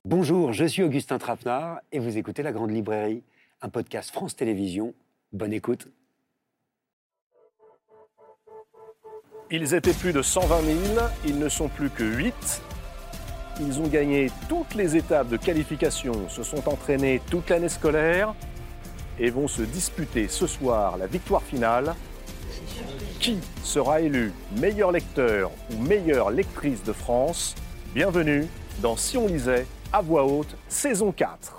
Bonjour, je suis Augustin Trapenard et vous écoutez La Grande Librairie, un podcast France Télévisions. Bonne écoute. Ils étaient plus de 120 000, ils ne sont plus que 8. Ils ont gagné toutes les étapes de qualification, se sont entraînés toute l'année scolaire et vont se disputer ce soir la victoire finale. Qui sera élu meilleur lecteur ou meilleure lectrice de France? Bienvenue dans Si on lisait à voix haute, saison 4.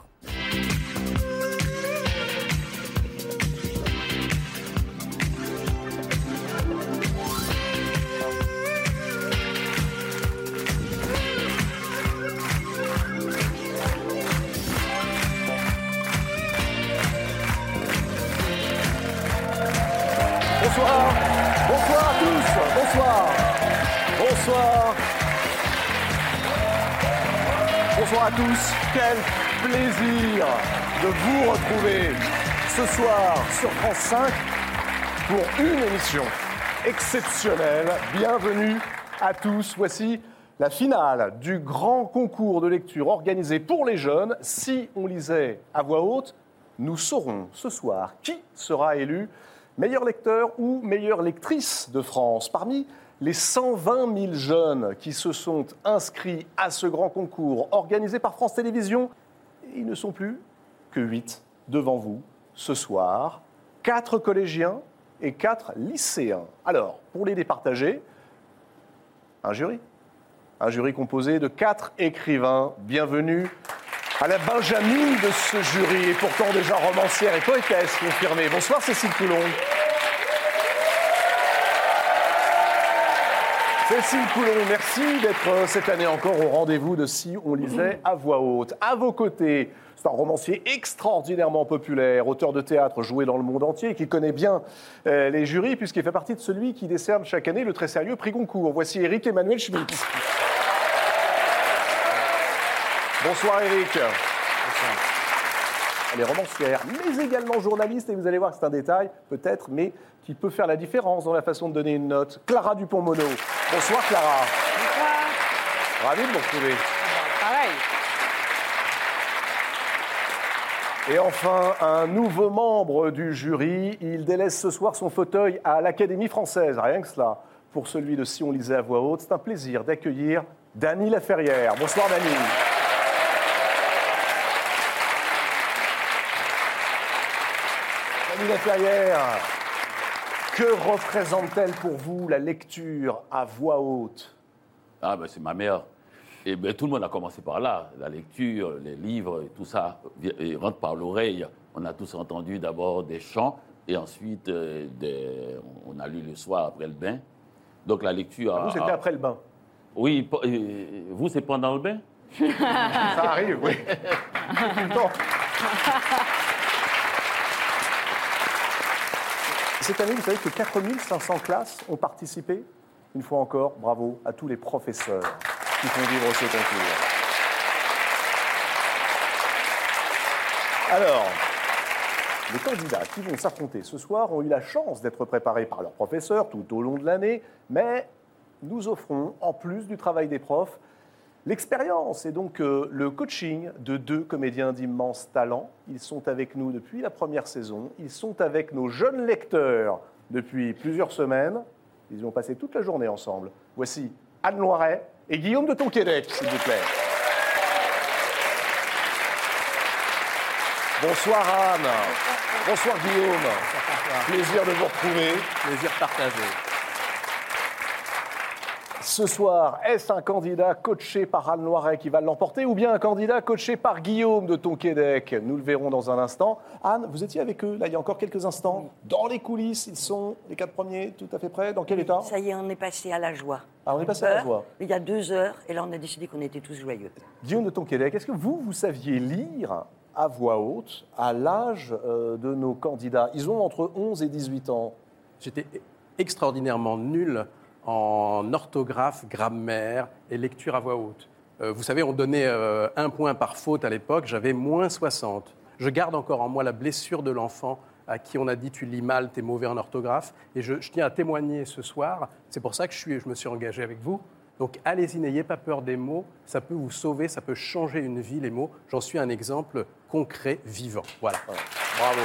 Bonsoir, bonsoir à tous, bonsoir, bonsoir. Bonsoir à tous, quel plaisir de vous retrouver ce soir sur France 5 pour une émission exceptionnelle. Bienvenue à tous, voici la finale du grand concours de lecture organisé pour les jeunes. Si on lisait à voix haute, nous saurons ce soir qui sera élu meilleur lecteur ou meilleure lectrice de France. Parmi les 120 000 jeunes qui se sont inscrits à ce grand concours organisé par France Télévisions, ils ne sont plus que 8 devant vous ce soir. 4 collégiens et 4 lycéens. Alors, pour les départager, un jury composé de 4 écrivains. Bienvenue à la Benjamine de ce jury, et pourtant déjà romancière et poétesse confirmée. Bonsoir Cécile Coulon. Cécile Coulon, merci d'être cette année encore au rendez-vous de Si on lisait à voix haute. À vos côtés, c'est un romancier extraordinairement populaire, auteur de théâtre joué dans le monde entier, qui connaît bien les jurys, puisqu'il fait partie de celui qui décerne chaque année le très sérieux prix Goncourt. Voici Éric Emmanuel Schmitt. Bonsoir Éric. Bonsoir. Elle est romancière, mais également journaliste, et vous allez voir que c'est un détail, peut-être, mais qui peut faire la différence dans la façon de donner une note. Clara Dupont-Mono. Bonsoir Clara. Bonsoir. Ravi de vous retrouver. Pareil. Et enfin, un nouveau membre du jury. Il délaisse ce soir son fauteuil à l'Académie française, rien que cela. Pour celui de Si on lisait à voix haute, c'est un plaisir d'accueillir Dany Laferrière. Bonsoir Dany. Dany Laferrière, que représente-t-elle pour vous la lecture à voix haute? Ah ben c'est ma mère. Et ben, tout le monde a commencé par là. La lecture, les livres, tout ça rentre par l'oreille. On a tous entendu d'abord des chants et ensuite on a lu le soir après le bain. Donc la lecture... Vous, c'était après le bain? Oui, vous, c'est pendant le bain? Ça arrive, oui. Non. Cette année, vous savez que 4500 classes ont participé. Une fois encore, bravo à tous les professeurs qui font vivre ce concours. Alors, les candidats qui vont s'affronter ce soir ont eu la chance d'être préparés par leurs professeurs tout au long de l'année, mais nous offrons, en plus du travail des profs, l'expérience et donc le coaching de 2 comédiens d'immense talent. Ils sont avec nous depuis la première saison. Ils sont avec nos jeunes lecteurs depuis plusieurs semaines. Ils ont passé toute la journée ensemble. Voici Anne Loiret et Guillaume de Tonquédec, s'il vous plaît. Bonsoir Anne. Bonsoir Guillaume. Plaisir de vous retrouver. Plaisir partagé. Ce soir, est-ce un candidat coaché par Anne Loiret qui va l'emporter ou bien un candidat coaché par Guillaume de Tonquédec? Nous le verrons dans un instant. Anne, vous étiez avec eux, là, il y a encore quelques instants. Oui. Dans les coulisses, ils sont, les 4 premiers, tout à fait prêts. Dans quel état? Ça y est, on est passé à la joie. Ah, on est passé à la joie. Il y a 2 heures, et là, on a décidé qu'on était tous joyeux. Guillaume de Tonquédec, est-ce que vous saviez lire à voix haute à l'âge de nos candidats? Ils ont entre 11 et 18 ans. J'étais extraordinairement nul en orthographe, grammaire et lecture à voix haute. Vous savez, on donnait 1 point par faute à l'époque, j'avais moins 60. Je garde encore en moi la blessure de l'enfant à qui on a dit « tu lis mal, t'es mauvais en orthographe ». Et je tiens à témoigner ce soir, c'est pour ça que je me suis engagé avec vous, Donc allez-y, n'ayez pas peur des mots, ça peut vous sauver, ça peut changer une vie, les mots. J'en suis un exemple concret, vivant. Voilà. Bravo.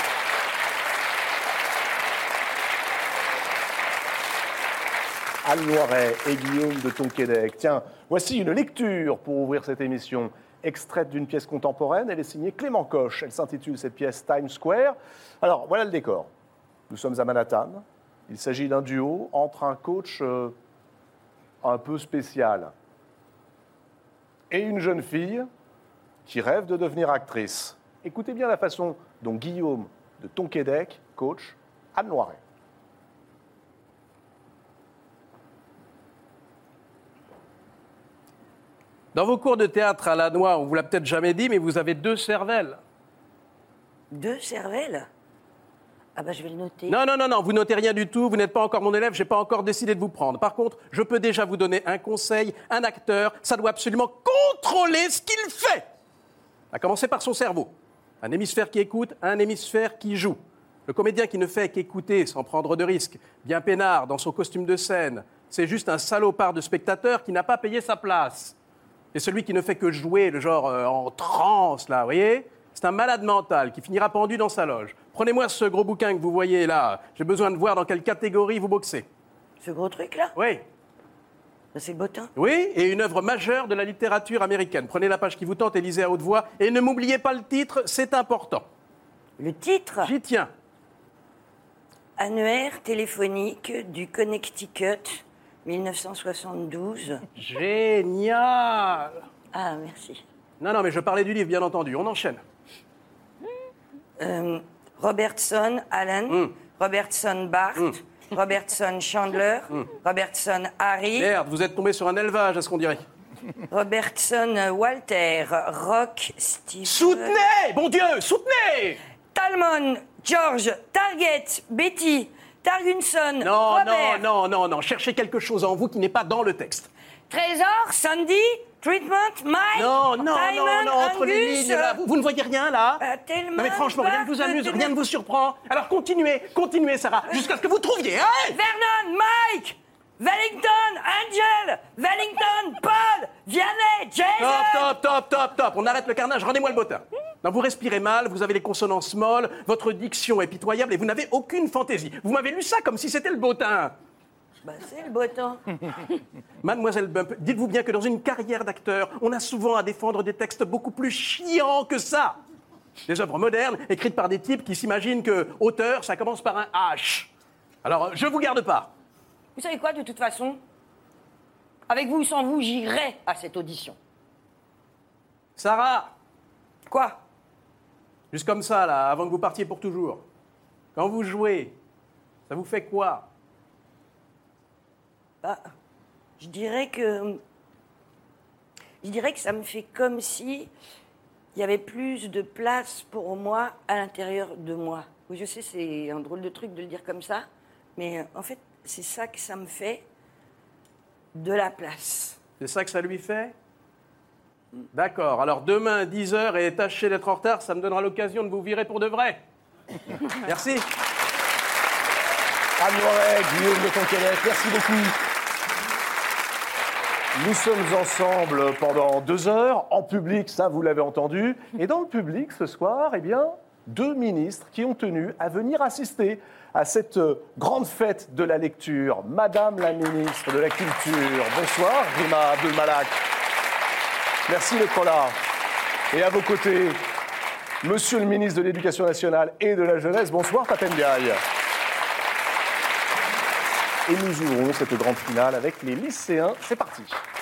Anne Noiret et Guillaume de Tonquédec. Tiens, voici une lecture pour ouvrir cette émission. Extraite d'une pièce contemporaine, elle est signée Clément Koch. Elle s'intitule cette pièce Times Square. Alors, voilà le décor. Nous sommes à Manhattan. Il s'agit d'un duo entre un coach un peu spécial et une jeune fille qui rêve de devenir actrice. Écoutez bien la façon dont Guillaume de Tonquédec coach Anne Noiret. Dans vos cours de théâtre à Lannoy, on vous l'a peut-être jamais dit, mais vous avez 2 cervelles. 2 cervelles? Ah bah je vais le noter. Non, vous notez rien du tout, vous n'êtes pas encore mon élève, je n'ai pas encore décidé de vous prendre. Par contre, je peux déjà vous donner un conseil, un acteur, ça doit absolument contrôler ce qu'il fait. À commencer par son cerveau. Un hémisphère qui écoute, un hémisphère qui joue. Le comédien qui ne fait qu'écouter sans prendre de risques, bien peinard dans son costume de scène, c'est juste un salopard de spectateur qui n'a pas payé sa place. Et celui qui ne fait que jouer, le genre en transe, là, vous voyez, c'est un malade mental qui finira pendu dans sa loge. Prenez-moi ce gros bouquin que vous voyez là. J'ai besoin de voir dans quelle catégorie vous boxez. Ce gros truc-là? Oui. C'est le bottin. Oui, et une œuvre majeure de la littérature américaine. Prenez la page qui vous tente et lisez à haute voix. Et ne m'oubliez pas le titre, c'est important. Le titre? J'y tiens. Annuaire téléphonique du Connecticut, 1972. Génial! Ah, merci. Non, mais je parlais du livre, bien entendu. On enchaîne. Robertson Allen, Robertson Bart, Robertson Chandler, Robertson Harry, Merde, vous êtes tombé sur un élevage, à ce qu'on dirait. Robertson Walter, Rock Steve... Soutenez! Bon Dieu, soutenez! Talmon, George, Target, Betty, Targunson, Robert... Non, cherchez quelque chose en vous qui n'est pas dans le texte. Trésor, Sandy, Treatment, Mike, Non, Simon, entre les Angus, lignes, là, vous ne voyez rien, là Thelma, Non, mais franchement, rien ne vous Bart, amuse, rien ne vous surprend. Alors continuez, Sarah, jusqu'à ce que vous trouviez, hein? Vernon, Mike, Wellington, Angel, Wellington, Paul, Vianney, Jason... Top. On arrête le carnage, rendez-moi le bottin. Non, vous respirez mal, vous avez les consonances molles, votre diction est pitoyable et vous n'avez aucune fantaisie. Vous m'avez lu ça comme si c'était le bottin. Bah, c'est le bottin. Mademoiselle Bump, dites-vous bien que dans une carrière d'acteur, on a souvent à défendre des textes beaucoup plus chiants que ça. Des œuvres modernes, écrites par des types qui s'imaginent que auteur, ça commence par un H. Alors, je vous garde pas. Vous savez quoi, de toute façon? Avec vous ou sans vous, j'irai à cette audition. Sarah, Quoi? juste comme ça, là, avant que vous partiez pour toujours. Quand vous jouez, ça vous fait quoi? Bah, je dirais que ça me fait comme si il y avait plus de place pour moi à l'intérieur de moi. Oui, je sais, c'est un drôle de truc de le dire comme ça, mais en fait, c'est ça que ça me fait, de la place. C'est ça que ça lui fait? D'accord. Alors demain, 10h, et tâchez d'être en retard, ça me donnera l'occasion de vous virer pour de vrai. Merci. Anne Noiret, Guillaume de Tonquédec, merci beaucoup. Nous sommes ensemble pendant 2 heures, en public, ça vous l'avez entendu. Et dans le public, ce soir, eh bien, 2 ministres qui ont tenu à venir assister à cette grande fête de la lecture. Madame la ministre de la Culture, bonsoir, Rima Abdul-Malak. Merci d'être là. Et à vos côtés, Monsieur le ministre de l'Éducation nationale et de la Jeunesse, bonsoir, Pape Ndiaye. Et nous ouvrons cette grande finale avec les lycéens. C'est parti.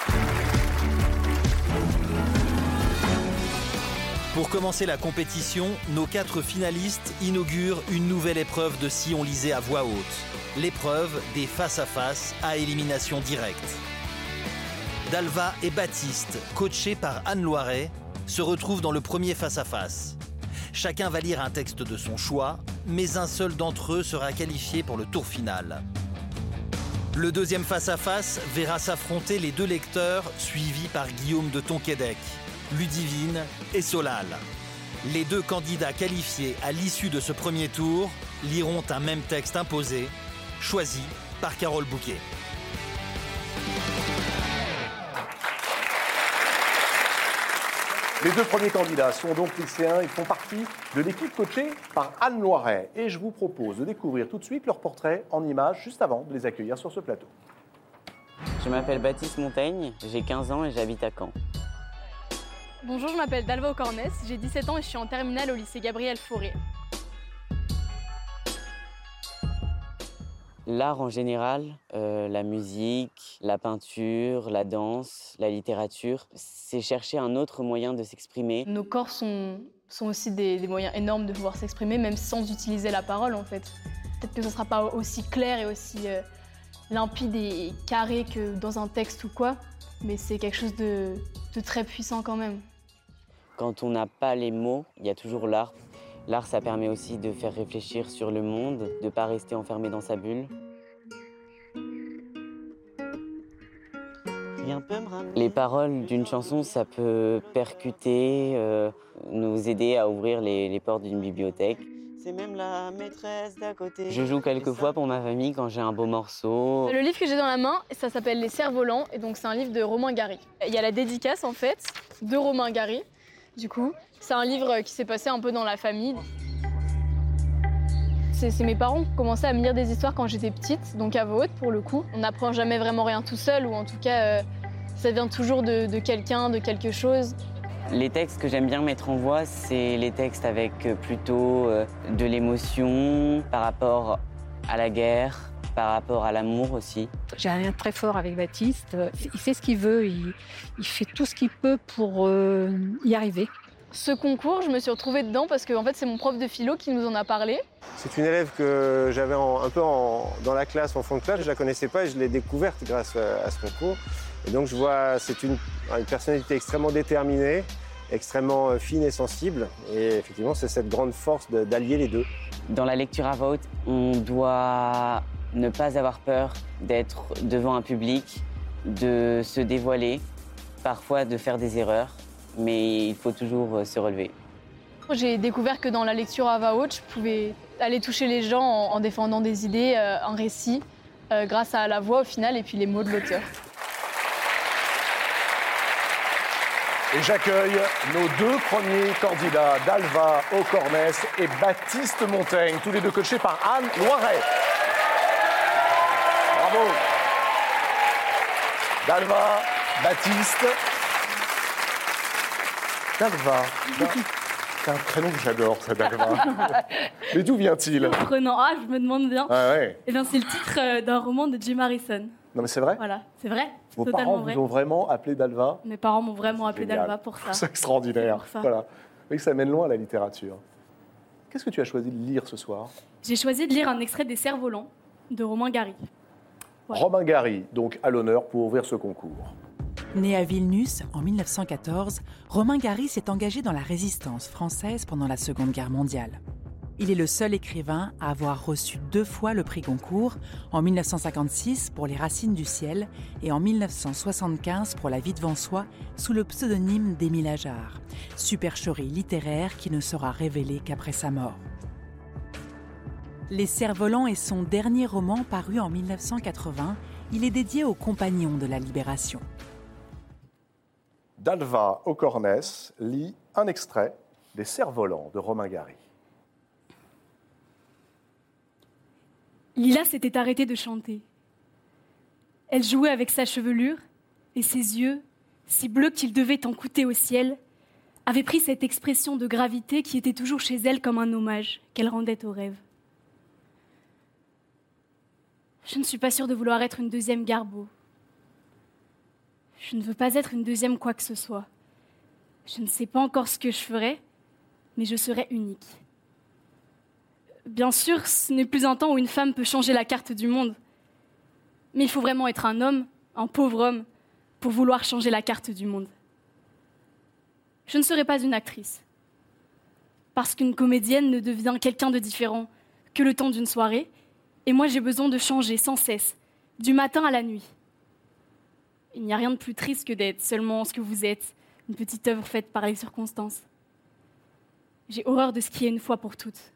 Pour commencer la compétition, nos 4 finalistes inaugurent une nouvelle épreuve de Si on lisait à voix haute. L'épreuve des face-à-face à élimination directe. Dalva et Baptiste, coachés par Anne Noiret, se retrouvent dans le premier face-à-face. Chacun va lire un texte de son choix, mais un seul d'entre eux sera qualifié pour le tour final. Le deuxième face-à-face verra s'affronter les 2 lecteurs suivis par Guillaume de Tonquédec, Ludivine et Solal. Les 2 candidats qualifiés à l'issue de ce premier tour liront un même texte imposé, choisi par Carole Bouquet. Les deux premiers candidats sont donc lycéens. Ils font partie de l'équipe coachée par Anne Loiret. Et je vous propose de découvrir tout de suite leur portrait en images, juste avant de les accueillir sur ce plateau. Je m'appelle Baptiste Montaigne, j'ai 15 ans et j'habite à Caen. Bonjour, je m'appelle Dalva Ocornès, j'ai 17 ans et je suis en terminale au lycée Gabriel Fauré. L'art en général, la musique, la peinture, la danse, la littérature, c'est chercher un autre moyen de s'exprimer. Nos corps sont aussi des moyens énormes de pouvoir s'exprimer, même sans utiliser la parole en fait. Peut-être que ce ne sera pas aussi clair et aussi limpide et carré que dans un texte ou quoi, mais c'est quelque chose de très puissant quand même. Quand on n'a pas les mots, il y a toujours l'art. L'art, ça permet aussi de faire réfléchir sur le monde, de ne pas rester enfermé dans sa bulle. Les paroles d'une chanson, ça peut percuter, nous aider à ouvrir les portes d'une bibliothèque. C'est même la maîtresse d'à côté. Je joue quelquefois pour ma famille quand j'ai un beau morceau. Le livre que j'ai dans la main, ça s'appelle Les Cerfs-Volants, et donc c'est un livre de Romain Gary. Il y a la dédicace en fait de Romain Gary, du coup. C'est un livre qui s'est passé un peu dans la famille. C'est mes parents qui ont commencé à me lire des histoires quand j'étais petite, donc à voix haute pour le coup. On n'apprend jamais vraiment rien tout seul, ou en tout cas, ça vient toujours de quelqu'un, de quelque chose. Les textes que j'aime bien mettre en voix, c'est les textes avec plutôt de l'émotion par rapport à la guerre, par rapport à l'amour aussi. J'ai un lien très fort avec Baptiste. Il fait ce qu'il veut, il fait tout ce qu'il peut pour y arriver. Ce concours, je me suis retrouvée dedans parce que en fait, c'est mon prof de philo qui nous en a parlé. C'est une élève que j'avais un peu dans la classe, en fond de classe. Je ne la connaissais pas et je l'ai découverte grâce à ce concours. Et donc je vois, c'est une personnalité extrêmement déterminée, extrêmement fine et sensible. Et effectivement, c'est cette grande force d'allier les deux. Dans la lecture à voix haute, on doit ne pas avoir peur d'être devant un public, de se dévoiler, parfois de faire des erreurs. Mais il faut toujours se relever. J'ai découvert que dans la lecture à voix haute, je pouvais aller toucher les gens en défendant des idées, un récit, grâce à la voix au final et puis les mots de l'auteur. Et j'accueille nos deux premiers candidats, Dalva Ocornès et Baptiste Montaigne, tous les deux coachés par Anne Loiret. Bravo. Dalva, Baptiste. Dalva, c'est un prénom que j'adore, ça, Dalva. Mais d'où vient-il? Prenant A, je me demande bien. Ah ouais. Eh bien, c'est le titre d'un roman de Jim Harrison. Non, mais c'est vrai? Voilà, c'est vrai. Vos Totalement parents vrai. vous ont vraiment appelé Dalva? Mes parents m'ont vraiment appelé Génial. Dalva pour ça. C'est extraordinaire. Pour ça. Voilà. Vous voyez que ça mène loin, la littérature. Qu'est-ce que tu as choisi de lire ce soir? J'ai choisi de lire un extrait des Cerfs-Volants de Romain Gary. Voilà. Romain Gary, donc à l'honneur pour ouvrir ce concours. Né à Vilnius en 1914, Romain Gary s'est engagé dans la résistance française pendant la Seconde Guerre mondiale. Il est le seul écrivain à avoir reçu 2 fois le prix Goncourt, en 1956 pour Les Racines du ciel et en 1975 pour La vie devant soi, sous le pseudonyme d'Émile Ajar, supercherie littéraire qui ne sera révélée qu'après sa mort. Les Cerfs-Volants est son dernier roman paru en 1980. Il est dédié aux compagnons de la Libération. Dalva Ocornès lit un extrait des Cerfs-Volants de Romain Gary. Lila s'était arrêtée de chanter. Elle jouait avec sa chevelure et ses yeux, si bleus qu'ils devaient en coûter au ciel, avaient pris cette expression de gravité qui était toujours chez elle comme un hommage qu'elle rendait au rêve. Je ne suis pas sûre de vouloir être une deuxième Garbeau. Je ne veux pas être une deuxième quoi que ce soit. Je ne sais pas encore ce que je ferai, mais je serai unique. Bien sûr, ce n'est plus un temps où une femme peut changer la carte du monde. Mais il faut vraiment être un homme, un pauvre homme, pour vouloir changer la carte du monde. Je ne serai pas une actrice. Parce qu'une comédienne ne devient quelqu'un de différent que le temps d'une soirée, et moi j'ai besoin de changer sans cesse, du matin à la nuit. Il n'y a rien de plus triste que d'être seulement ce que vous êtes, une petite œuvre faite par les circonstances. J'ai horreur de ce qui est une fois pour toutes.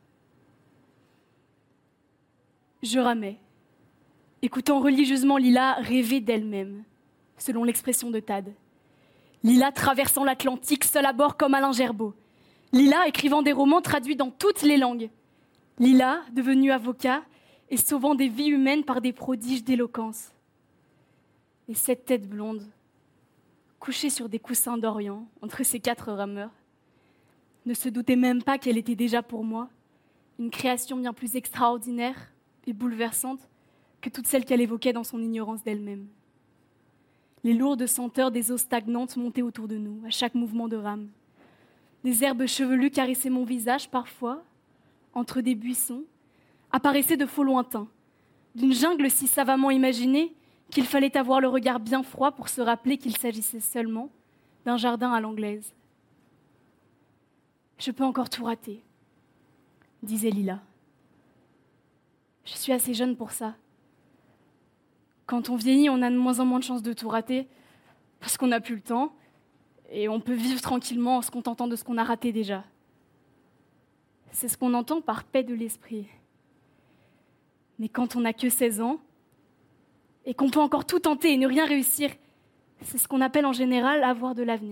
Je ramais, écoutant religieusement Lila rêver d'elle-même, selon l'expression de Tad, Lila traversant l'Atlantique seul à bord comme Alain Gerbaud. Lila écrivant des romans traduits dans toutes les langues. Lila devenu avocat et sauvant des vies humaines par des prodiges d'éloquence. Et cette tête blonde, couchée sur des coussins d'Orient entre ses 4 rameurs, ne se doutait même pas qu'elle était déjà pour moi une création bien plus extraordinaire et bouleversante que toutes celles qu'elle évoquait dans son ignorance d'elle-même. Les lourdes senteurs des eaux stagnantes montaient autour de nous, à chaque mouvement de rame. Des herbes chevelues caressaient mon visage parfois, entre des buissons, apparaissaient de faux lointains, d'une jungle si savamment imaginée qu'il fallait avoir le regard bien froid pour se rappeler qu'il s'agissait seulement d'un jardin à l'anglaise. « Je peux encore tout rater », disait Lila. « Je suis assez jeune pour ça. Quand on vieillit, on a de moins en moins de chances de tout rater, parce qu'on n'a plus le temps, et on peut vivre tranquillement en se contentant de ce qu'on a raté déjà. C'est ce qu'on entend par paix de l'esprit. Mais quand on n'a que 16 ans, et qu'on peut encore tout tenter et ne rien réussir, c'est ce qu'on appelle en général avoir de l'avenir. »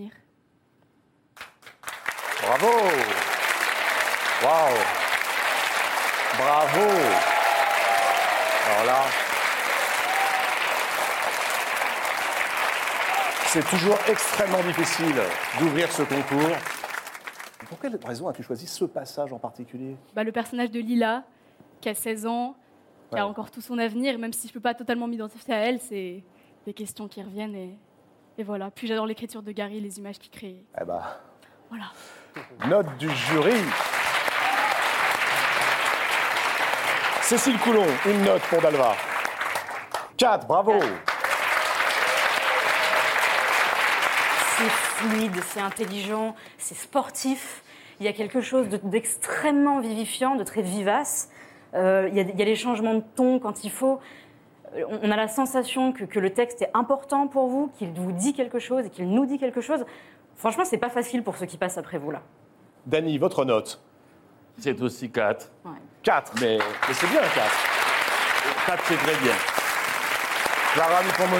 Bravo! Waouh! Bravo! Alors là, c'est toujours extrêmement difficile d'ouvrir ce concours. Pour quelle raison as-tu choisi ce passage en particulier ? Le personnage de Lila, qui a 16 ans, qui a encore tout son avenir, même si je ne peux pas totalement m'identifier à elle, c'est des questions qui reviennent et voilà. Puis j'adore l'écriture de Gary, les images qu'il crée. Voilà. Note du jury. Cécile Coulon, une note pour Dalva. 4, bravo. C'est fluide, c'est intelligent, c'est sportif. Il y a quelque chose d'extrêmement vivifiant, de très vivace. Il y a les changements de ton quand il faut. On a la sensation que le texte est important pour vous, qu'il vous dit quelque chose et qu'il nous dit quelque chose. Franchement, c'est pas facile pour ceux qui passent après vous, là. Dany, votre note ? C'est aussi 4. Ouais. 4. Mais c'est bien, 4. 4, c'est très bien. Clara Dupont-Mono ?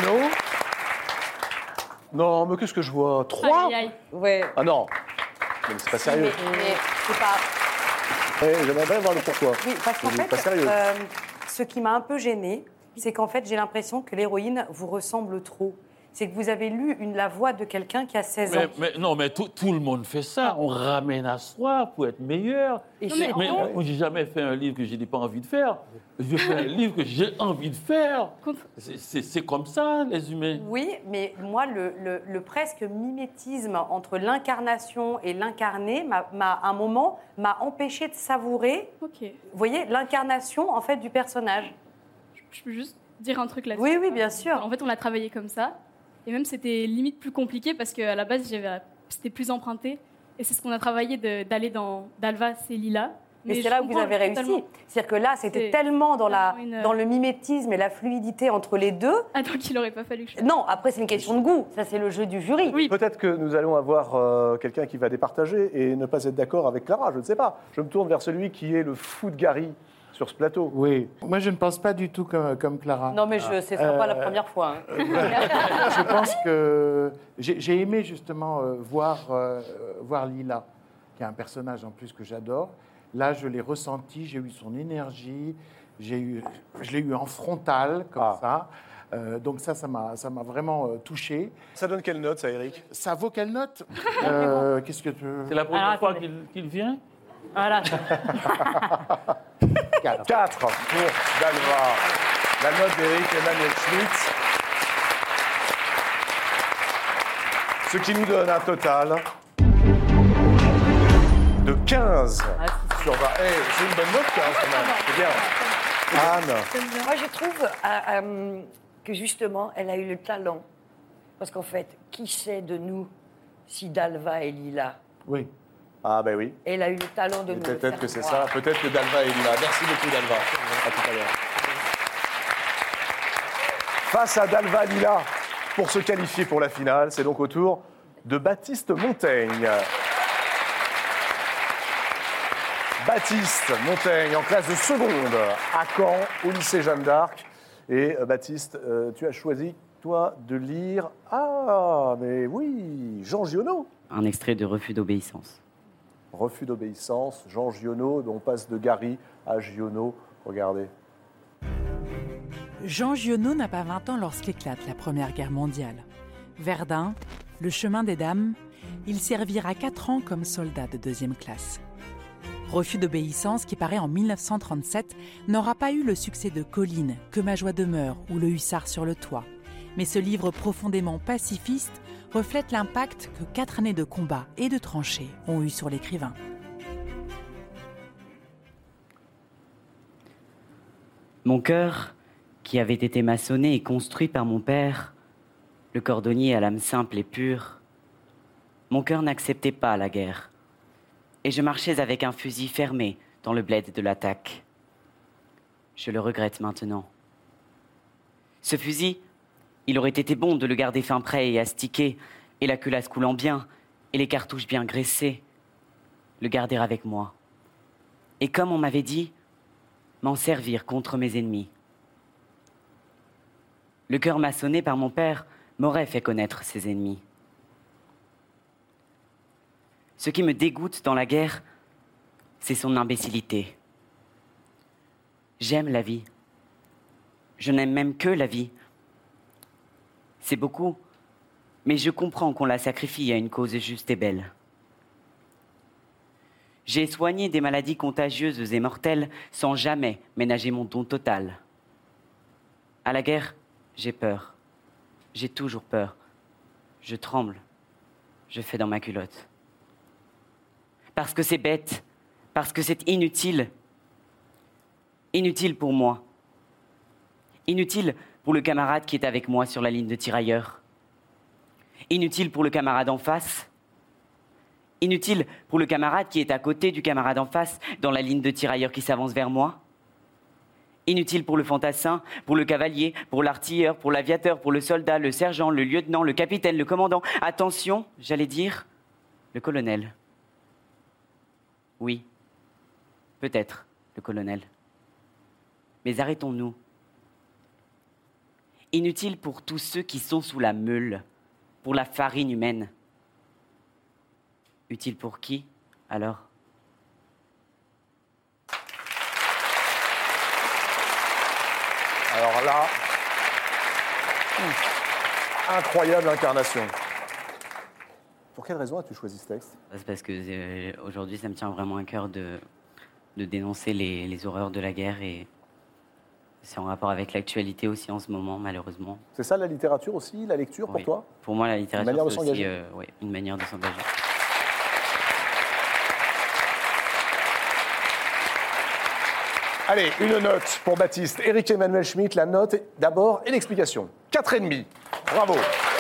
Non, mais qu'est-ce que je vois ? 3 ? Aïe, aïe. Ouais. Ah non. Mais c'est pas sérieux. Mais c'est pas... J'aimerais bien voir le pourquoi. Oui, parce qu'en C'est pas fait, sérieux. ce qui m'a un peu gênée, c'est qu'en fait, j'ai l'impression que l'héroïne vous ressemble trop. C'est que vous avez lu la voix de quelqu'un qui a 16 ans. Mais tout le monde fait ça. On ramène à soi pour être meilleur. Et Mais j'ai jamais fait un livre que je n'ai pas envie de faire. Je fais un livre que j'ai envie de faire. C'est comme ça, les humains. Oui, mais moi, le presque mimétisme entre l'incarnation et l'incarné, à un moment, m'a empêché de savourer, vous voyez, l'incarnation, en fait, du personnage. Je peux juste dire un truc là-dessus. Oui, oui, bien sûr. En fait, on l'a travaillé comme ça. Et même, c'était limite plus compliqué parce qu'à la base, c'était plus emprunté. Et c'est ce qu'on a travaillé d'aller dans Dalva, c'est Lila. Mais c'est là où vous avez réussi. C'est-à-dire que là, c'était tellement dans le mimétisme et la fluidité entre les deux. Ah, donc il n'aurait pas fallu que je... Non, après, c'est une question de goût. Ça, c'est le jeu du jury. Oui. Peut-être que nous allons avoir quelqu'un qui va départager et ne pas être d'accord avec Clara, je ne sais pas. Je me tourne vers celui qui est le fou de Gary sur ce plateau. Oui, moi je ne pense pas du tout comme Clara. Non, mais ce ne sera pas la première fois. Hein. Je pense que j'ai aimé justement voir Lila, qui est un personnage en plus que j'adore. Là, je l'ai ressenti, j'ai eu son énergie, je l'ai eu en frontal, comme ça. Donc ça m'a vraiment touché. Ça donne quelle note, ça, Eric ? Ça vaut quelle note Qu'est-ce que tu... C'est la première fois qu'il vient ? Voilà. 4 pour Dalva. La note d'Eric Emmanuel Schmitt. Ce qui nous donne un total de 15 sur 20. C'est une bonne note, 15 quand même. C'est bien. Anne. Moi, je trouve que justement, elle a eu le talent. Parce qu'en fait, qui sait de nous si Dalva est Lila ? Oui. Ah ben oui. Elle a eu le talent de nous le Peut-être faire que c'est croire. ça. Peut-être que Dalva est Lila. Merci beaucoup, Dalva. À tout à l'heure. Face à Dalva Lila, pour se qualifier pour la finale, c'est donc au tour de Baptiste Montaigne. Baptiste Montaigne, en classe de seconde, à Caen, au lycée Jeanne d'Arc. Et Baptiste, tu as choisi toi de lire... Ah, mais oui, Jean Giono. Un extrait de Refus d'obéissance. Refus d'obéissance, Jean Giono, on passe de Gary à Giono. Regardez. Jean Giono n'a pas 20 ans lorsqu'éclate la Première Guerre mondiale. Verdun, le chemin des dames, il servira 4 ans comme soldat de 2e classe. Refus d'obéissance, qui paraît en 1937, n'aura pas eu le succès de Colline, Que ma joie demeure ou Le hussard sur le toit. Mais ce livre profondément pacifiste reflète l'impact que 4 années de combat et de tranchées ont eu sur l'écrivain. Mon cœur, qui avait été maçonné et construit par mon père, le cordonnier à l'âme simple et pure, mon cœur n'acceptait pas la guerre. Et je marchais avec un fusil fermé dans le bled de l'attaque. Je le regrette maintenant. Ce fusil, il aurait été bon de le garder fin prêt et astiqué, et la culasse coulant bien, et les cartouches bien graissées. Le garder avec moi. Et comme on m'avait dit, m'en servir contre mes ennemis. Le cœur maçonné par mon père m'aurait fait connaître ses ennemis. Ce qui me dégoûte dans la guerre, c'est son imbécilité. J'aime la vie. Je n'aime même que la vie. C'est beaucoup, mais je comprends qu'on la sacrifie à une cause juste et belle. J'ai soigné des maladies contagieuses et mortelles sans jamais ménager mon don total. À la guerre, j'ai peur. J'ai toujours peur. Je tremble. Je fais dans ma culotte. Parce que c'est bête, parce que c'est inutile. Inutile pour moi. Inutile pour le camarade qui est avec moi sur la ligne de tirailleurs. Inutile pour le camarade en face. Inutile pour le camarade qui est à côté du camarade en face dans la ligne de tirailleurs qui s'avance vers moi. Inutile pour le fantassin, pour le cavalier, pour l'artilleur, pour l'aviateur, pour le soldat, le sergent, le lieutenant, le capitaine, le commandant. Attention, j'allais dire, le colonel. Oui, peut-être, le colonel. Mais arrêtons-nous. Inutile pour tous ceux qui sont sous la meule, pour la farine humaine. Utile pour qui, alors ? Alors là, incroyable incarnation. Pour quelle raison as-tu choisi ce texte ? C'est parce que aujourd'hui, ça me tient vraiment à cœur de dénoncer les horreurs de la guerre et c'est en rapport avec l'actualité aussi en ce moment, malheureusement. C'est ça la littérature aussi, la lecture pour toi ? Pour moi, la littérature, c'est aussi une manière de s'engager. Allez, une note pour Baptiste. Éric Emmanuel Schmitt, la note d'abord et l'explication. 4,5. Bravo.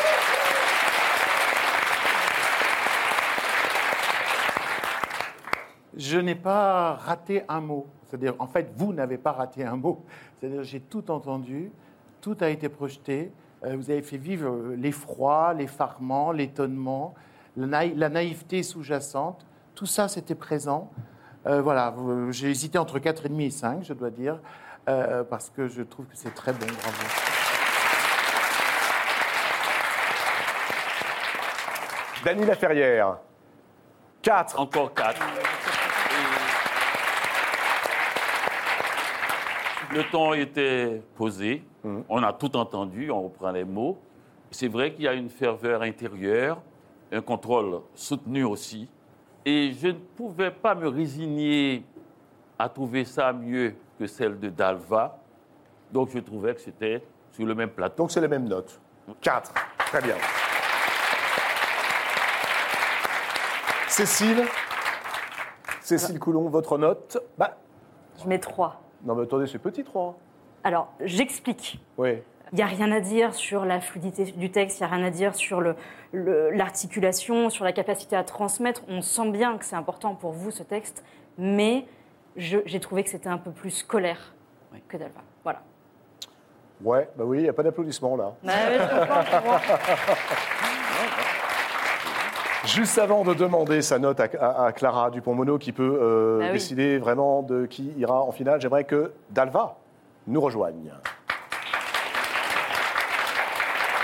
Je n'ai pas raté un mot. C'est-à-dire, en fait, vous n'avez pas raté un mot. C'est-à-dire, j'ai tout entendu, tout a été projeté. Vous avez fait vivre l'effroi, l'effarement, l'étonnement, la naïveté sous-jacente. Tout ça, c'était présent. Voilà, j'ai hésité entre 4,5 et 5, je dois dire, parce que je trouve que c'est très bon. Bravo. Dany Laferrière. 4. Encore 4. Le ton était posé, on a tout entendu, on reprend les mots. C'est vrai qu'il y a une ferveur intérieure, un contrôle soutenu aussi. Et je ne pouvais pas me résigner à trouver ça mieux que celle de Dalva. Donc je trouvais que c'était sur le même plateau. Donc c'est les mêmes notes. 4. Très bien. Cécile Coulon, votre note Je mets 3. Non mais attendez, c'est petit 3. Alors, j'explique. Oui. Il n'y a rien à dire sur la fluidité du texte, il n'y a rien à dire sur l'articulation, sur la capacité à transmettre. On sent bien que c'est important pour vous, ce texte, mais j'ai trouvé que c'était un peu plus scolaire que Dalva. Voilà. Ouais, bah oui, il n'y a pas d'applaudissements là. Juste avant de demander sa note à Clara Dupont-Mono, qui peut décider vraiment de qui ira en finale, j'aimerais que Dalva nous rejoigne.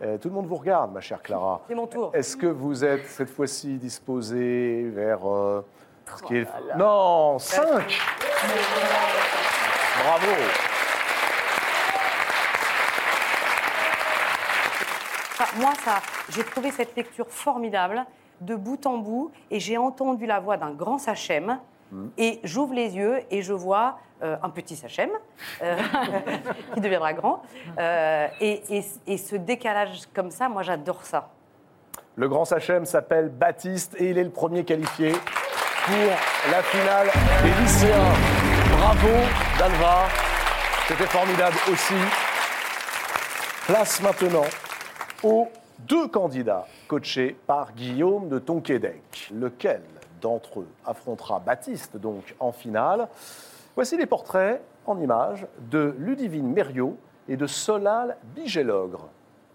Tout le monde vous regarde, ma chère Clara. C'est mon tour. Est-ce que vous êtes cette fois-ci disposée vers ce qui est... Non, 5. Bravo. Moi, j'ai trouvé cette lecture formidable, de bout en bout, et j'ai entendu la voix d'un grand Sachem, et j'ouvre les yeux et je vois un petit Sachem, qui deviendra grand, et ce décalage comme ça, moi j'adore ça. Le grand Sachem s'appelle Baptiste et il est le premier qualifié pour la finale des lycéens. Bravo, Dalva. C'était formidable aussi. Place maintenant aux 2 candidats coachés par Guillaume de Tonquédec. Lequel d'entre eux affrontera Baptiste donc en finale? Voici les portraits en images de Ludivine Mériot et de Solal Bigélogre.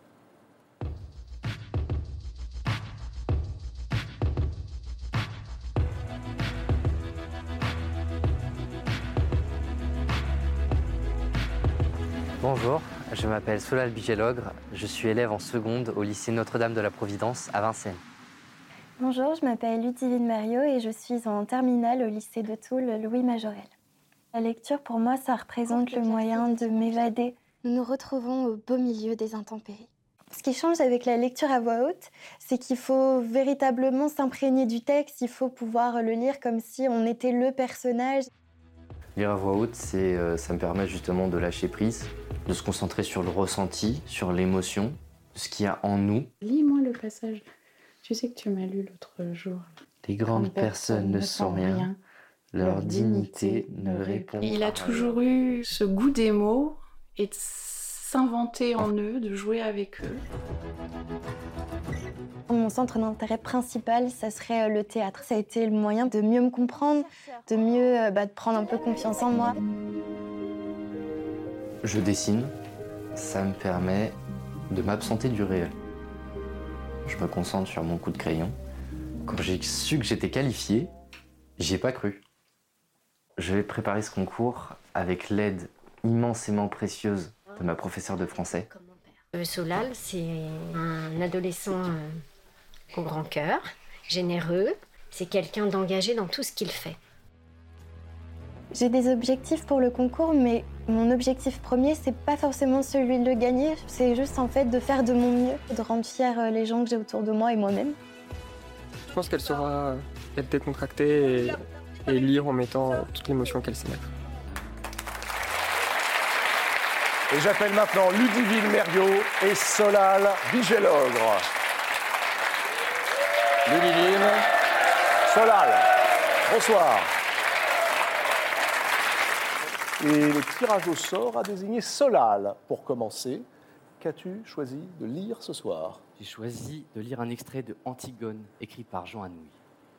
Bonjour, je m'appelle Solal Bigélogre, je suis élève en seconde au lycée Notre-Dame de la Providence à Vincennes. Bonjour, je m'appelle Ludivine Mériot et je suis en terminale au lycée de Toul Louis Majorel. La lecture pour moi, ça représente le moyen de m'évader. Nous nous retrouvons au beau milieu des intempéries. Ce qui change avec la lecture à voix haute, c'est qu'il faut véritablement s'imprégner du texte, il faut pouvoir le lire comme si on était le personnage. Lire à voix haute, ça me permet justement de lâcher prise, de se concentrer sur le ressenti, sur l'émotion, ce qu'il y a en nous. Lis-moi le passage. Tu sais que tu m'as lu l'autre jour. Les grandes personnes ne sont rien, leur dignité ne répond. Il a toujours eu ce goût des mots et de s'inventer en eux, de jouer avec eux. Mon centre d'intérêt principal, ça serait le théâtre. Ça a été le moyen de mieux me comprendre, de mieux de prendre un peu confiance en moi. Je dessine, ça me permet de m'absenter du réel. Je me concentre sur mon coup de crayon. Quand j'ai su que j'étais qualifié, j'y ai pas cru. Je vais préparer ce concours avec l'aide immensément précieuse de ma professeure de français. Solal, c'est un adolescent au grand cœur, généreux. C'est quelqu'un d'engagé dans tout ce qu'il fait. J'ai des objectifs pour le concours, mais mon objectif premier, c'est pas forcément celui de le gagner. C'est juste en fait de faire de mon mieux, de rendre fiers les gens que j'ai autour de moi et moi-même. Je pense qu'elle saura être décontractée et lire en mettant toute l'émotion qu'elle sait mettre. Et j'appelle maintenant Ludivine Mériot et Solal Bigélogre. Ludivine, Solal, bonsoir. Et le tirage au sort a désigné Solal. Pour commencer, qu'as-tu choisi de lire ce soir? J'ai choisi de lire un extrait de Antigone, écrit par Jean Anouilh.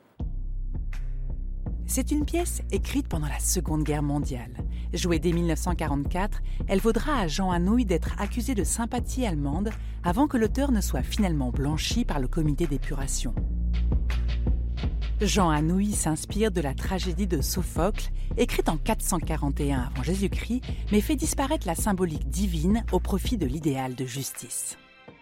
C'est une pièce écrite pendant la Seconde Guerre mondiale. Jouée dès 1944, elle vaudra à Jean Anouilh d'être accusé de sympathie allemande avant que l'auteur ne soit finalement blanchi par le comité d'épuration. Jean Anouilh s'inspire de la tragédie de Sophocle, écrite en 441 avant Jésus-Christ, mais fait disparaître la symbolique divine au profit de l'idéal de justice.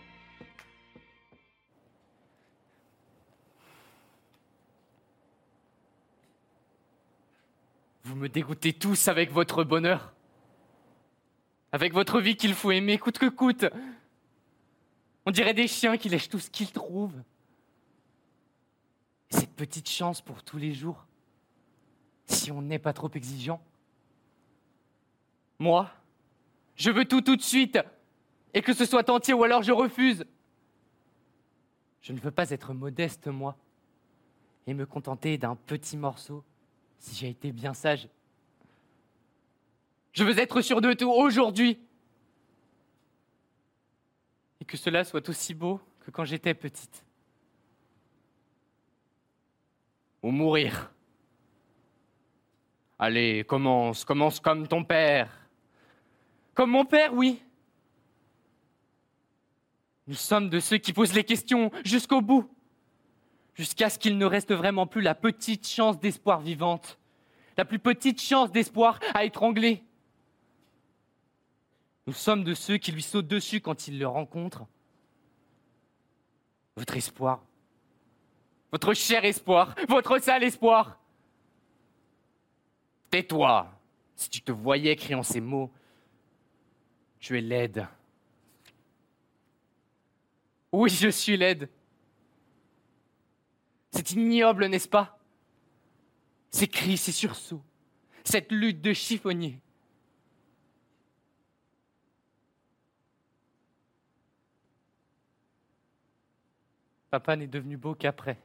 Vous me dégoûtez tous avec votre bonheur. Avec votre vie qu'il faut aimer coûte que coûte. On dirait des chiens qui lèchent tout ce qu'ils trouvent. Et cette petite chance pour tous les jours, si on n'est pas trop exigeant. Moi, je veux tout de suite, et que ce soit entier ou alors je refuse. Je ne veux pas être modeste, moi, et me contenter d'un petit morceau. Si j'ai été bien sage. Je veux être sûr de tout aujourd'hui. Et que cela soit aussi beau que quand j'étais petite. Ou mourir. Allez, commence comme ton père. Comme mon père, oui. Nous sommes de ceux qui posent les questions jusqu'au bout. Jusqu'à ce qu'il ne reste vraiment plus la petite chance d'espoir vivante, la plus petite chance d'espoir à étrangler. Nous sommes de ceux qui lui sautent dessus quand il le rencontre, Votre espoir. Votre cher espoir. Votre sale espoir. Tais-toi. Si tu te voyais criant ces mots, tu es laide. Oui, je suis laide. C'est ignoble, n'est-ce pas? Ces cris, ces sursauts, cette lutte de chiffonnier. Papa n'est devenu beau qu'après.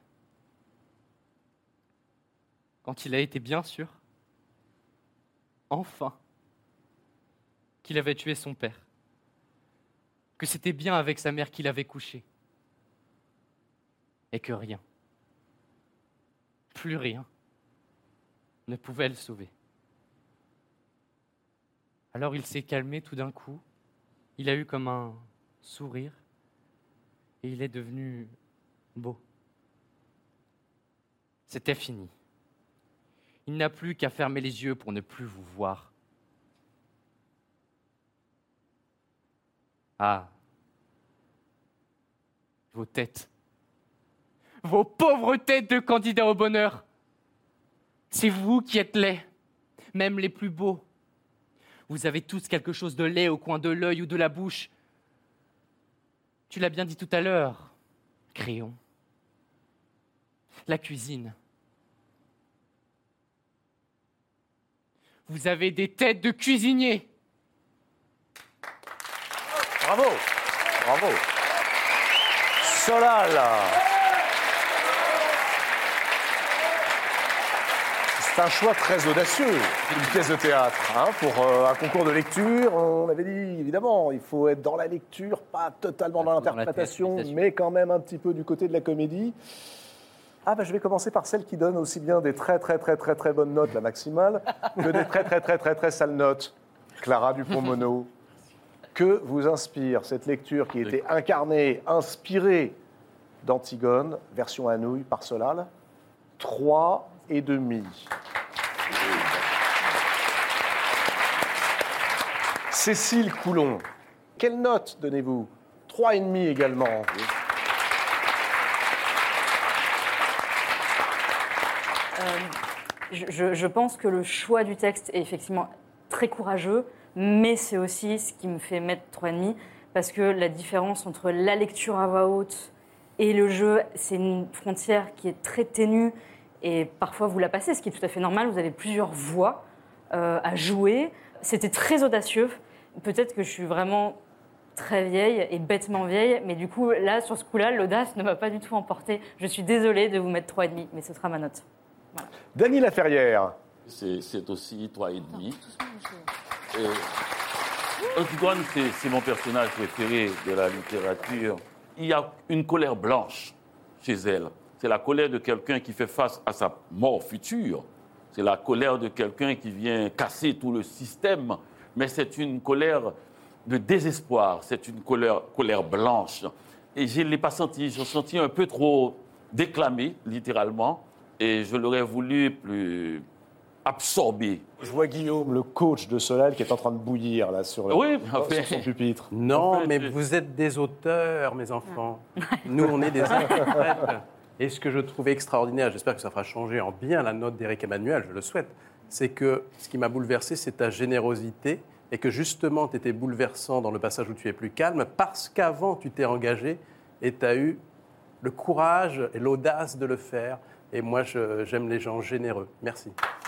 Quand il a été bien sûr, enfin, qu'il avait tué son père, que c'était bien avec sa mère qu'il avait couché, et que rien, plus rien, ne pouvait le sauver. Alors il s'est calmé tout d'un coup, il a eu comme un sourire, et il est devenu beau. C'était fini. Il n'a plus qu'à fermer les yeux pour ne plus vous voir. Ah, vos têtes, vos pauvres têtes de candidats au bonheur. C'est vous qui êtes laids, même les plus beaux. Vous avez tous quelque chose de laid au coin de l'œil ou de la bouche. Tu l'as bien dit tout à l'heure, crayon. La cuisine. Vous avez des têtes de cuisiniers. Bravo, bravo. Solal. C'est un choix très audacieux, une pièce de théâtre. Pour un concours de lecture, on avait dit, évidemment, il faut être dans la lecture, pas totalement dans l'interprétation, mais quand même un petit peu du côté de la comédie. Je vais commencer par celle qui donne aussi bien des très bonnes notes, la maximale, que des très sales notes. Clara Dupont-Mono. Que vous inspire cette lecture qui était inspirée d'Antigone, version Anouilh par Solal? 3,5. Cécile Coulon, quelle note donnez-vous? 3,5 également. Je pense que le choix du texte est effectivement très courageux, mais c'est aussi ce qui me fait mettre 3,5, parce que la différence entre la lecture à voix haute et le jeu, c'est une frontière qui est très ténue, et parfois vous la passez, ce qui est tout à fait normal, vous avez plusieurs voix à jouer. C'était très audacieux, peut-être que je suis vraiment très vieille et bêtement vieille, mais du coup, là, sur ce coup-là, l'audace ne m'a pas du tout emportée. Je suis désolée de vous mettre 3,5, mais ce sera ma note. Voilà. Dany Laferrière. C'est aussi 3,5. Antigone, c'est mon personnage préféré de la littérature. Il y a une colère blanche chez elle. C'est la colère de quelqu'un qui fait face à sa mort future. C'est la colère de quelqu'un qui vient casser tout le système. Mais c'est une colère de désespoir. C'est une colère blanche. Et je ne l'ai pas senti. J'ai senti un peu trop déclamé, littéralement. Et je l'aurais voulu plus absorbé. Je vois Guillaume, le coach de Solal, qui est en train de bouillir là sur son pupitre. Non, mais vous êtes des auteurs, mes enfants. Nous, on est des interprètes. Et ce que je trouvais extraordinaire, j'espère que ça fera changer en bien la note d'Éric Emmanuel, je le souhaite, c'est que ce qui m'a bouleversé, c'est ta générosité et que justement, tu étais bouleversant dans le passage où tu es plus calme parce qu'avant, tu t'es engagé et tu as eu le courage et l'audace de le faire. Et moi, j'aime les gens généreux. Merci.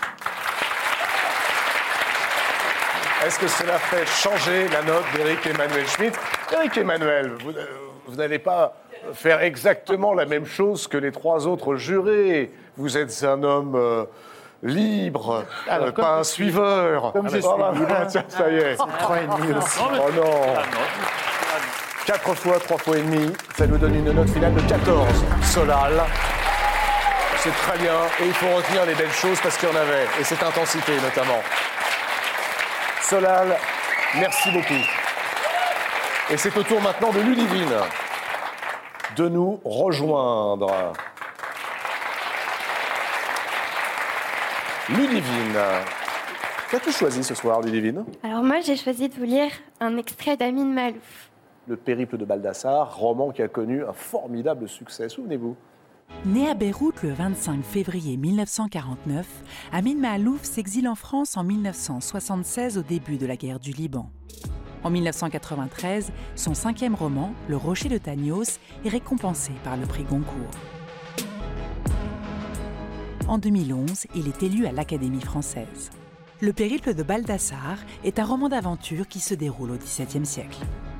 Est-ce que cela fait changer la note d'Éric Emmanuel Schmitt? Éric Emmanuel, vous n'allez pas faire exactement la même chose que les trois autres jurés. Vous êtes un homme libre, pas un suiveur. Comme je suis libre. Tiens, ça y est. 3,5 aussi. Oh non. 4 fois 3 fois et demi, ça nous donne une note finale de 14. Solal. C'est très bien, et il faut retenir les belles choses parce qu'il y en avait, et cette intensité notamment. Solal, merci beaucoup. Et c'est au tour maintenant de Ludivine de nous rejoindre. Ludivine, qu'as-tu choisi ce soir, Ludivine? Alors moi, j'ai choisi de vous lire un extrait d'Amin Malouf. Le périple de Baldassare, roman qui a connu un formidable succès, souvenez-vous. Né à Beyrouth le 25 février 1949, Amin Maalouf s'exile en France en 1976 au début de la guerre du Liban. En 1993, son 5e roman, Le Rocher de Tagnos, est récompensé par le prix Goncourt. En 2011, il est élu à l'Académie française. Le périple de Baldassare est un roman d'aventure qui se déroule au XVIIe siècle.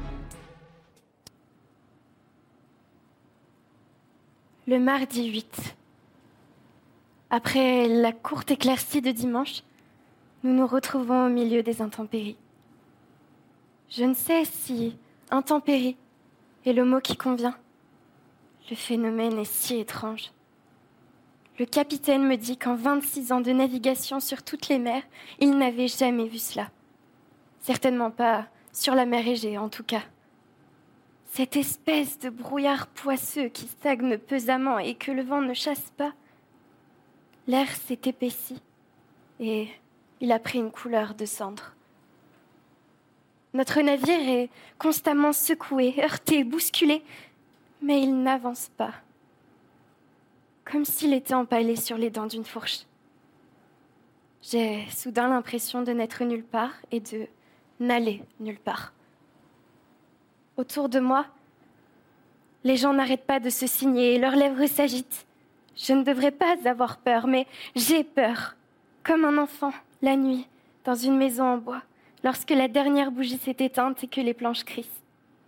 Le mardi 8. Après la courte éclaircie de dimanche, nous nous retrouvons au milieu des intempéries. Je ne sais si intempérie est le mot qui convient. Le phénomène est si étrange. Le capitaine me dit qu'en 26 ans de navigation sur toutes les mers, il n'avait jamais vu cela. Certainement pas sur la mer Égée, en tout cas. Cette espèce de brouillard poisseux qui stagne pesamment et que le vent ne chasse pas. L'air s'est épaissi et il a pris une couleur de cendre. Notre navire est constamment secoué, heurté, bousculé, mais il n'avance pas. Comme s'il était empalé sur les dents d'une fourche. J'ai soudain l'impression de n'être nulle part et de n'aller nulle part. Autour de moi, les gens n'arrêtent pas de se signer et leurs lèvres s'agitent. Je ne devrais pas avoir peur, mais j'ai peur. Comme un enfant, la nuit, dans une maison en bois, lorsque la dernière bougie s'est éteinte et que les planches crissent.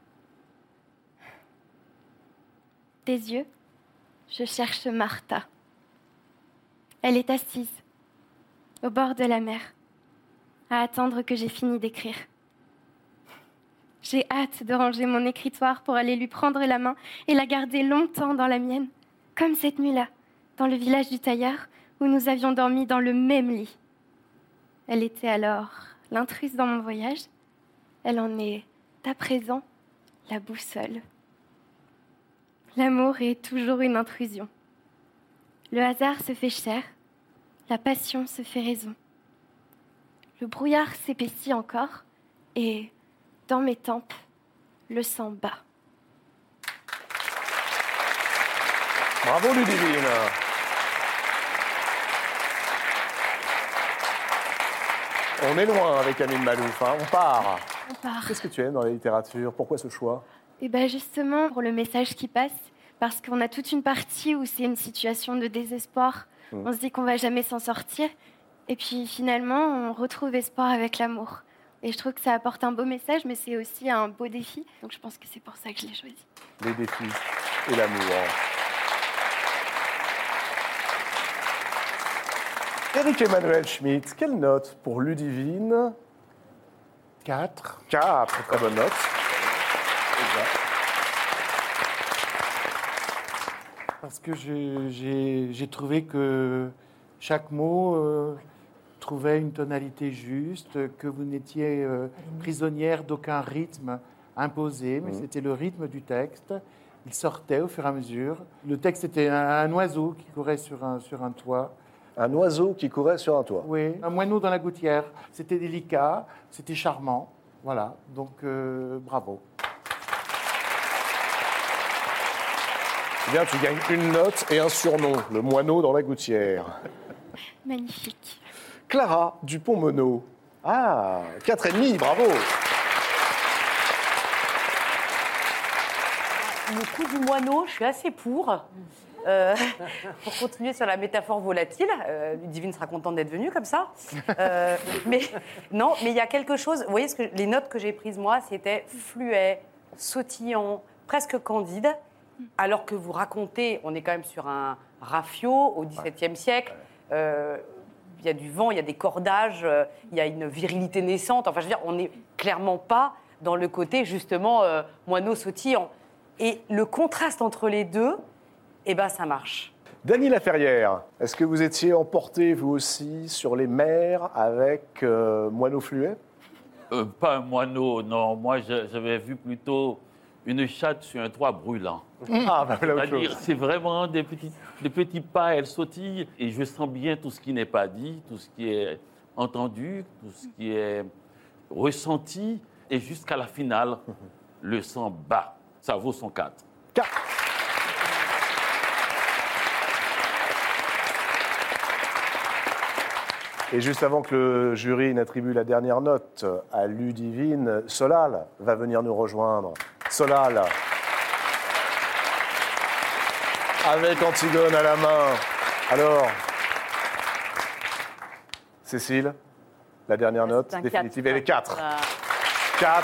Des yeux, je cherche Martha. Elle est assise, au bord de la mer, à attendre que j'ai fini d'écrire. J'ai hâte de ranger mon écritoire pour aller lui prendre la main et la garder longtemps dans la mienne, comme cette nuit-là, dans le village du tailleur, où nous avions dormi dans le même lit. Elle était alors l'intruse dans mon voyage. Elle en est, à présent, la boussole. L'amour est toujours une intrusion. Le hasard se fait chair, la passion se fait raison. Le brouillard s'épaissit encore et, dans mes tempes, le sang bat. Bravo Ludivine. On est loin avec Amin Maalouf, hein. On part. Qu'est-ce que tu aimes dans la littérature? Pourquoi ce choix? Et bien justement, pour le message qui passe, parce qu'on a toute une partie où c'est une situation de désespoir. On se dit qu'on ne va jamais s'en sortir. Et puis finalement, on retrouve espoir avec l'amour. Et je trouve que ça apporte un beau message, mais c'est aussi un beau défi. Donc je pense que c'est pour ça que je l'ai choisi. Les défis et l'amour. Éric Emmanuel Schmitt, quelle note pour Ludivine? 4. 4, très bonne note. Parce que j'ai trouvé que chaque mot trouvait une tonalité juste, que vous n'étiez prisonnière d'aucun rythme imposé, mais c'était le rythme du texte. Il sortait au fur et à mesure. Le texte était un oiseau qui courait sur un toit. Un oiseau qui courait sur un toit. Oui, un moineau dans la gouttière. C'était délicat, c'était charmant. Voilà, donc bravo. Eh bien, tu gagnes une note et un surnom, le moineau dans la gouttière. Magnifique. Clara Dupont-Mono. Ah, 4,5, bravo. Le coup du moineau, je suis assez pour continuer sur la métaphore volatile. Ludivine sera contente d'être venue comme ça. Mais il y a quelque chose. Vous voyez, les notes que j'ai prises, moi, c'était fluet, sautillant, presque candide. Alors que vous racontez, on est quand même sur un rafio au XVIIe siècle. Il y a du vent, il y a des cordages, il y a une virilité naissante. Enfin, je veux dire, on n'est clairement pas dans le côté, justement, moineau sautillant. Et le contraste entre les deux, eh ben, ça marche. Dany Laferrière, est-ce que vous étiez emporté, vous aussi, sur les mers avec moineau fluet? Pas un moineau, non. Moi, j'avais vu plutôt une chatte sur un toit brûlant. Ah, bah, c'est-à-dire, c'est vraiment des petits pas, elles sautillent, et je sens bien tout ce qui n'est pas dit, tout ce qui est entendu, tout ce qui est ressenti, et jusqu'à la finale, le sang bat. Ça vaut 104. 4. Et juste avant que le jury n'attribue la dernière note à Ludivine, Solal va venir nous rejoindre. Solal, avec Antigone à la main. Alors, Cécile, la dernière note définitive, elle est 4. 4.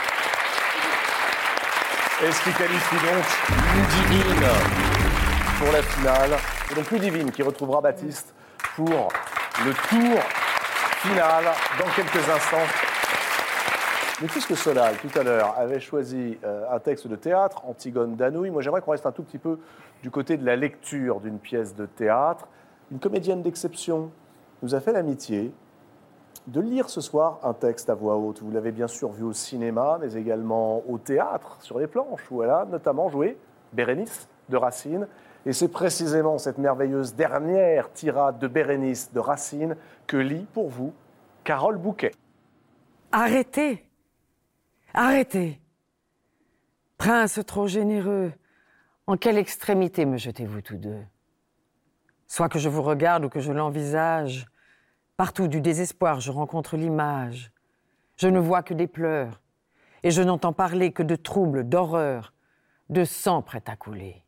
Et ce qui qualifie donc Ludivine pour la finale. Et donc Ludivine qui retrouvera Baptiste pour le tour final dans quelques instants. Mais puisque Solal, tout à l'heure, avait choisi un texte de théâtre, Antigone d'Anouilh, moi j'aimerais qu'on reste un tout petit peu du côté de la lecture d'une pièce de théâtre. Une comédienne d'exception nous a fait l'amitié de lire ce soir un texte à voix haute. Vous l'avez bien sûr vu au cinéma, mais également au théâtre, sur les planches, où elle a notamment joué Bérénice de Racine. Et c'est précisément cette merveilleuse dernière tirade de Bérénice de Racine que lit pour vous Carole Bouquet. Arrêtez, arrêtez. Prince trop généreux, en quelle extrémité me jetez-vous tous deux? Soit que je vous regarde ou que je l'envisage, partout du désespoir je rencontre l'image. Je ne vois que des pleurs, et je n'entends parler que de troubles, d'horreur, de sang prêt à couler.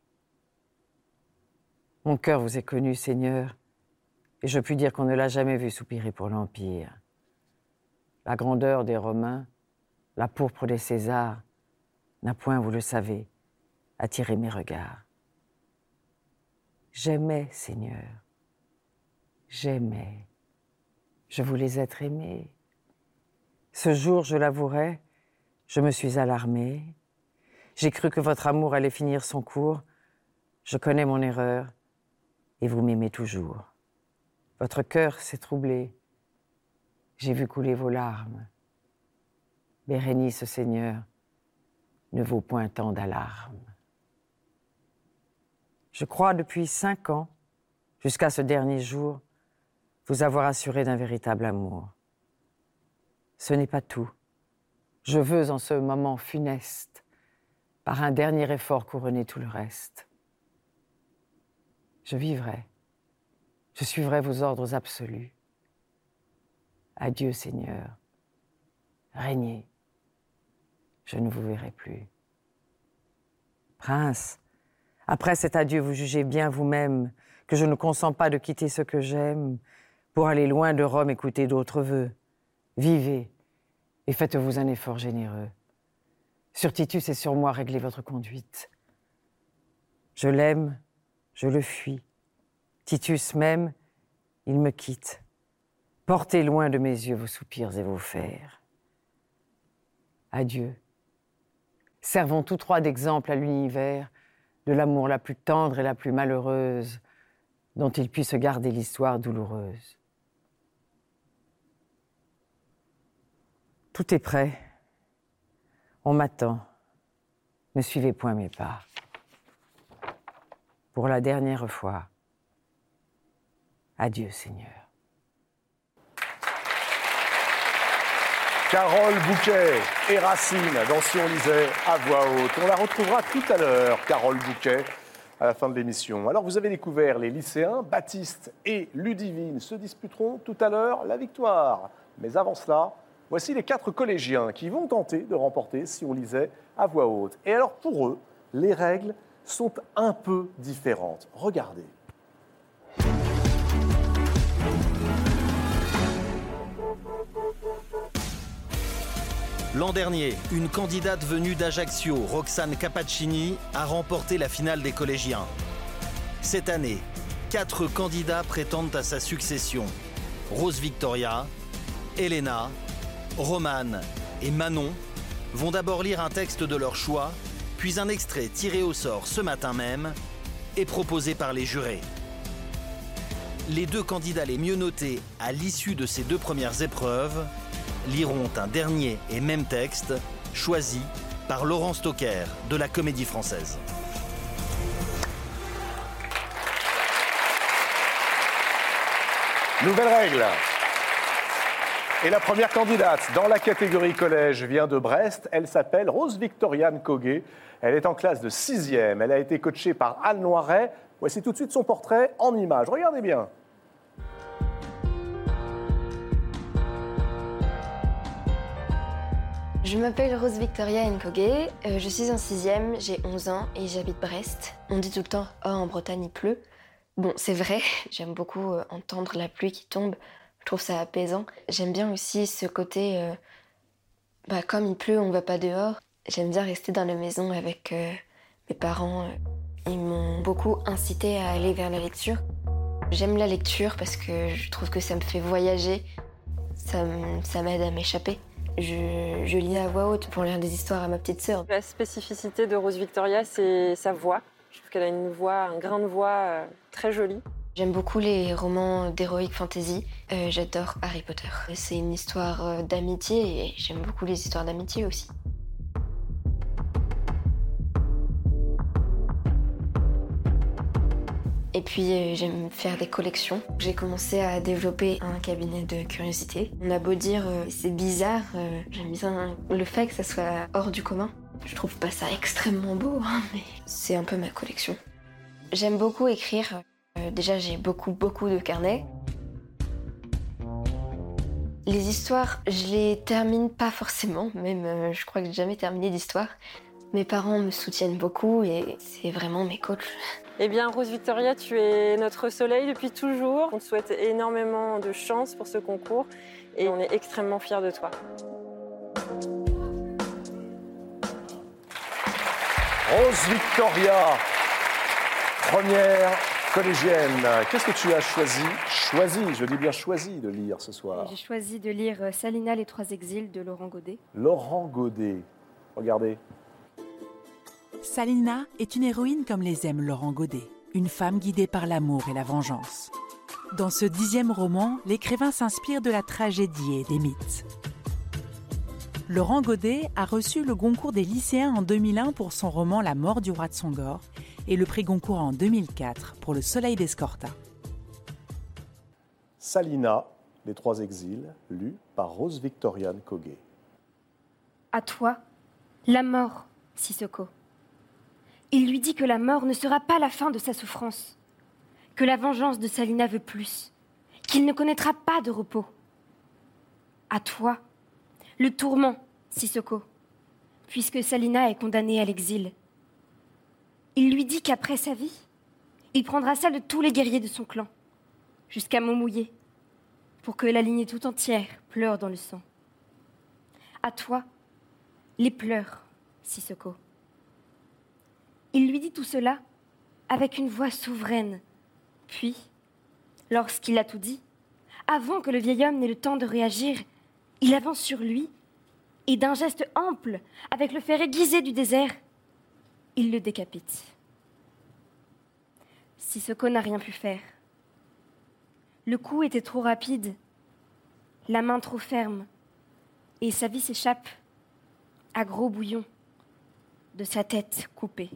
Mon cœur vous est connu, Seigneur, et je puis dire qu'on ne l'a jamais vu soupirer pour l'Empire. La grandeur des Romains, la pourpre des Césars, n'a point, vous le savez, attiré mes regards. J'aimais, Seigneur, j'aimais. Je voulais être aimé. Ce jour, je l'avouerai, je me suis alarmée. J'ai cru que votre amour allait finir son cours. Je connais mon erreur et vous m'aimez toujours. Votre cœur s'est troublé. J'ai vu couler vos larmes. Bérénice, Seigneur, ne vaut point tant d'alarmes. Je crois depuis 5 ans, jusqu'à ce dernier jour, vous avoir assuré d'un véritable amour. Ce n'est pas tout. Je veux en ce moment funeste, par un dernier effort couronner tout le reste. Je vivrai, je suivrai vos ordres absolus. Adieu, Seigneur, régnez, je ne vous verrai plus. Prince, après cet adieu, vous jugez bien vous-même que je ne consens pas de quitter ce que j'aime pour aller loin de Rome écouter d'autres vœux. Vivez et faites-vous un effort généreux. Sur Titus et sur moi, réglez votre conduite. Je l'aime, je le fuis. Titus m'aime, il me quitte. Portez loin de mes yeux vos soupirs et vos fers. Adieu. Servons tous trois d'exemple à l'univers de l'amour la plus tendre et la plus malheureuse dont il puisse garder l'histoire douloureuse. Tout est prêt. On m'attend. Ne suivez point mes pas. Pour la dernière fois, adieu, Seigneur. Carole Bouquet et Racine dans Si on lisait à voix haute. On la retrouvera tout à l'heure, Carole Bouquet, à la fin de l'émission. Alors, vous avez découvert les lycéens, Baptiste et Ludivine se disputeront tout à l'heure la victoire. Mais avant cela, voici les 4 collégiens qui vont tenter de remporter Si on lisait à voix haute. Et alors, pour eux, les règles sont un peu différentes. Regardez. L'an dernier, une candidate venue d'Ajaccio, Roxane Capaccini, a remporté la finale des collégiens. Cette année, 4 candidats prétendent à sa succession. Rose Victoria, Elena, Romane et Manon vont d'abord lire un texte de leur choix, puis un extrait tiré au sort ce matin même et proposé par les jurés. Les 2 candidats les mieux notés à l'issue de ces 2 premières épreuves liront un dernier et même texte choisi par Laurent Stocker de la Comédie Française. Nouvelle règle. Et la première candidate dans la catégorie collège vient de Brest. Elle s'appelle Rose Victoriane Coguet. Elle est en classe de 6e. Elle a été coachée par Anne Noiret. Voici tout de suite son portrait en images. Regardez bien. Je m'appelle Rose Victoria Nkogué, je suis en 6e, j'ai 11 ans et j'habite Brest. On dit tout le temps « Oh, en Bretagne, il pleut ». Bon, c'est vrai, j'aime beaucoup entendre la pluie qui tombe, je trouve ça apaisant. J'aime bien aussi ce côté, comme il pleut, on va pas dehors. J'aime bien rester dans la maison avec mes parents. Ils m'ont beaucoup incité à aller vers la lecture. J'aime la lecture parce que je trouve que ça me fait voyager, ça m'aide à m'échapper. Je lis à voix haute pour lire des histoires à ma petite sœur. La spécificité de Rose Victoria, c'est sa voix. Je trouve qu'elle a une voix, un grain de voix très joli. J'aime beaucoup les romans d'heroic fantasy. J'adore Harry Potter. C'est une histoire d'amitié et j'aime beaucoup les histoires d'amitié aussi. Et puis j'aime faire des collections. J'ai commencé à développer un cabinet de curiosité. On a beau dire c'est bizarre, j'aime bien le fait que ça soit hors du commun. Je trouve pas ça extrêmement beau, hein, mais c'est un peu ma collection. J'aime beaucoup écrire. Déjà j'ai beaucoup de carnets. Les histoires, je les termine pas forcément, même je crois que j'ai jamais terminé d'histoire. Mes parents me soutiennent beaucoup et c'est vraiment mes coachs. Eh bien, Rose Victoria, tu es notre soleil depuis toujours. On te souhaite énormément de chance pour ce concours et on est extrêmement fiers de toi. Rose Victoria, première collégienne. Qu'est-ce que tu as choisi, je dis bien choisi de lire ce soir? J'ai choisi de lire Salina, les 3 exils de Laurent Godet. Laurent Godet, regardez. Salina est une héroïne comme les aime Laurent Godet, une femme guidée par l'amour et la vengeance. Dans ce 10e roman, l'écrivain s'inspire de la tragédie et des mythes. Laurent Godet a reçu le Goncourt des lycéens en 2001 pour son roman La mort du roi de Songor et le prix Goncourt en 2004 pour Le soleil d'Escorta. Salina, les 3 exils, lu par Rose Victoriane Coguet. À toi, la mort, Sissoko. Il lui dit que la mort ne sera pas la fin de sa souffrance, que la vengeance de Salina veut plus, qu'il ne connaîtra pas de repos. À toi, le tourment, Sissoko, puisque Salina est condamnée à l'exil. Il lui dit qu'après sa vie, il prendra celle de tous les guerriers de son clan, jusqu'à Montmouillé, pour que la lignée tout entière pleure dans le sang. À toi, les pleurs, Sissoko. Il lui dit tout cela avec une voix souveraine. Puis, lorsqu'il a tout dit, avant que le vieil homme n'ait le temps de réagir, il avance sur lui et d'un geste ample, avec le fer aiguisé du désert, il le décapite. Sissoko n'a rien pu faire. Le coup était trop rapide, la main trop ferme, et sa vie s'échappe à gros bouillons de sa tête coupée.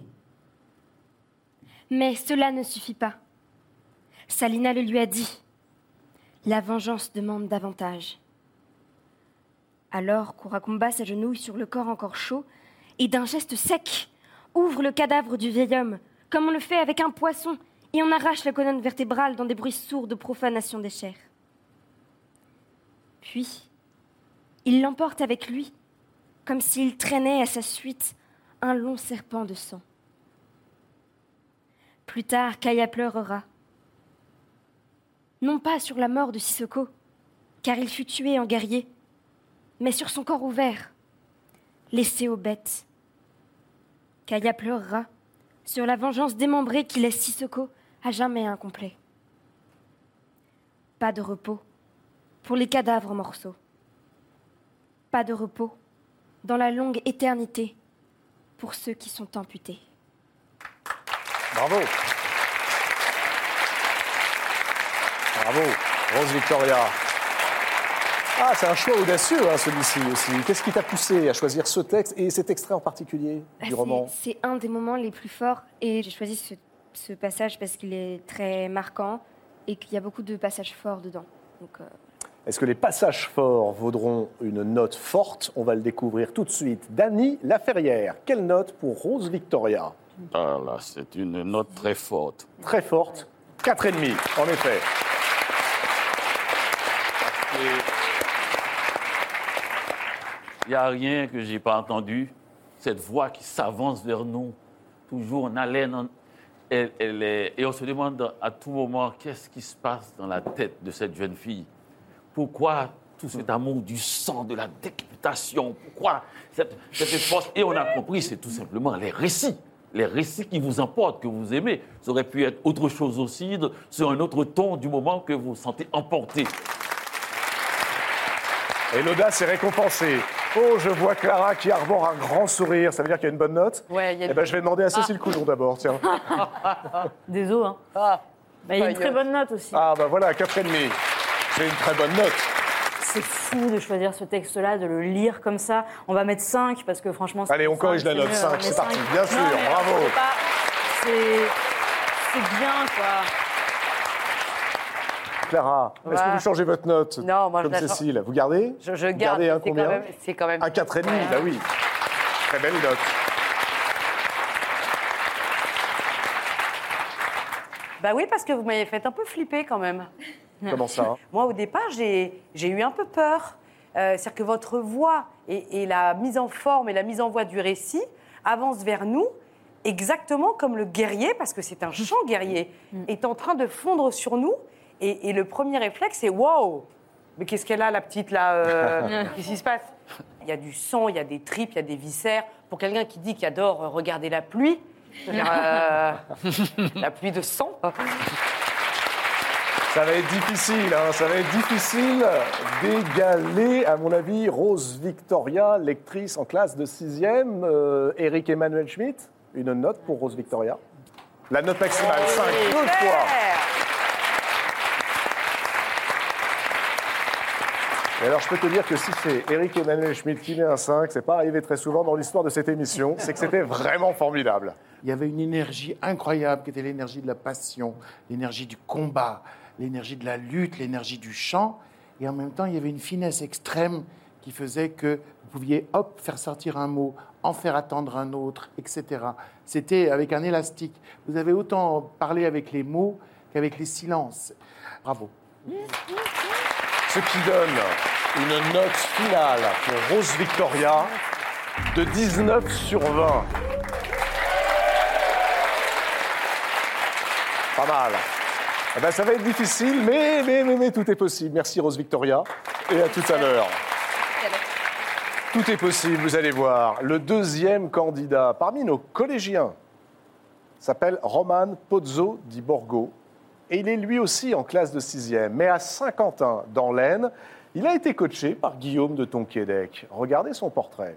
Mais cela ne suffit pas. Salina le lui a dit. La vengeance demande davantage. Alors Kourakomba s'agenouille sur le corps encore chaud et d'un geste sec ouvre le cadavre du vieil homme, comme on le fait avec un poisson, et on arrache la colonne vertébrale dans des bruits sourds de profanation des chairs. Puis, il l'emporte avec lui, comme s'il traînait à sa suite un long serpent de sang. Plus tard, Kaya pleurera. Non pas sur la mort de Sissoko, car il fut tué en guerrier, mais sur son corps ouvert, laissé aux bêtes. Kaya pleurera sur la vengeance démembrée qui laisse Sissoko à jamais incomplet. Pas de repos pour les cadavres en morceaux. Pas de repos dans la longue éternité pour ceux qui sont amputés. Bravo. Bravo, Rose Victoria. Ah, c'est un choix audacieux, hein, celui-ci aussi. Qu'est-ce qui t'a poussé à choisir ce texte et cet extrait en particulier du roman? C'est un des moments les plus forts et j'ai choisi ce passage parce qu'il est très marquant et qu'il y a beaucoup de passages forts dedans. Donc, Est-ce que les passages forts vaudront une note forte? On va le découvrir tout de suite. Dany Laferrière, quelle note pour Rose Victoria? Ah là, c'est une note très forte. Très forte, 4,5, en effet. Il n'y a rien que je n'ai pas entendu. Cette voix qui s'avance vers nous, toujours en haleine. Et on se demande à tout moment qu'est-ce qui se passe dans la tête de cette jeune fille. Pourquoi tout cet amour du sang, de la décapitation? Pourquoi cette force? Et on a compris, c'est tout simplement les récits. Les récits qui vous emportent, que vous aimez. Ça aurait pu être autre chose aussi, sur un autre ton du moment que vous vous sentez emporté. Et l'audace est récompensée. Oh, je vois Clara qui arbore un grand sourire. Ça veut dire qu'il y a une bonne note? Ouais, il y a... Eh ben, je vais demander à Cécile Coulon d'abord, tiens. Désolé, hein. Il y a une très bonne note aussi. Ah, ben voilà, 4,5. C'est une très bonne note. C'est fou de choisir ce texte-là, de le lire comme ça. On va mettre 5 parce que franchement... Allez, on corrige la note, 5, c'est parti. Bien sûr, bravo. C'est bien, quoi. Clara, est-ce que vous changez votre note? Non, moi, comme je Cécile, vous gardez? Je garde. Gardez un combien? C'est quand même... Un 4,5, bah oui. Très belle note. Bah oui, parce que vous m'avez fait un peu flipper quand même. Comment ça? Moi, au départ, j'ai eu un peu peur. C'est-à-dire que votre voix et la mise en forme et la mise en voix du récit avancent vers nous exactement comme le guerrier, parce que c'est un chant guerrier, est en train de fondre sur nous. Et le premier réflexe, c'est « Wow! Mais qu'est-ce qu'elle a, la petite, là Qu'est-ce qui se passe ?» Il y a du sang, il y a des tripes, il y a des viscères. Pour quelqu'un qui dit qu'il adore regarder la pluie, la pluie de sang... Ça va être difficile, hein, ça va être difficile d'égaler, à mon avis, Rose Victoria, lectrice en classe de 6e. Éric Emmanuel Schmitt, une note pour Rose Victoria. La note maximale, 5, 2 fois. Et alors, je peux te dire que si c'est Éric Emmanuel Schmitt qui met un 5, c'est pas arrivé très souvent dans l'histoire de cette émission, c'est que c'était vraiment formidable. Il y avait une énergie incroyable qui était l'énergie de la passion, l'énergie du combat, l'énergie de la lutte, l'énergie du chant. Et en même temps, il y avait une finesse extrême qui faisait que vous pouviez, hop, faire sortir un mot, en faire attendre un autre, etc. C'était avec un élastique. Vous avez autant parlé avec les mots qu'avec les silences. Bravo. Ce qui donne une note finale pour Rose Victoria de 19 sur 20. Pas mal. Eh ben, ça va être difficile, mais tout est possible. Merci Rose Victoria et à tout à l'heure. Tout est possible, vous allez voir. Le deuxième candidat parmi nos collégiens s'appelle Roman Pozzo di Borgo et il est lui aussi en classe de 6e. Mais à Saint-Quentin, dans l'Aisne, il a été coaché par Guillaume de Tonquédec. Regardez son portrait.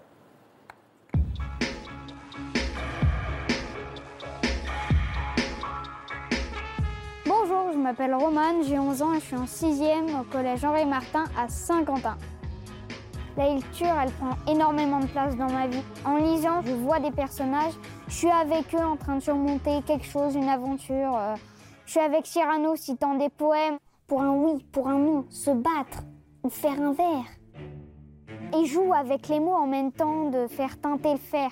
Bonjour, je m'appelle Romane, j'ai 11 ans et je suis en 6e au collège Henri Martin à Saint-Quentin. La lecture, elle prend énormément de place dans ma vie. En lisant, je vois des personnages, je suis avec eux en train de surmonter quelque chose, une aventure. Je suis avec Cyrano citant des poèmes. Pour un oui, pour un non, se battre ou faire un vers. Et joue avec les mots en même temps de faire teinter le fer.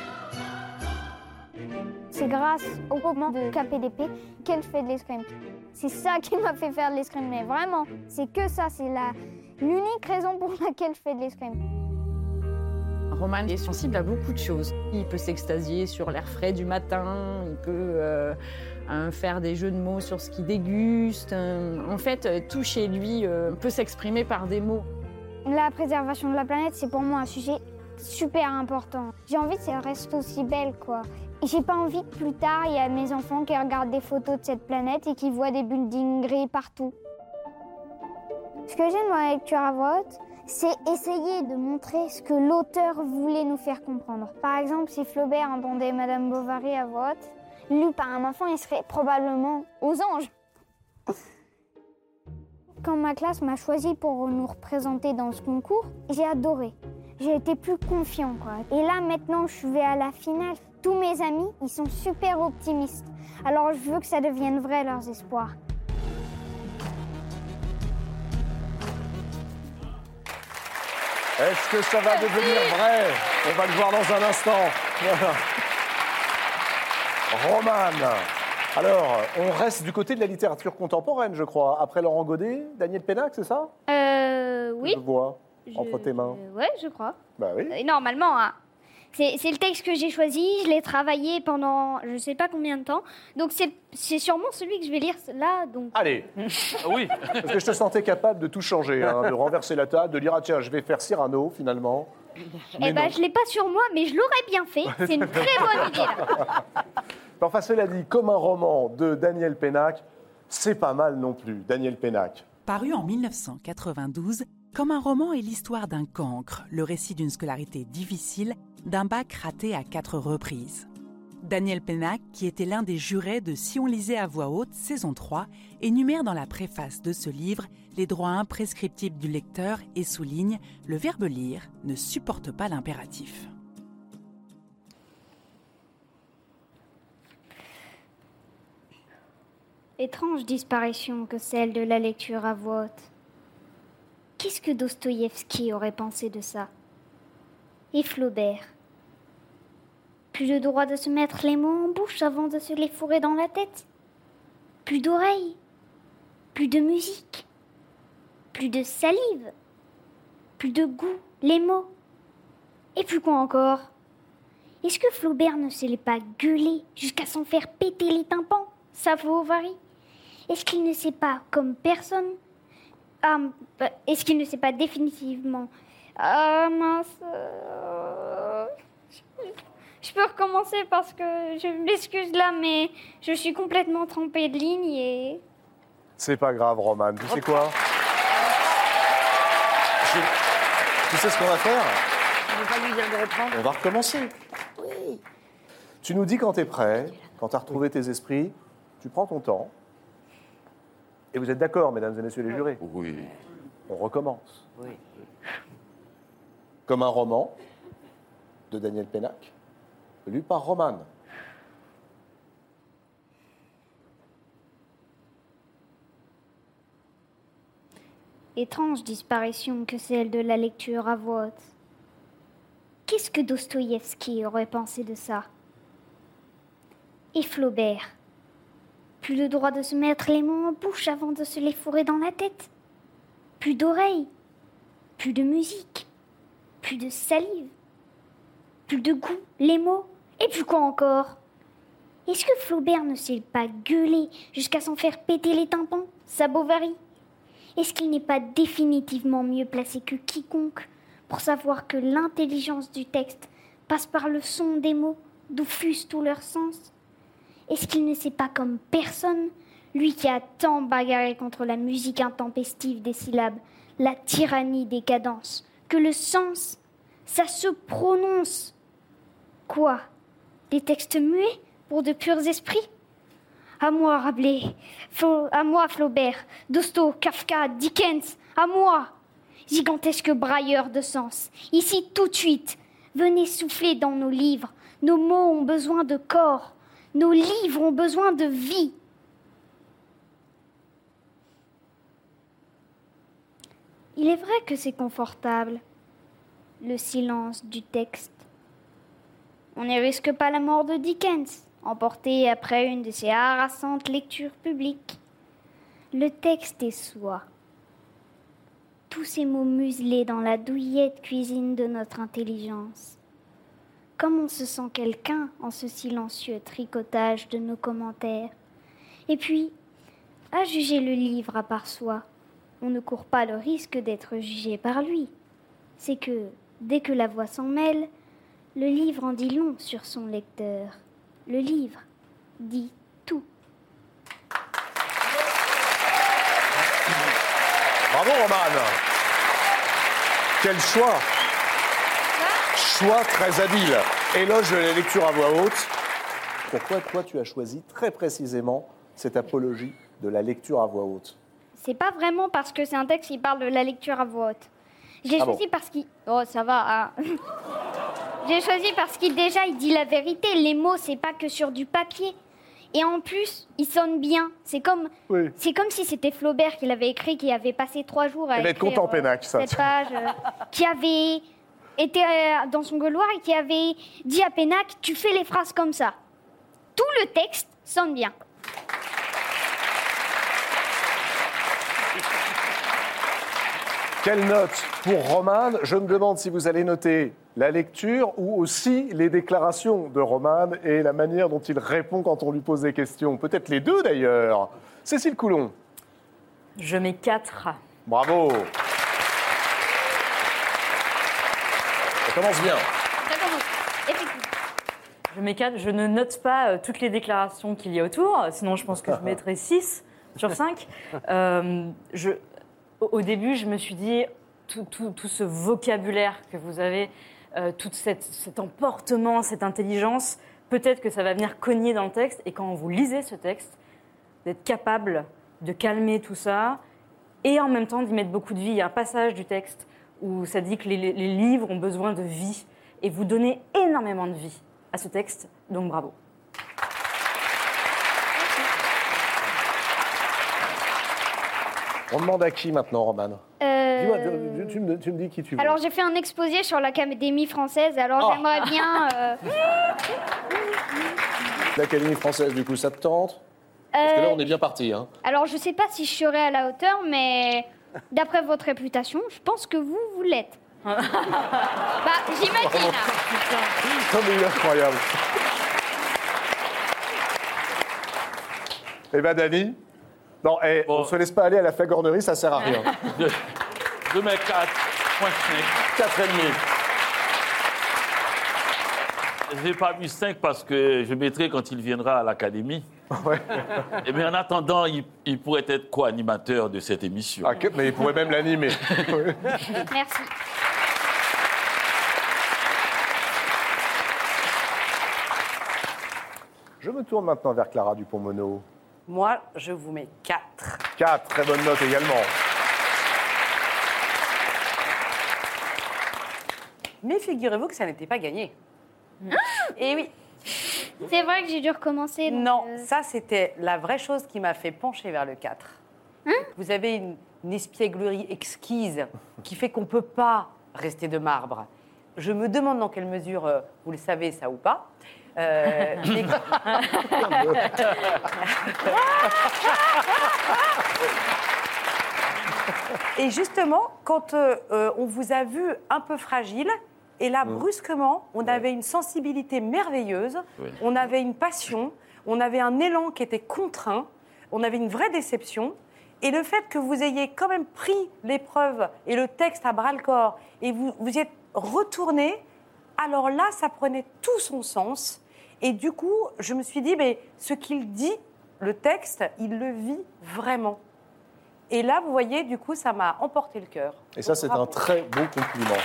C'est grâce au roman de KPDP qu'elle fait de l'escrime. C'est ça qui m'a fait faire de l'escrime, mais vraiment, c'est que ça, c'est l'unique raison pour laquelle je fais de l'escrime. Roman est sensible à beaucoup de choses. Il peut s'extasier sur l'air frais du matin, il peut faire des jeux de mots sur ce qu'il déguste. En fait, tout chez lui peut s'exprimer par des mots. La préservation de la planète, c'est pour moi un sujet super important. J'ai envie que ça reste aussi belle, quoi. Et j'ai pas envie que plus tard, il y a mes enfants qui regardent des photos de cette planète et qui voient des buildings gris partout. Ce que j'aime dans la lecture à voix haute, c'est essayer de montrer ce que l'auteur voulait nous faire comprendre. Par exemple, si Flaubert entendait Madame Bovary à voix haute, lu par un enfant, il serait probablement aux anges. Quand ma classe m'a choisi pour nous représenter dans ce concours, j'ai adoré. J'ai été plus confiant, quoi. Et là, maintenant, je vais à la finale. Tous mes amis, ils sont super optimistes. Alors, je veux que ça devienne vrai, leurs espoirs. Est-ce que ça va devenir vrai? On va le voir dans un instant. Voilà. Romane, alors, on reste du côté de la littérature contemporaine, je crois. Après Laurent Godet, Daniel Pénac, c'est ça? Oui. Je vois, entre tes mains. Ouais, je crois. Bah oui. Normalement, hein. C'est le texte que j'ai choisi, je l'ai travaillé pendant je sais pas combien de temps. Donc c'est sûrement celui que je vais lire là. Donc... Allez. Oui. Parce que je te sentais capable de tout changer, hein, de renverser la table, de dire ah tiens, je vais faire Cyrano finalement. Eh ben, je l'ai pas sur moi, mais je l'aurais bien fait. C'est une très bonne idée là. Enfin, cela dit, comme un roman de Daniel Pénac, c'est pas mal non plus, Daniel Pénac. Paru en 1992, Comme un roman est l'histoire d'un cancre, le récit d'une scolarité difficile, d'un bac raté à 4 reprises. Daniel Pénac, qui était l'un des jurés de Si on lisait à voix haute, saison 3, énumère dans la préface de ce livre les droits imprescriptibles du lecteur et souligne « Le verbe lire ne supporte pas l'impératif ». Étrange disparition que celle de la lecture à voix haute. Qu'est-ce que Dostoïevski aurait pensé de ça? Et Flaubert? Plus de droit de se mettre les mots en bouche avant de se les fourrer dans la tête? Plus d'oreilles? Plus de musique? Plus de salive? Plus de goût, les mots? Et plus quoi encore? Est-ce que Flaubert ne se l'est pas gueulé jusqu'à s'en faire péter les tympans, sa Bovary? Est-ce qu'il ne sait pas, comme personne... est-ce qu'il ne sait pas définitivement... Ah mince... Je peux recommencer parce que je m'excuse là, mais je suis complètement trempée de ligne et... C'est pas grave, Romane. Tu sais quoi? Tu sais ce qu'on va faire? On ne va pas lui dire de reprendre. On va recommencer. Oui. Tu nous dis quand t'es prêt, quand t'as retrouvé tes esprits, tu prends ton temps. Et vous êtes d'accord, mesdames et messieurs les jurés? Oui. On recommence. Oui. Comme un roman de Daniel Pénac, lu par Romane. Étrange disparition que celle de la lecture à voix haute. Qu'est-ce que Dostoïevski aurait pensé de ça? Et Flaubert? Plus le droit de se mettre les mots en bouche avant de se les fourrer dans la tête? Plus d'oreilles? Plus de musique? Plus de salive? Plus de goût, les mots? Et plus quoi encore? Est-ce que Flaubert ne s'est pas gueulé jusqu'à s'en faire péter les tympans, sa Bovary? Est-ce qu'il n'est pas définitivement mieux placé que quiconque pour savoir que l'intelligence du texte passe par le son des mots, d'où fusent tous leurs sens? Est-ce qu'il ne sait pas comme personne, lui qui a tant bagarré contre la musique intempestive des syllabes, la tyrannie des cadences, que le sens, ça se prononce? Quoi? Des textes muets pour de purs esprits? À moi, Rabelais, à moi, Flaubert, Dosto, Kafka, Dickens, à moi, gigantesque brailleur de sens, ici tout de suite, venez souffler dans nos livres, nos mots ont besoin de corps, nos livres ont besoin de vie. Il est vrai que c'est confortable, le silence du texte. On ne risque pas la mort de Dickens, emporté après une de ces harassantes lectures publiques. Le texte est soi. Tous ces mots muselés dans la douillette cuisine de notre intelligence. Comme on se sent quelqu'un en ce silencieux tricotage de nos commentaires. Et puis, à juger le livre à part soi, on ne court pas le risque d'être jugé par lui. C'est que, dès que la voix s'en mêle, le livre en dit long sur son lecteur. Le livre dit tout. Bravo, Romane. Quel choix. Choix très habile. Éloge de la lecture à voix haute. Pourquoi toi tu as choisi très précisément cette apologie de la lecture à voix haute? C'est pas vraiment parce que c'est un texte qui parle de la lecture à voix haute. J'ai choisi parce qu'il... Oh, ça va, hein. J'ai choisi parce qu'il déjà, il dit la vérité. Les mots, c'est pas que sur du papier. Et en plus, il sonne bien. C'est comme si c'était Flaubert qui l'avait écrit, qui avait passé 3 jours à Il va être écrire content, Pénac, ça. cette page, qui avait été dans son gueuloir et qui avait dit à Pénac, tu fais les phrases comme ça. Tout le texte sonne bien. Quelle note pour Romane? Je me demande si vous allez noter la lecture ou aussi les déclarations de Romane et la manière dont il répond quand on lui pose des questions. Peut-être les deux d'ailleurs. Cécile Coulon. Je mets 4. Bravo. Ça commence bien. Je mets 4. Je ne note pas toutes les déclarations qu'il y a autour, sinon je pense que je mettrais 6 sur 5. Au début, je me suis dit, tout ce vocabulaire que vous avez, tout cet emportement, cette intelligence, peut-être que ça va venir cogner dans le texte. Et quand vous lisez ce texte, d'être capable de calmer tout ça et en même temps d'y mettre beaucoup de vie. Il y a un passage du texte où ça dit que les livres ont besoin de vie. Et vous donnez énormément de vie à ce texte, donc bravo. On demande à qui maintenant, Romane? Dis-moi, tu me dis qui tu veux. Alors, j'ai fait un exposé sur l'Académie française, alors j'aimerais bien... L'Académie française, du coup, ça te tente? Parce que là, on est bien parti. Hein. Alors, je sais pas si je serai à la hauteur, mais d'après votre réputation, je pense que vous l'êtes. J'imagine. Non, mais il est incroyable. Eh ben, Dany, non, on se laisse pas aller à la flagornerie, ça sert à rien. Je mets 4,5. 4,5. Je n'ai pas mis 5 parce que je mettrai quand il viendra à l'Académie. Ouais. Mais en attendant, il pourrait être co-animateur de cette émission. Mais il pourrait même l'animer. Merci. Je me tourne maintenant vers Clara Dupont-Moreau. Moi, je vous mets 4. 4, très bonne note également. Mais figurez-vous que ça n'était pas gagné. Et oui. C'est vrai que j'ai dû recommencer. Donc non, ça c'était la vraie chose qui m'a fait pencher vers le 4. Vous avez une espièglerie exquise qui fait qu'on ne peut pas rester de marbre. Je me demande dans quelle mesure vous le savez ça ou pas. Et justement, quand on vous a vu un peu fragile, et là, brusquement, on avait une sensibilité merveilleuse, on avait une passion, on avait un élan qui était contraint, on avait une vraie déception. Et le fait que vous ayez quand même pris l'épreuve et le texte à bras-le-corps, et vous y êtes retourné, alors là, ça prenait tout son sens. Et du coup, je me suis dit, mais ce qu'il dit, le texte, il le vit vraiment. Et là, vous voyez, du coup, ça m'a emporté le cœur. Et ça, c'est un très beau compliment.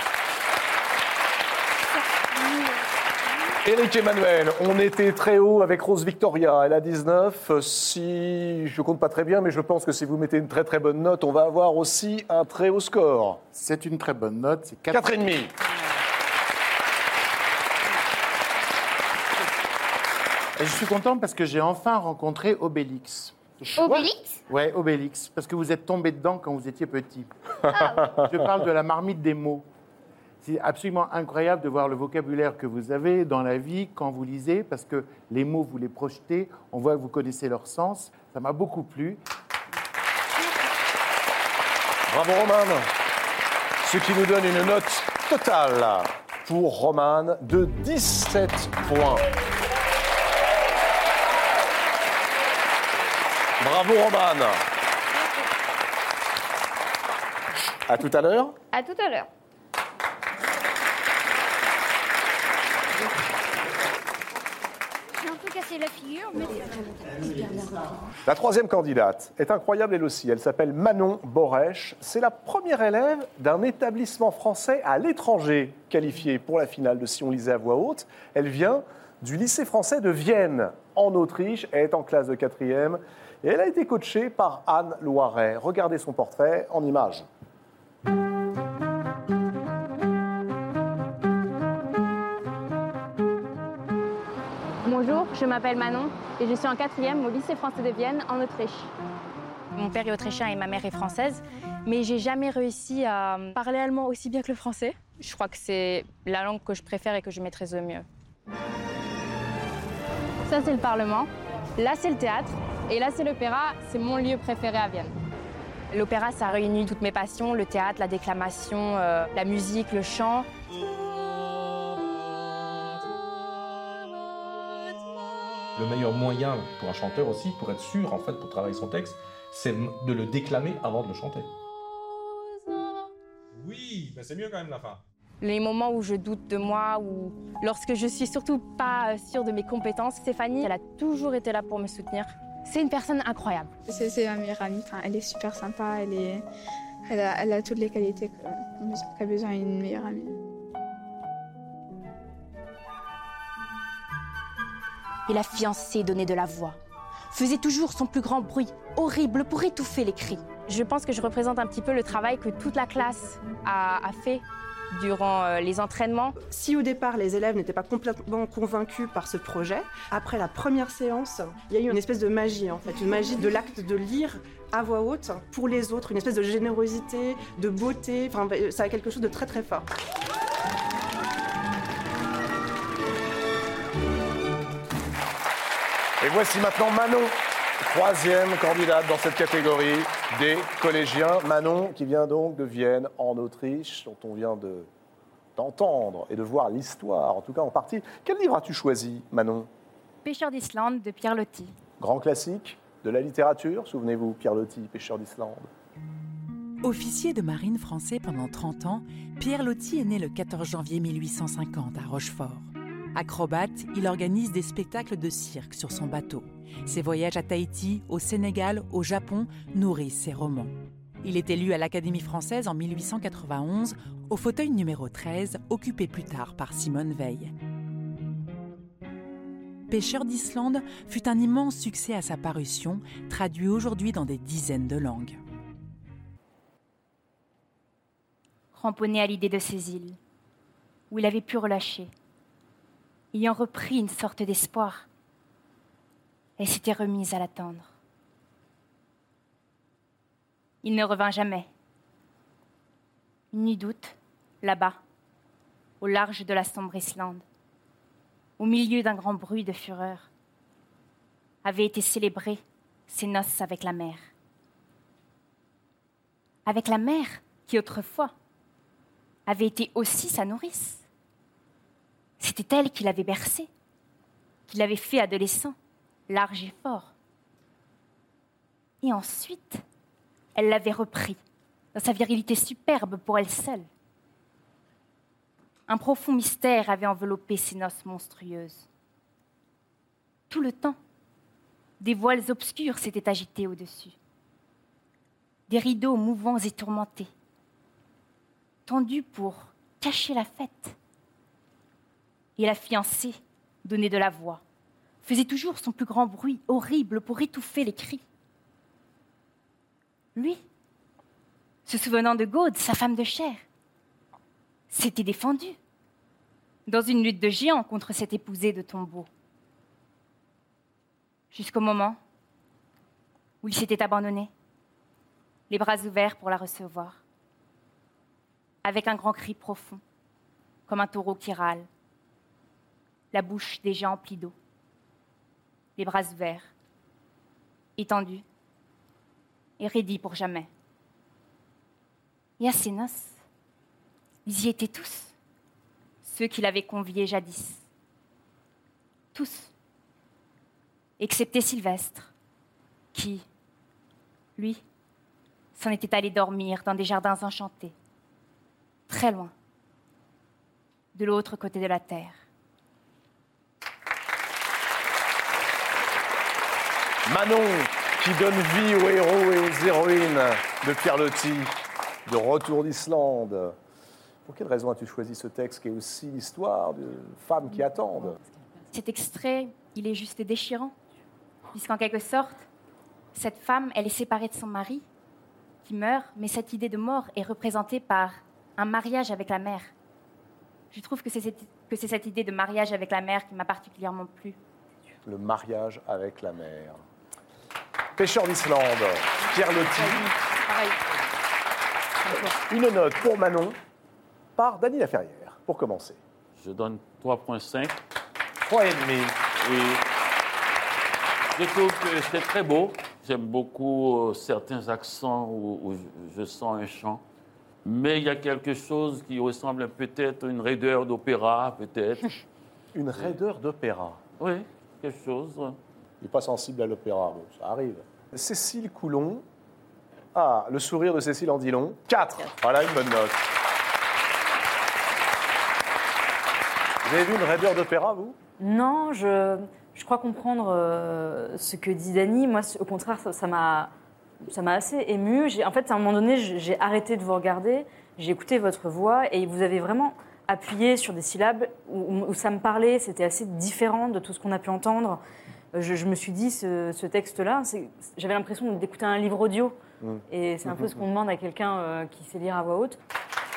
Éric Emmanuel, on était très haut avec Rose Victoria. Elle a 19. Si je compte pas très bien, mais je pense que si vous mettez une très très bonne note, on va avoir aussi un très haut score. C'est une très bonne note. C'est 4,5. Et je suis content parce que j'ai enfin rencontré Obélix. Obélix ? Ouais, Obélix. Parce que vous êtes tombé dedans quand vous étiez petit. Je parle de la marmite des mots. C'est absolument incroyable de voir le vocabulaire que vous avez dans la vie quand vous lisez, parce que les mots, vous les projetez, on voit que vous connaissez leur sens. Ça m'a beaucoup plu. Bravo Romane. Ce qui nous donne une note totale pour Romane de 17 points. Bravo Romane. À tout à l'heure. À tout à l'heure. J'ai un peu cassé la figure, mais... La troisième candidate est incroyable elle aussi. Elle s'appelle Manon Borèche. C'est la première élève d'un établissement français à l'étranger qualifié pour la finale de Si on lisait à voix haute. Elle vient du lycée français de Vienne, en Autriche. Elle est en classe de 4e et elle a été coachée par Anne Loiret. Regardez son portrait en images. Bonjour, Je m'appelle Manon et je suis en 4e au lycée français de Vienne, en Autriche. Mon père est autrichien et ma mère est française, mais j'ai jamais réussi à parler allemand aussi bien que le français. Je crois que c'est la langue que je préfère et que je maîtrise le mieux. Ça, c'est le Parlement. Là, c'est le théâtre. Et là, c'est l'opéra. C'est mon lieu préféré à Vienne. L'opéra, ça réunit toutes mes passions, le théâtre, la déclamation, la musique, le chant. Le meilleur moyen pour un chanteur aussi, pour être sûr, en fait, pour travailler son texte, c'est de le déclamer avant de le chanter. Oui, mais c'est mieux quand même la fin. Les moments où je doute de moi, ou lorsque je suis surtout pas sûre de mes compétences, Stéphanie, elle a toujours été là pour me soutenir. C'est une personne incroyable. C'est ma meilleure amie, enfin, elle est super sympa, elle a toutes les qualités qu'a besoin d'une meilleure amie. Et la fiancée donnait de la voix, faisait toujours son plus grand bruit, horrible pour étouffer les cris. Je pense que je représente un petit peu le travail que toute la classe a fait durant les entraînements. Si au départ les élèves n'étaient pas complètement convaincus par ce projet, après la première séance, il y a eu une espèce de magie en fait, une magie de l'acte de lire à voix haute pour les autres, une espèce de générosité, de beauté, enfin ça a quelque chose de très très fort. Et voici maintenant Manon, 3e candidate dans cette catégorie des collégiens. Manon, qui vient donc de Vienne, en Autriche, dont on vient d'entendre et de voir l'histoire, en tout cas en partie. Quel livre as-tu choisi, Manon? Pêcheur d'Islande de Pierre Loti. Grand classique de la littérature, souvenez-vous, Pierre Loti, Pêcheur d'Islande. Officier de marine français pendant 30 ans, Pierre Loti est né le 14 janvier 1850 à Rochefort. Acrobate, il organise des spectacles de cirque sur son bateau. Ses voyages à Tahiti, au Sénégal, au Japon nourrissent ses romans. Il est élu à l'Académie française en 1891, au fauteuil numéro 13, occupé plus tard par Simone Veil. Pêcheur d'Islande fut un immense succès à sa parution, traduit aujourd'hui dans des dizaines de langues. Cramponné à l'idée de ces îles, où il avait pu relâcher, ayant repris une sorte d'espoir, elle s'était remise à l'attendre. Il ne revint jamais. Ni doute, là-bas, au large de la sombre Islande, au milieu d'un grand bruit de fureur, avaient été célébrées ses noces avec la mer. Avec la mer qui, autrefois, avait été aussi sa nourrice. C'était elle qui l'avait bercé, qui l'avait fait adolescent, large et fort. Et ensuite, elle l'avait repris, dans sa virilité superbe pour elle seule. Un profond mystère avait enveloppé ces noces monstrueuses. Tout le temps, des voiles obscurs s'étaient agités au-dessus. Des rideaux mouvants et tourmentés, tendus pour cacher la fête. Et la fiancée donnait de la voix, faisait toujours son plus grand bruit, horrible pour étouffer les cris. Lui, se souvenant de Gaude, sa femme de chair, s'était défendu dans une lutte de géants contre cette épousée de tombeau. Jusqu'au moment où il s'était abandonné, les bras ouverts pour la recevoir, avec un grand cri profond, comme un taureau qui râle, la bouche déjà emplie d'eau, les bras ouverts, étendus et raidis pour jamais. Et à ces noces, ils y étaient tous, ceux qui l'avaient convié jadis. Tous, excepté Sylvestre, qui, lui, s'en était allé dormir dans des jardins enchantés, très loin, de l'autre côté de la terre. Manon, qui donne vie aux héros et aux héroïnes de Pierre Loti, de Retour d'Islande. Pour quelle raison as-tu choisi ce texte qui est aussi l'histoire de femmes qui attendent? Cet extrait, il est juste déchirant, puisqu'en quelque sorte, cette femme, elle est séparée de son mari, qui meurt, mais cette idée de mort est représentée par un mariage avec la mer. Je trouve que c'est cette idée de mariage avec la mer qui m'a particulièrement plu. Le mariage avec la mer. Pêcheur d'Islande, Pierre Loti. Pareil. Une note pour Manon par Dany Laferrière, pour commencer. Je donne 3,5. 3,5. Et je trouve que c'est très beau. J'aime beaucoup certains accents où je sens un chant. Mais il y a quelque chose qui ressemble peut-être à une raideur d'opéra, peut-être. Une raideur d'opéra? Oui, quelque chose. Il n'est pas sensible à l'opéra, bon, ça arrive. Cécile Coulon. Ah, le sourire de Cécile en dit long. 4. Voilà une bonne note. Vous avez vu une raideur d'opéra, vous? Non, je crois comprendre ce que dit Dany. Moi, au contraire, ça m'a assez émue. En fait, à un moment donné, j'ai arrêté de vous regarder, j'ai écouté votre voix et vous avez vraiment appuyé sur des syllabes où ça me parlait. C'était assez différent de tout ce qu'on a pu entendre. Je me suis dit, ce texte-là, j'avais l'impression d'écouter un livre audio. Et c'est un peu ce qu'on demande à quelqu'un qui sait lire à voix haute.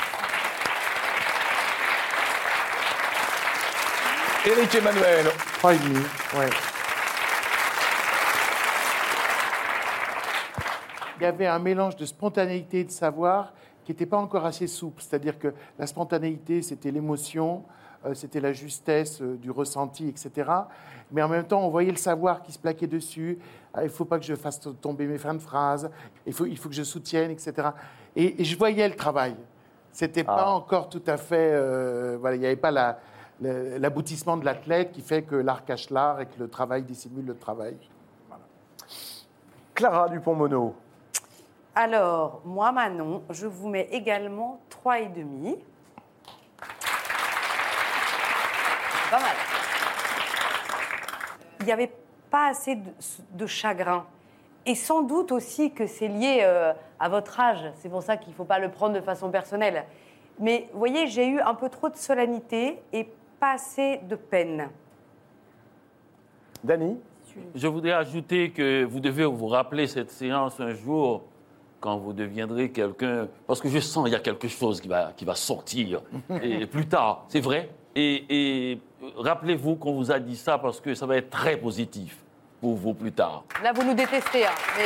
Éric Emmanuel. 3,5. Ouais. Il y avait un mélange de spontanéité et de savoir qui n'était pas encore assez souple. C'est-à-dire que la spontanéité, c'était l'émotion, c'était la justesse du ressenti, etc. Mais en même temps, on voyait le savoir qui se plaquait dessus. Il ne faut pas que je fasse tomber mes fins de phrases. Il faut que je soutienne, etc. Et je voyais le travail. Ce n'était pas encore tout à fait... voilà, il n'y avait pas l'aboutissement de l'athlète qui fait que l'art cache l'art et que le travail dissimule le travail. Voilà. Clara Dupont-Mono. Alors, moi, Manon, je vous mets également 3,5. Pas mal. Il n'y avait pas assez de chagrin. Et sans doute aussi que c'est lié à votre âge. C'est pour ça qu'il ne faut pas le prendre de façon personnelle. Mais vous voyez, j'ai eu un peu trop de solennité et pas assez de peine. Dany? Je voudrais ajouter que vous devez vous rappeler cette séance un jour quand vous deviendrez quelqu'un... Parce que je sens qu'il y a quelque chose qui va sortir et plus tard, c'est vrai. Et rappelez-vous qu'on vous a dit ça parce que ça va être très positif pour vous plus tard. Là, vous nous détestez, hein. Mais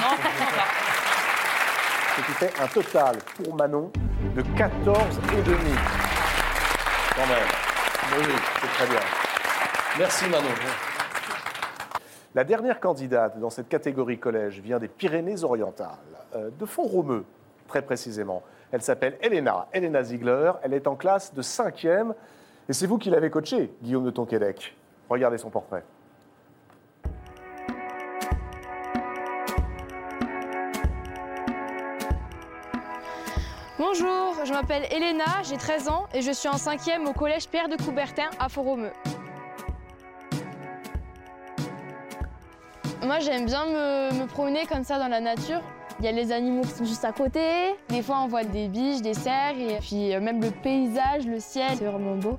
Ce qui fait un total pour Manon de 14,5. Quand même. Oui, c'est très bien. Merci Manon. La dernière candidate dans cette catégorie collège vient des Pyrénées-Orientales, de Font-Romeu, très précisément. Elle s'appelle Elena Ziegler. Elle est en classe de 5e. Et c'est vous qui l'avez coachée, Guillaume de Tonquédec. Regardez son portrait. Bonjour, je m'appelle Elena, j'ai 13 ans et je suis en 5e au collège Pierre de Coubertin à Font-Romeu. Moi, j'aime bien me promener comme ça dans la nature. Il y a les animaux qui sont juste à côté. Des fois, on voit des biches, des cerfs et puis même le paysage, le ciel, c'est vraiment beau.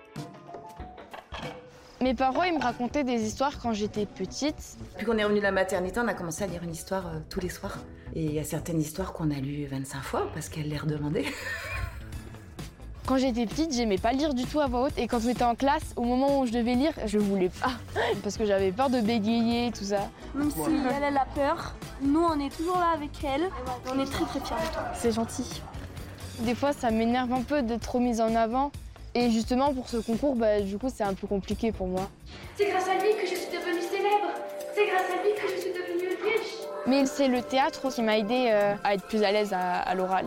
Mes parents, ils me racontaient des histoires quand j'étais petite. Depuis qu'on est revenu de la maternité, on a commencé à lire une histoire tous les soirs. Et il y a certaines histoires qu'on a lues 25 fois parce qu'elle les redemandait. Quand j'étais petite, j'aimais pas lire du tout à voix haute. Et quand j'étais en classe, au moment où je devais lire, je voulais pas. Parce que j'avais peur de bégayer, tout ça. Même si elle a peur, nous, on est toujours là avec elle. On est très, très fiers de toi. C'est gentil. Des fois, ça m'énerve un peu d'être trop mise en avant. Et justement, pour ce concours, du coup, c'est un peu compliqué pour moi. C'est grâce à lui que je suis devenue célèbre. C'est grâce à lui que je suis devenue riche. Mais c'est le théâtre qui m'a aidée à être plus à l'aise à l'oral.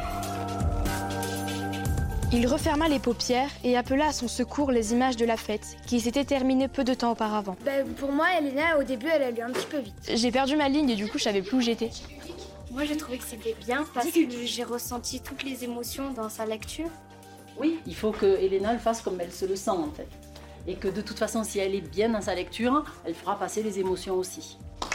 Il referma les paupières et appela à son secours les images de la fête, qui s'était terminée peu de temps auparavant. Pour moi, Elena, au début, elle a lu un petit peu vite. J'ai perdu ma ligne et du coup, je savais plus où j'étais. Moi, j'ai trouvé que c'était bien parce que j'ai ressenti toutes les émotions dans sa lecture. Oui, il faut que Elena le fasse comme elle se le sent en fait. Et que de toute façon, si elle est bien dans sa lecture, elle fera passer les émotions aussi.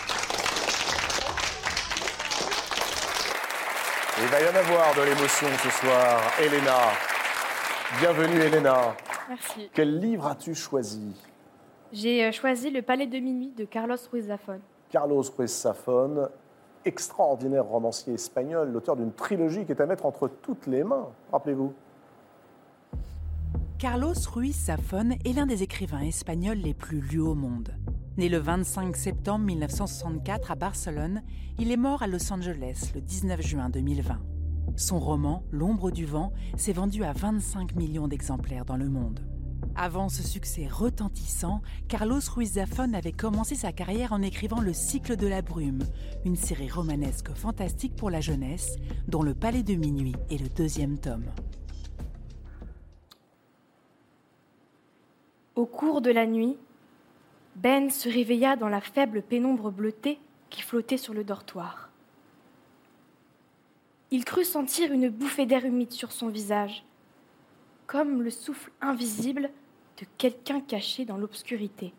Il va y en avoir de l'émotion ce soir. Elena, bienvenue Elena. Merci. Quel livre as-tu choisi? J'ai choisi Le Palais de minuit de Carlos Ruiz Zafón. Carlos Ruiz Zafón, extraordinaire romancier espagnol, l'auteur d'une trilogie qui est à mettre entre toutes les mains. Rappelez-vous. Carlos Ruiz Zafón est l'un des écrivains espagnols les plus lus au monde. Né le 25 septembre 1964 à Barcelone, il est mort à Los Angeles le 19 juin 2020. Son roman, L'ombre du vent, s'est vendu à 25 millions d'exemplaires dans le monde. Avant ce succès retentissant, Carlos Ruiz Zafón avait commencé sa carrière en écrivant Le cycle de la brume, une série romanesque fantastique pour la jeunesse, dont Le palais de minuit est le 2e tome. Au cours de la nuit, Ben se réveilla dans la faible pénombre bleutée qui flottait sur le dortoir. Il crut sentir une bouffée d'air humide sur son visage, comme le souffle invisible de quelqu'un caché dans l'obscurité.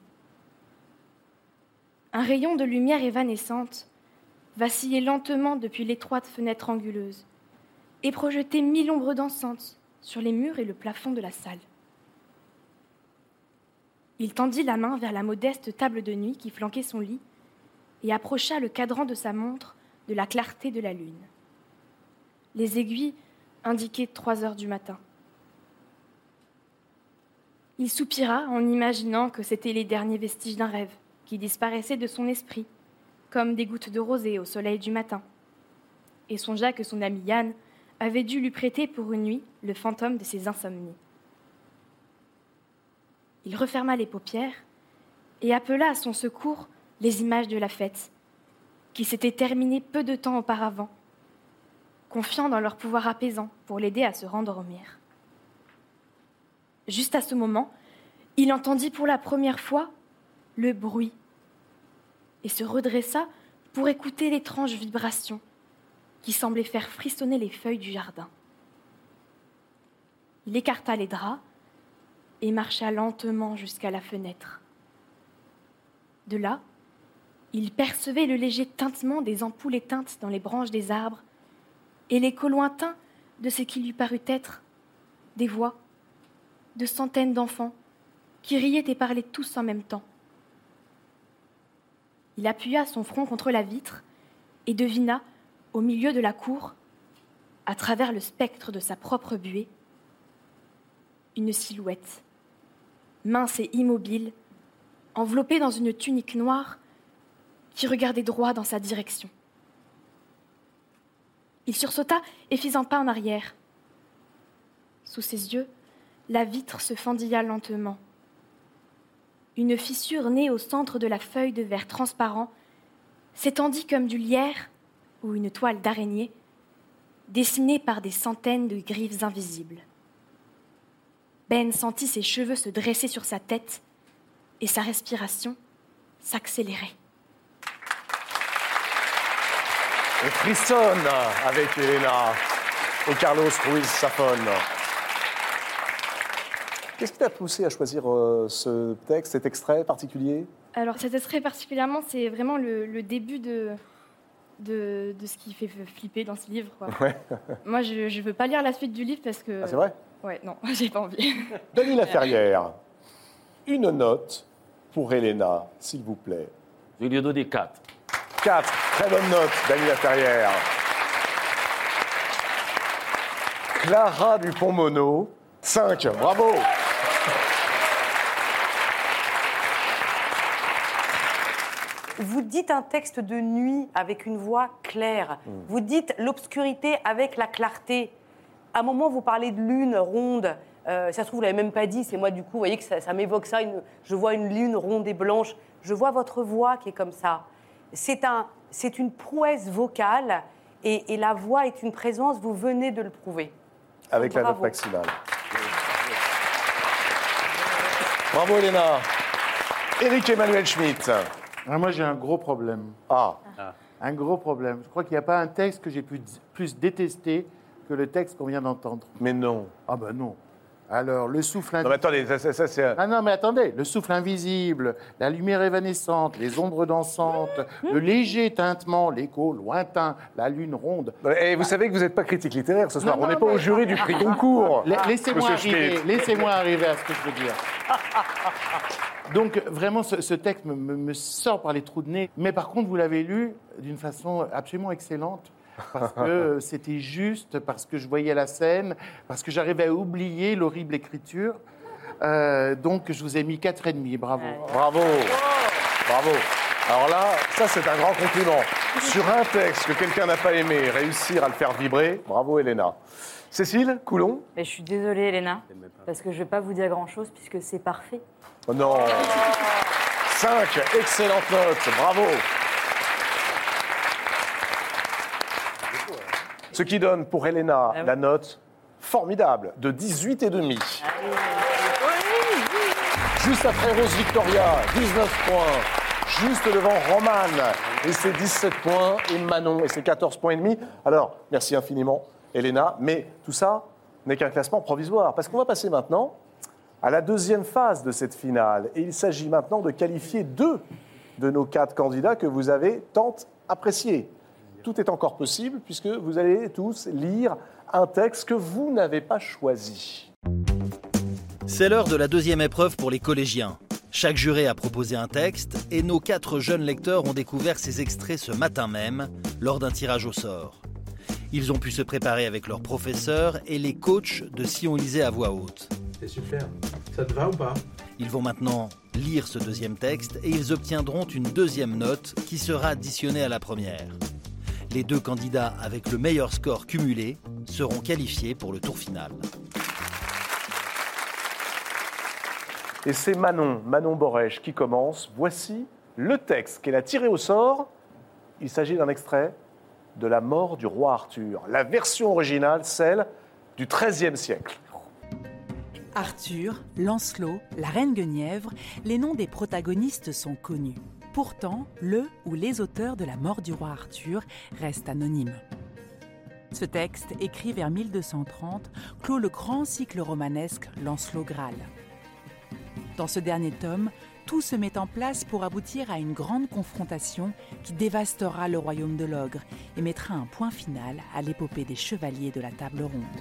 Un rayon de lumière évanescente vacillait lentement depuis l'étroite fenêtre anguleuse et projetait 1000 ombres dansantes sur les murs et le plafond de la salle. Il tendit la main vers la modeste table de nuit qui flanquait son lit et approcha le cadran de sa montre de la clarté de la lune. Les aiguilles indiquaient 3 heures du matin. Il soupira en imaginant que c'étaient les derniers vestiges d'un rêve qui disparaissaient de son esprit, comme des gouttes de rosée au soleil du matin, et songea que son ami Yann avait dû lui prêter pour une nuit le fantôme de ses insomnies. Il referma les paupières et appela à son secours les images de la fête, qui s'était terminée peu de temps auparavant, confiant dans leur pouvoir apaisant pour l'aider à se rendormir. Juste à ce moment, il entendit pour la première fois le bruit et se redressa pour écouter l'étrange vibration qui semblait faire frissonner les feuilles du jardin. Il écarta les draps et marcha lentement jusqu'à la fenêtre. De là, il percevait le léger tintement des ampoules éteintes dans les branches des arbres et l'écho lointain de ce qui lui parut être des voix de centaines d'enfants qui riaient et parlaient tous en même temps. Il appuya son front contre la vitre et devina, au milieu de la cour, à travers le spectre de sa propre buée, une silhouette, mince et immobile, enveloppée dans une tunique noire qui regardait droit dans sa direction. Il sursauta et fit un pas en arrière. Sous ses yeux, la vitre se fendilla lentement. Une fissure née au centre de la feuille de verre transparent s'étendit comme du lierre ou une toile d'araignée, dessinée par des centaines de griffes invisibles. Ben sentit ses cheveux se dresser sur sa tête et sa respiration s'accélérer. On frissonne avec Elena et Carlos Ruiz Zafón. Qu'est-ce qui t'a poussé à choisir ce texte, cet extrait particulier? Alors cet extrait particulièrement, c'est vraiment le début de ce qui fait flipper dans ce livre, quoi. Ouais. Moi, je ne veux pas lire la suite du livre parce que... Ah, c'est vrai? Ouais, non, j'ai pas envie. Dany Laferrière, une note pour Elena, s'il vous plaît. Je vais lui donner 4. 4, très bonne note, Dany Laferrière. Clara Dupont-Mono, 5, bravo. Vous dites un texte de nuit avec une voix claire. Vous dites l'obscurité avec la clarté. À un moment, vous parlez de lune ronde. Ça se trouve, vous ne l'avez même pas dit. C'est moi, du coup, vous voyez que ça m'évoque ça. Je vois une lune ronde et blanche. Je vois votre voix qui est comme ça. C'est une prouesse vocale et la voix est une présence. Vous venez de le prouver. Avec bravo. La note maximale. Bravo, Elena. Éric Emmanuel Schmitt. Moi, j'ai un gros problème. Un gros problème. Je crois qu'il n'y a pas un texte que j'ai plus détesté que le texte qu'on vient d'entendre. Mais non. Ah ben non. Alors, le souffle invisible... Non, mais attendez, ça c'est... Ah non, mais attendez. Le souffle invisible, la lumière évanescente, les ombres dansantes, le léger tintement, l'écho lointain, la lune ronde... Et vous savez que vous n'êtes pas critique littéraire ce soir. Non, on n'est non, pas mais... au jury du prix Goncourt. Laissez-moi arriver à ce que je veux dire. Donc, vraiment, ce texte me sort par les trous de nez. Mais par contre, vous l'avez lu d'une façon absolument excellente. parce que c'était juste, parce que je voyais la scène, parce que j'arrivais à oublier l'horrible écriture. Donc, je vous ai mis 4,5. Bravo. Bravo. Bravo. Alors là, ça, c'est un grand compliment. Sur un texte que quelqu'un n'a pas aimé, réussir à le faire vibrer, bravo, Elena. Cécile Coulon? Je suis désolée, Elena, parce que je ne vais pas vous dire grand-chose puisque c'est parfait. Oh non. 5, excellente note, bravo. Ce qui donne pour Elena la note formidable de 18,5. Juste après Rose Victoria, 19 points. Juste devant Romane, et c'est 17 points. Et Manon, et c'est 14 points et demi. Alors, merci infiniment, Elena. Mais tout ça n'est qu'un classement provisoire. Parce qu'on va passer maintenant à la deuxième phase de cette finale. Et il s'agit maintenant de qualifier 2 de nos 4 candidats que vous avez tant appréciés. Tout est encore possible puisque vous allez tous lire un texte que vous n'avez pas choisi. C'est l'heure de la deuxième épreuve pour les collégiens. Chaque juré a proposé un texte et nos 4 jeunes lecteurs ont découvert ces extraits ce matin même lors d'un tirage au sort. Ils ont pu se préparer avec leurs professeurs et les coachs de Si on lisait à voix haute. C'est super. Ça te va ou pas? Ils vont maintenant lire ce deuxième texte et ils obtiendront une deuxième note qui sera additionnée à la première. Les 2 candidats avec le meilleur score cumulé seront qualifiés pour le tour final. Et c'est Manon Borèche qui commence. Voici le texte qu'elle a tiré au sort. Il s'agit d'un extrait de La mort du roi Arthur. La version originale, celle du XIIIe siècle. Arthur, Lancelot, la reine Guenièvre, les noms des protagonistes sont connus. Pourtant, le ou les auteurs de La mort du roi Arthur restent anonymes. Ce texte, écrit vers 1230, clôt le grand cycle romanesque Lancelot Graal. Dans ce dernier tome, tout se met en place pour aboutir à une grande confrontation qui dévastera le royaume de l'ogre et mettra un point final à l'épopée des chevaliers de la table ronde.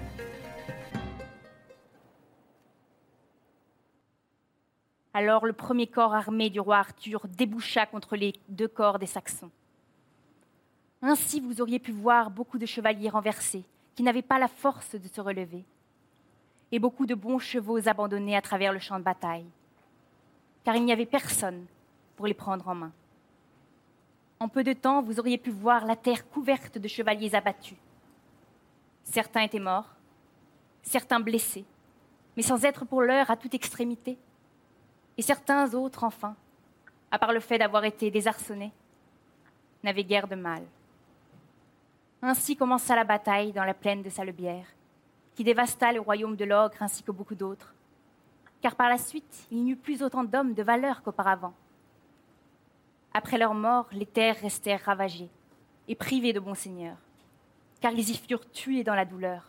Alors le premier corps armé du roi Arthur déboucha contre les 2 corps des Saxons. Ainsi vous auriez pu voir beaucoup de chevaliers renversés, qui n'avaient pas la force de se relever, et beaucoup de bons chevaux abandonnés à travers le champ de bataille, car il n'y avait personne pour les prendre en main. En peu de temps, vous auriez pu voir la terre couverte de chevaliers abattus. Certains étaient morts, certains blessés, mais sans être pour l'heure à toute extrémité. Et certains autres, enfin, à part le fait d'avoir été désarçonnés, n'avaient guère de mal. Ainsi commença la bataille dans la plaine de Salebière, qui dévasta le royaume de l'ogre ainsi que beaucoup d'autres, car par la suite, il n'y eut plus autant d'hommes de valeur qu'auparavant. Après leur mort, les terres restèrent ravagées et privées de bons seigneurs, car ils y furent tués dans la douleur.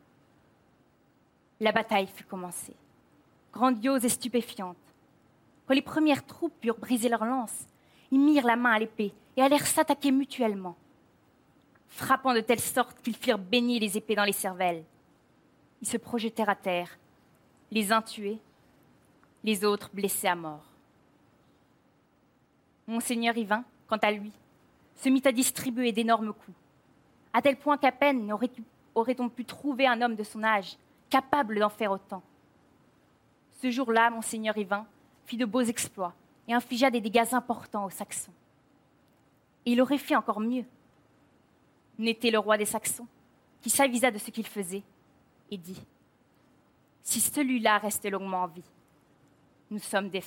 La bataille fut commencée, grandiose et stupéfiante. Quand les premières troupes eurent brisé leurs lances, ils mirent la main à l'épée et allèrent s'attaquer mutuellement, frappant de telle sorte qu'ils firent baigner les épées dans les cervelles. Ils se projetèrent à terre, les uns tués, les autres blessés à mort. Monseigneur Yvain, quant à lui, se mit à distribuer d'énormes coups, à tel point qu'à peine aurait-on pu trouver un homme de son âge capable d'en faire autant. Ce jour-là, Monseigneur Yvain fit de beaux exploits et infligea des dégâts importants aux Saxons. Et il aurait fait encore mieux. N'était le roi des Saxons, qui s'avisa de ce qu'il faisait, et dit « Si celui-là reste longuement en vie, nous sommes défaits. »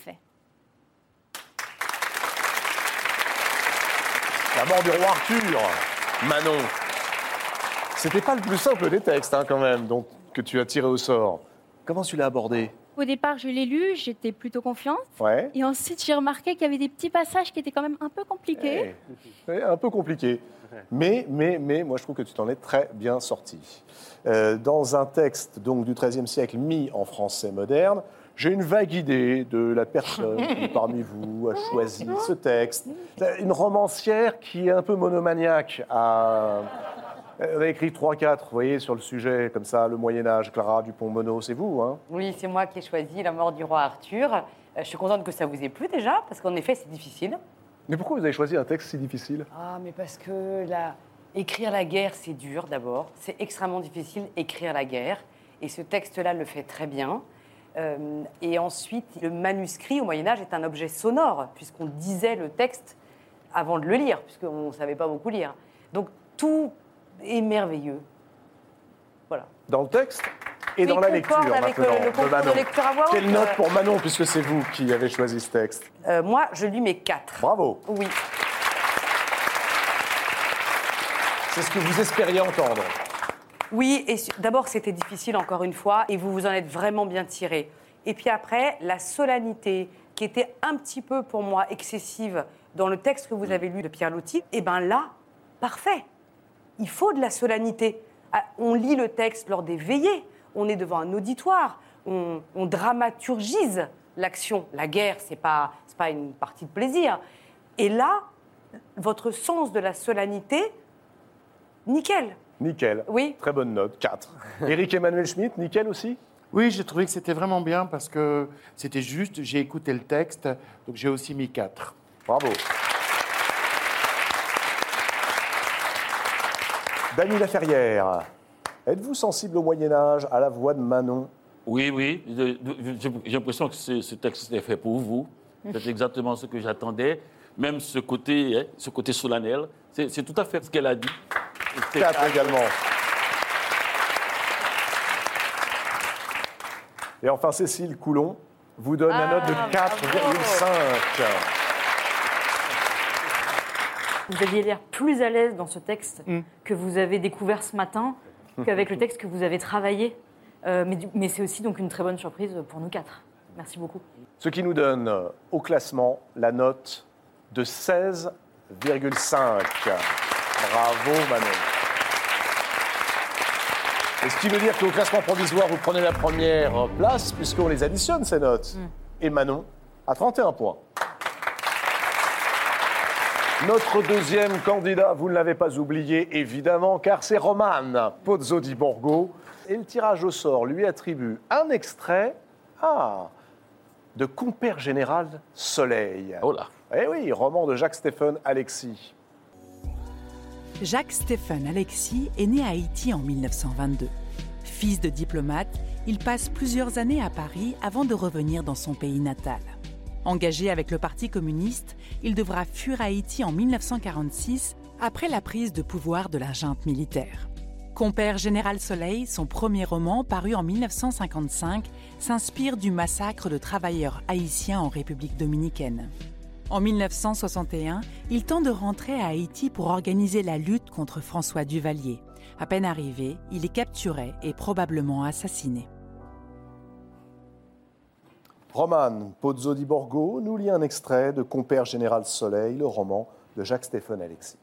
La mort du roi Arthur, Manon. C'était pas le plus simple des textes, quand même, donc, que tu as tiré au sort. Comment tu l'as abordé? Au départ, je l'ai lu, j'étais plutôt confiante. Ouais. Et ensuite, j'ai remarqué qu'il y avait des petits passages qui étaient quand même un peu compliqués. Un peu compliqué. Mais moi, je trouve que tu t'en es très bien sorti. Dans un texte donc, du XIIIe siècle mis en français moderne, j'ai une vague idée de la personne qui, parmi vous, a choisi ce texte. Une romancière qui est un peu monomaniaque. Elle a écrit 3-4, vous voyez, sur le sujet, comme ça, le Moyen-Âge, Clara Dupont-Moreau, c'est vous, hein? Oui, c'est moi qui ai choisi La mort du roi Arthur. Je suis contente que ça vous ait plu déjà, parce qu'en effet, c'est difficile. Mais pourquoi vous avez choisi un texte si difficile? Ah, mais parce que Écrire la guerre, c'est dur d'abord. C'est extrêmement difficile, écrire la guerre. Et ce texte-là le fait très bien. Et ensuite, le manuscrit au Moyen-Âge est un objet sonore, puisqu'on disait le texte avant de le lire, puisqu'on ne savait pas beaucoup lire. Donc tout est merveilleux. Voilà. Dans le texte et dans la lecture, avec maintenant, le concours de lecture à voix haute. Quelle note pour Manon, puisque c'est vous qui avez choisi ce texte? Moi, je lui mets 4. Bravo. Oui. C'est ce que vous espériez entendre. Oui, et d'abord, c'était difficile, encore une fois, et vous vous en êtes vraiment bien tiré. Et puis après, la solennité, qui était un petit peu, pour moi, excessive dans le texte que vous avez lu de Pierre Loti, et bien là, parfait. Il faut de la solennité. On lit le texte lors des veillées, on est devant un auditoire, on dramaturgise l'action. La guerre, c'est pas une partie de plaisir. Et là, votre sens de la solennité, nickel. Nickel. Oui. Très bonne note, 4. Éric Emmanuel Schmitt, nickel aussi? Oui, j'ai trouvé que c'était vraiment bien parce que c'était juste, j'ai écouté le texte, donc j'ai aussi mis 4. Bravo. Dany Laferrière, êtes-vous sensible au Moyen-Âge, à la voix de Manon? Oui. J'ai l'impression que ce texte est fait pour vous. C'est exactement ce que j'attendais. Même ce côté solennel, c'est tout à fait ce qu'elle a dit. 4 également. Et enfin, Cécile Coulon vous donne la note de 4,5. Vous aviez l'air plus à l'aise dans ce texte que vous avez découvert ce matin qu'avec le texte que vous avez travaillé. Mais c'est aussi donc une très bonne surprise pour nous 4. Merci beaucoup. Ce qui nous donne au classement la note de 16,5. Bravo Manon. Et ce qui veut dire qu'au classement provisoire, vous prenez la première place, puisqu'on les additionne, ces notes. Et Manon a 31 points. Notre deuxième candidat, vous ne l'avez pas oublié, évidemment, car c'est Roman Pozzo di Borgo. Et le tirage au sort lui attribue un extrait de Compère général Soleil. Oh là. Eh oui, roman de Jacques-Stéphane Alexis. Jacques-Stéphane Alexis est né à Haïti en 1922. Fils de diplomate, il passe plusieurs années à Paris avant de revenir dans son pays natal. Engagé avec le Parti communiste, il devra fuir Haïti en 1946 après la prise de pouvoir de la junte militaire. Compère général Soleil, son premier roman paru en 1955, s'inspire du massacre de travailleurs haïtiens en République dominicaine. En 1961, il tente de rentrer à Haïti pour organiser la lutte contre François Duvalier. À peine arrivé, il est capturé et probablement assassiné. Roman Pozzo di Borgo nous lit un extrait de Compère général Soleil, le roman de Jacques-Stéphane Alexis.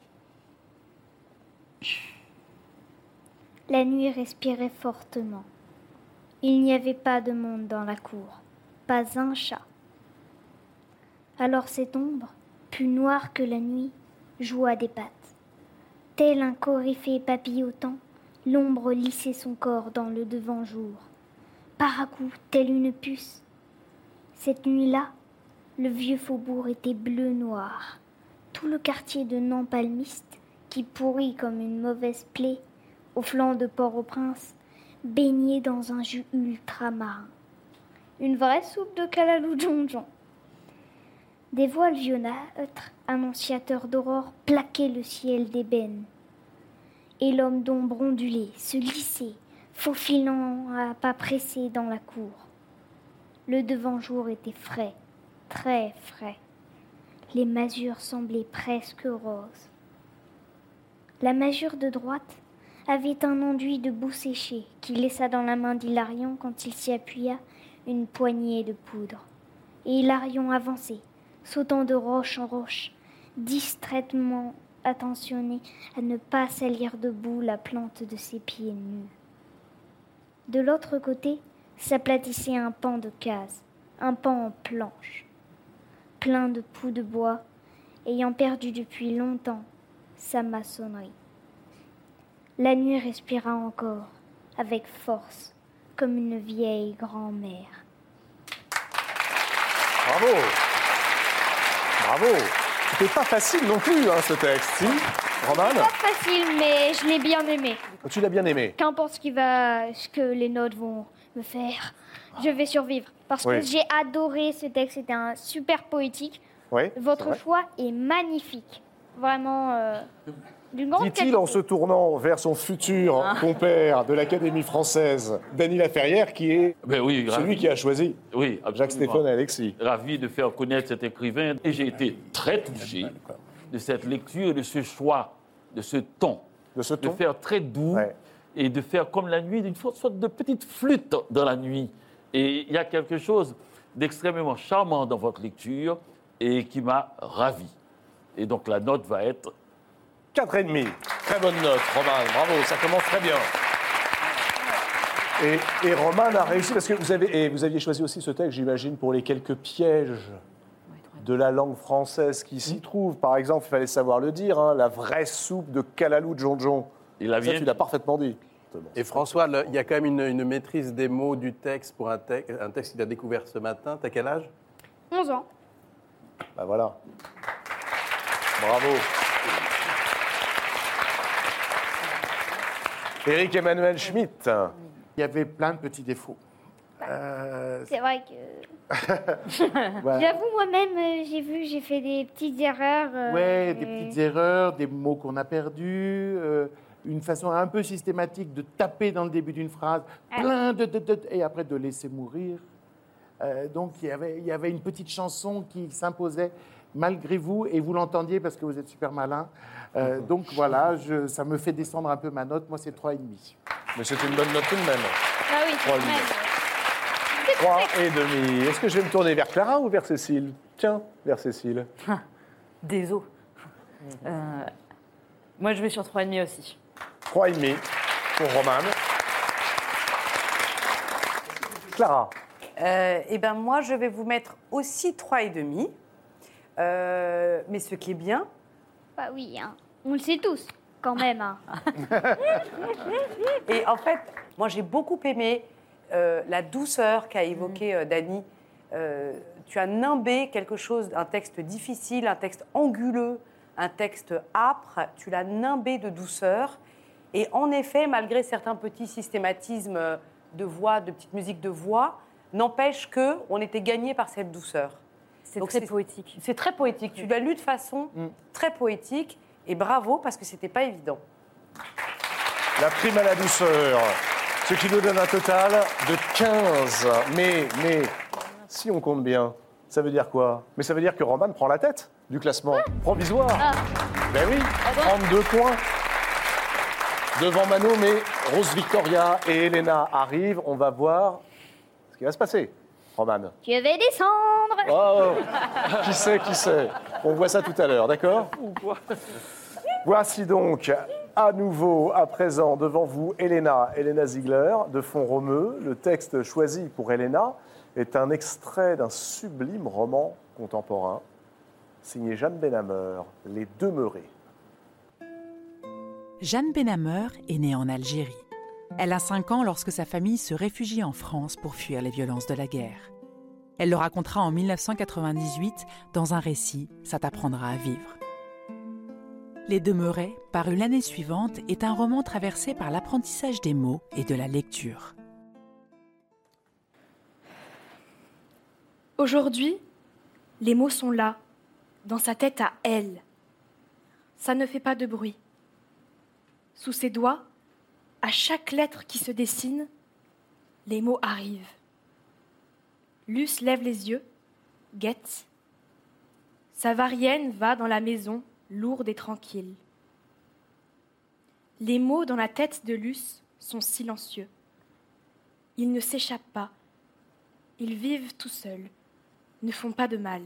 La nuit respirait fortement. Il n'y avait pas de monde dans la cour, pas un chat. Alors cette ombre, plus noire que la nuit, joua des pattes. Tel un coryphée papillotant, l'ombre lissait son corps dans le devant-jour. Par à coup, telle une puce. Cette nuit-là, le vieux faubourg était bleu-noir. Tout le quartier de Nampalmiste, qui pourrit comme une mauvaise plaie, au flanc de Port-au-Prince, baignait dans un jus ultramarin. Une vraie soupe de calalou jonjon. Des voiles violâtres, annonciateurs d'aurore, plaquaient le ciel d'ébène. Et l'homme d'ombre ondulait, se lissait, faufilant à pas pressés dans la cour. Le devant-jour était frais, très frais. Les masures semblaient presque roses. La masure de droite avait un enduit de boue séchée qui laissa dans la main d'Hilarion, quand il s'y appuya, une poignée de poudre. Et Hilarion avançait, sautant de roche en roche, distraitement attentionné à ne pas salir de boue la plante de ses pieds nus. De l'autre côté s'aplatissait un pan de case, un pan en planche, plein de poux de bois, ayant perdu depuis longtemps sa maçonnerie. La nuit respira encore, avec force, comme une vieille grand-mère. Bravo! Bravo! C'était pas facile non plus, ce texte, si? Roman? Pas facile, mais je l'ai bien aimé. Tu l'as bien aimé? Qu'importe ce que les notes vont me faire, je vais survivre. Parce que Oui. j'ai adoré ce texte, c'était un super poétique. Oui, Votre c'est vrai. choix est magnifique. Vraiment, d'une grande Dit-il en se tournant vers son futur compère de l'Académie française, Dany Laferrière, qui est celui ravi. qui a choisi Oui, Jacques-Stéphane et Alexis. Ravi de faire connaître cet écrivain. Et j'ai été très touché de cette lecture, de ce choix, de ce ton. De faire très doux et de faire comme la nuit, d'une sorte de petite flûte dans la nuit. Et il y a quelque chose d'extrêmement charmant dans votre lecture et qui m'a ravi. Et donc la note va être 4,5. Très bonne note, Roman. Bravo, ça commence très bien. Et Roman a réussi, parce que vous aviez choisi aussi ce texte, j'imagine, pour les quelques pièges de la langue française qui s'y trouvent. Par exemple, il fallait savoir le dire, hein, la vraie soupe de Calalou de Jonjon. Ça, tu l'as parfaitement dit. Et François, il y a quand même une maîtrise des mots du texte pour un texte qu'il a découvert ce matin. T'as quel âge? 11 ans. Ben voilà. Bravo. Éric Emmanuel Schmitt. Il y avait plein de petits défauts. C'est vrai que... Ouais. J'avoue, moi-même, j'ai fait des petites erreurs. Ouais, des petites erreurs, des mots qu'on a perdus, une façon un peu systématique de taper dans le début d'une phrase, plein et après de laisser mourir. Donc il y avait une petite chanson qui s'imposait malgré vous, et vous l'entendiez parce que vous êtes super malin. Donc voilà, ça me fait descendre un peu ma note. Moi, c'est 3,5. Mais c'est une bonne note tout de même. Ah oui, c'est 3,5. Est-ce que je vais me tourner vers Clara ou vers Cécile? Tiens, vers Cécile. Désolé. Moi, je vais sur 3,5 aussi. 3,5 pour Roman. Clara. Eh bien, moi, je vais vous mettre aussi 3,5. Mais ce qui est bien... Bah oui, hein. On le sait tous, quand même. Hein. Et en fait, moi, j'ai beaucoup aimé la douceur qu'a évoquée Dany. Tu as nimbé quelque chose, un texte difficile, un texte anguleux, un texte âpre. Tu l'as nimbé de douceur. Et en effet, malgré certains petits systématismes de voix, de petites musiques de voix, n'empêche qu'on était gagné par cette douceur. C'est très poétique. C'est très poétique. Tu l'as lu de façon très poétique. Et bravo, parce que c'était pas évident. La prime à la douceur, ce qui nous donne un total de 15. Mais si on compte bien, ça veut dire quoi? Mais ça veut dire que Roman prend la tête du classement provisoire. Ben oui, 32 points. Devant Manon, mais Rose Victoria et Elena arrivent. On va voir ce qui va se passer. Roman. Je vais descendre. Oh, qui sait. On voit ça tout à l'heure, d'accord? Voici donc à nouveau, à présent, devant vous, Elena Ziegler de Font-Romeu. Le texte choisi pour Elena est un extrait d'un sublime roman contemporain signé Jeanne Benhammer, Les Demeurés. Jeanne Benhammer est née en Algérie. Elle a 5 ans lorsque sa famille se réfugie en France pour fuir les violences de la guerre. Elle le racontera en 1998 dans un récit « Ça t'apprendra à vivre ». Les Demeurés, paru l'année suivante, est un roman traversé par l'apprentissage des mots et de la lecture. Aujourd'hui, les mots sont là, dans sa tête à elle. Ça ne fait pas de bruit. Sous ses doigts, à chaque lettre qui se dessine, les mots arrivent. Luce lève les yeux, guette. Sa varienne va dans la maison, lourde et tranquille. Les mots dans la tête de Luce sont silencieux. Ils ne s'échappent pas. Ils vivent tout seuls, ne font pas de mal.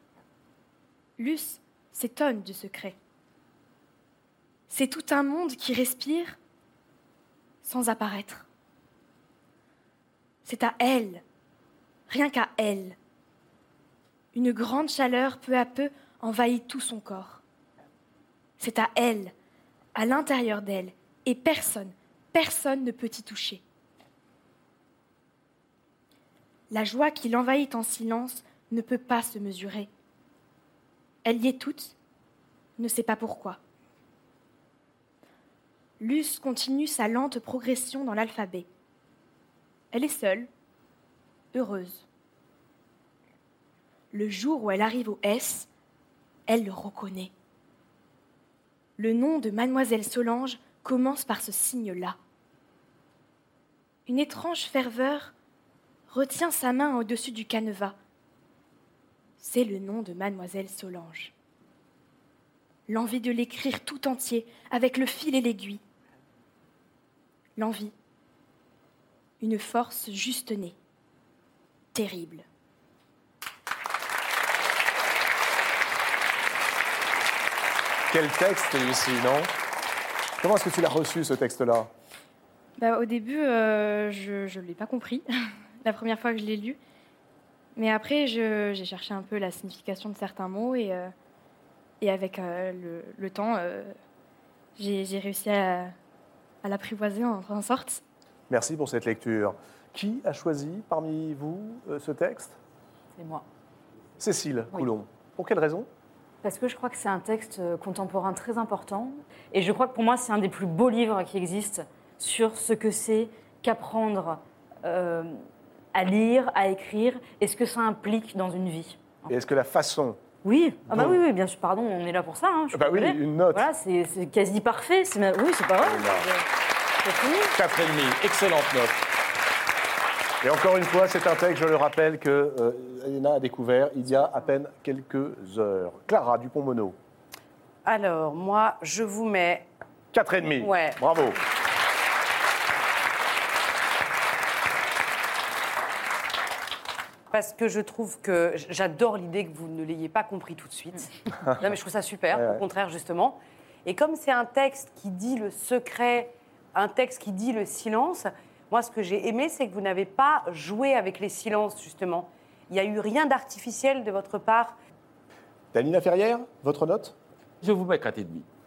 Luce s'étonne du secret. C'est tout un monde qui respire sans apparaître. C'est à elle, rien qu'à elle. Une grande chaleur peu à peu envahit tout son corps. C'est à elle, à l'intérieur d'elle, et personne ne peut y toucher. La joie qui l'envahit en silence ne peut pas se mesurer. Elle y est toute, ne sait pas pourquoi. Luce continue sa lente progression dans l'alphabet. Elle est seule, heureuse. Le jour où elle arrive au S, elle le reconnaît. Le nom de Mademoiselle Solange commence par ce signe-là. Une étrange ferveur retient sa main au-dessus du canevas. C'est le nom de Mademoiselle Solange. L'envie de l'écrire tout entier, avec le fil et l'aiguille. L'envie. Une force juste née. Terrible. Quel texte, Lucie, non? Comment est-ce que tu l'as reçu, ce texte-là? Au début, je ne l'ai pas compris, la première fois que je l'ai lu. Mais après, j'ai cherché un peu la signification de certains mots et avec le temps, j'ai réussi à l'apprivoiser en sorte. Merci pour cette lecture. Qui a choisi parmi vous ce texte? C'est moi. Cécile Coulon. Pour quelle raison? Parce que je crois que c'est un texte contemporain très important. Et je crois que pour moi, c'est un des plus beaux livres qui existent sur ce que c'est qu'apprendre à lire, à écrire, et ce que ça implique dans une vie. Et est-ce que la façon... Oui, oui, bien sûr, pardon, on est là pour ça. Hein, oui, une note. Voilà, c'est quasi parfait. Oui, c'est pas vrai. 4,5, excellente note. Et encore une fois, c'est un texte, je le rappelle, que Elena a découvert il y a à peine quelques heures. Clara Dupont-Mono. Alors, moi, je vous mets... 4,5. Ouais. Bravo. Parce que je trouve que... J'adore l'idée que vous ne l'ayez pas compris tout de suite. Non, mais je trouve ça super, au contraire, justement. Et comme c'est un texte qui dit le secret, un texte qui dit le silence... Moi, ce que j'ai aimé, c'est que vous n'avez pas joué avec les silences, justement. Il n'y a eu rien d'artificiel de votre part. Danina Ferrière, votre note? Je vous mets 4,5.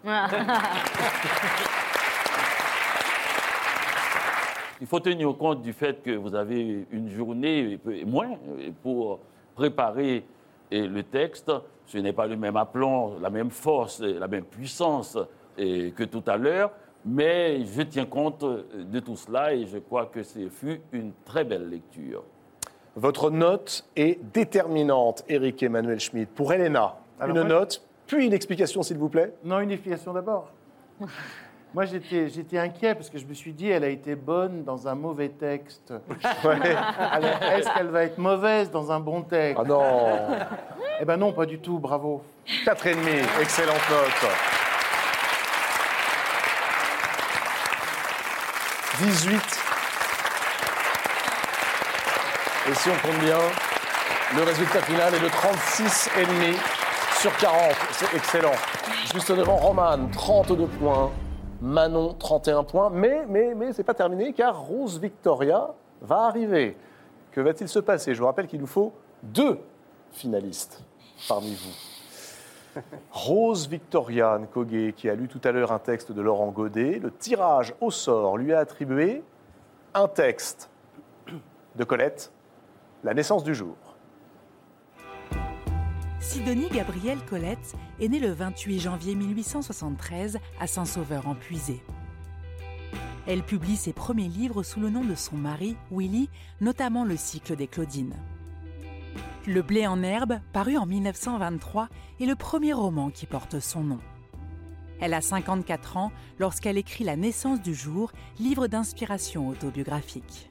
Il faut tenir compte du fait que vous avez une journée et moins pour préparer le texte. Ce n'est pas le même aplomb, la même force, la même puissance que tout à l'heure. Mais je tiens compte de tout cela et je crois que ce fut une très belle lecture. Votre note est déterminante, Éric Emmanuel Schmitt. Pour Elena, une note, puis une explication, s'il vous plaît. Non, une explication d'abord. Moi, j'étais inquiet parce que je me suis dit, elle a été bonne dans un mauvais texte. Alors, est-ce qu'elle va être mauvaise dans un bon texte? Ah non. Eh bien non, pas du tout, bravo. 4,5, excellente note. 18. Et si on compte bien, le résultat final est de 36,5 sur 40. C'est excellent. Juste devant Romane, 32 points. Manon, 31 points. Mais c'est pas terminé car Rose Victoria va arriver. Que va-t-il se passer? Je vous rappelle qu'il nous faut 2 finalistes parmi vous. Rose Victoria Nkogué, qui a lu tout à l'heure un texte de Laurent Godet, le tirage au sort lui a attribué un texte de Colette, La naissance du jour. Sidonie Gabrielle Colette est née le 28 janvier 1873 à Saint-Sauveur-en-Puisée. Elle publie ses premiers livres sous le nom de son mari, Willy, notamment le cycle des Claudines. Le blé en herbe, paru en 1923, est le premier roman qui porte son nom. Elle a 54 ans lorsqu'elle écrit La naissance du jour, livre d'inspiration autobiographique.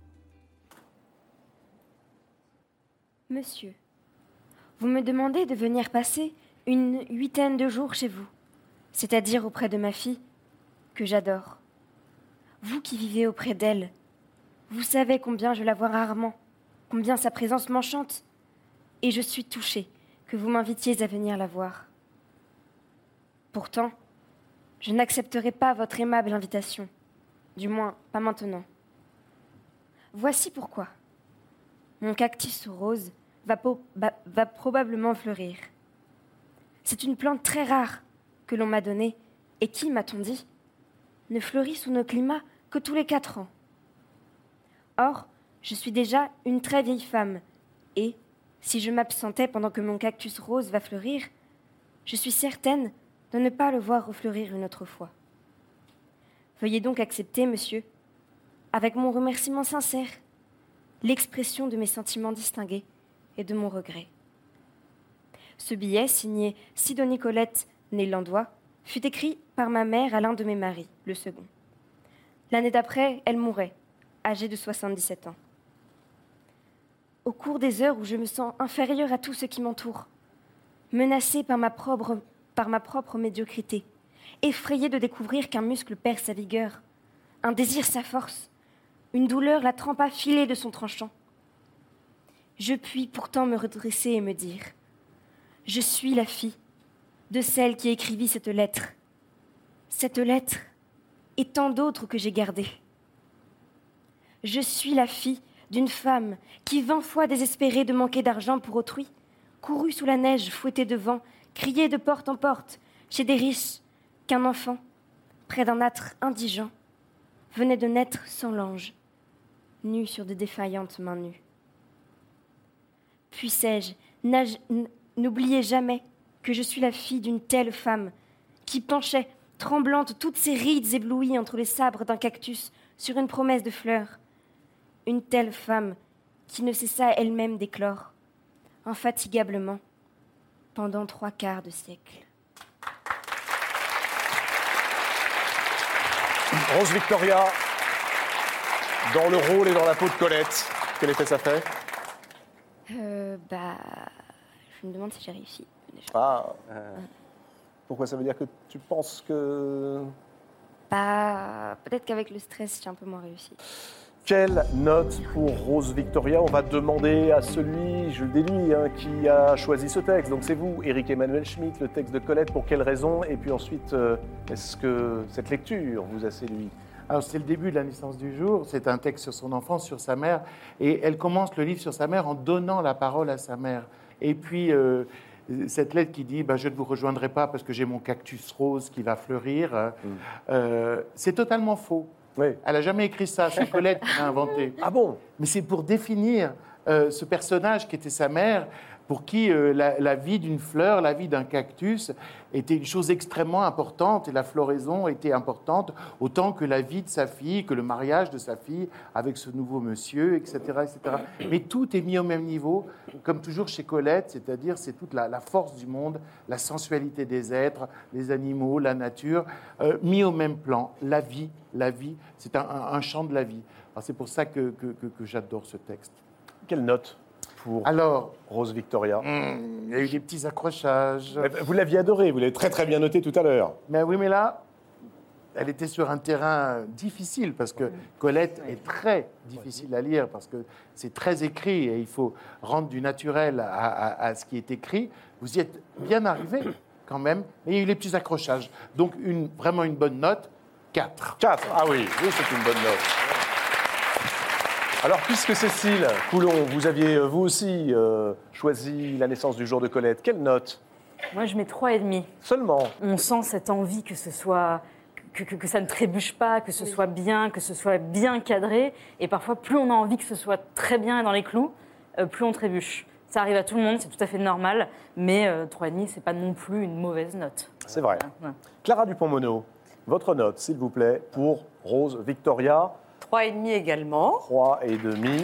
Monsieur, vous me demandez de venir passer une 8aine de jours chez vous, c'est-à-dire auprès de ma fille, que j'adore. Vous qui vivez auprès d'elle, vous savez combien je la vois rarement, combien sa présence m'enchante. Et je suis touchée que vous m'invitiez à venir la voir. Pourtant, je n'accepterai pas votre aimable invitation. Du moins, pas maintenant. Voici pourquoi. Mon cactus rose va probablement fleurir. C'est une plante très rare que l'on m'a donnée et qui, m'a-t-on dit, ne fleurit sous nos climats que tous les 4 ans. Or, je suis déjà une très vieille femme et, si je m'absentais pendant que mon cactus rose va fleurir, je suis certaine de ne pas le voir refleurir une autre fois. Veuillez donc accepter, monsieur, avec mon remerciement sincère, l'expression de mes sentiments distingués et de mon regret. Ce billet, signé Sidonie Colette, née Landois, fut écrit par ma mère à l'un de mes maris, le second. L'année d'après, elle mourait, âgée de 77 ans. Au cours des heures où je me sens inférieure à tout ce qui m'entoure, menacée par ma propre médiocrité, effrayée de découvrir qu'un muscle perd sa vigueur, un désir sa force, une douleur la trempa filée de son tranchant. Je puis pourtant me redresser et me dire « Je suis la fille de celle qui écrivit cette lettre. Cette lettre et tant d'autres que j'ai gardées. Je suis la fille d'une femme qui, 20 fois désespérée de manquer d'argent pour autrui, courut sous la neige fouettée de vent, criait de porte en porte, chez des riches, qu'un enfant, près d'un âtre indigent, venait de naître sans l'ange, nu sur de défaillantes mains nues. Puissais-je n'oublier jamais que je suis la fille d'une telle femme qui penchait, tremblante, toutes ses rides éblouies entre les sabres d'un cactus sur une promesse de fleurs. Une telle femme qui ne cessa elle-même d'éclore, infatigablement, pendant 3/4 de siècle. Rose Victoria, dans le rôle et dans la peau de Colette, quel effet ça fait? Je me demande si j'ai réussi. Pourquoi ça veut dire que tu penses que... Peut-être qu'avec le stress, j'ai un peu moins réussi. Quelle note pour Rose Victoria? On va demander à celui, je le délie, qui a choisi ce texte. Donc c'est vous, Éric Emmanuel Schmitt, le texte de Colette, pour quelle raison? Et puis ensuite, est-ce que cette lecture vous a séduit? Alors c'est le début de la naissance du jour, c'est un texte sur son enfance, sur sa mère, et elle commence le livre sur sa mère en donnant la parole à sa mère. Et puis cette lettre qui dit je ne vous rejoindrai pas parce que j'ai mon cactus rose qui va fleurir, c'est totalement faux. Oui. Elle n'a jamais écrit ça, c'est Colette qui l'a inventé. Ah bon? Mais c'est pour définir ce personnage qui était sa mère, pour qui la vie d'une fleur, la vie d'un cactus était une chose extrêmement importante, et la floraison était importante, autant que la vie de sa fille, que le mariage de sa fille avec ce nouveau monsieur, etc. etc. Mais tout est mis au même niveau, comme toujours chez Colette, c'est-à-dire c'est toute la force du monde, la sensualité des êtres, les animaux, la nature, mis au même plan. La vie, c'est un chant de la vie. Alors c'est pour ça que j'adore ce texte. Quelle note pour Rose Victoria? Il y a eu des petits accrochages. Vous l'aviez adoré, vous l'avez très très bien noté tout à l'heure. Mais oui, mais là, elle était sur un terrain difficile, parce que Colette est très difficile à lire, parce que c'est très écrit, et il faut rendre du naturel à ce qui est écrit. Vous y êtes bien arrivé, quand même, mais il y a eu les petits accrochages. Donc, vraiment une bonne note, 4. 4, ah oui, c'est une bonne note. Alors, puisque Cécile Coulon, vous aviez vous aussi choisi la naissance du jour de Colette, quelle note? Moi, je mets 3,5. Seulement? On sent cette envie que ce soit... Que ça ne trébuche pas, que ce soit bien, que ce soit bien cadré. Et parfois, plus on a envie que ce soit très bien dans les clous, plus on trébuche. Ça arrive à tout le monde, c'est tout à fait normal. Mais 3,5, c'est pas non plus une mauvaise note. C'est vrai. Ouais. Clara Dupont-Mono, votre note, s'il vous plaît, pour Rose Victoria? 3,5 également. 3,5.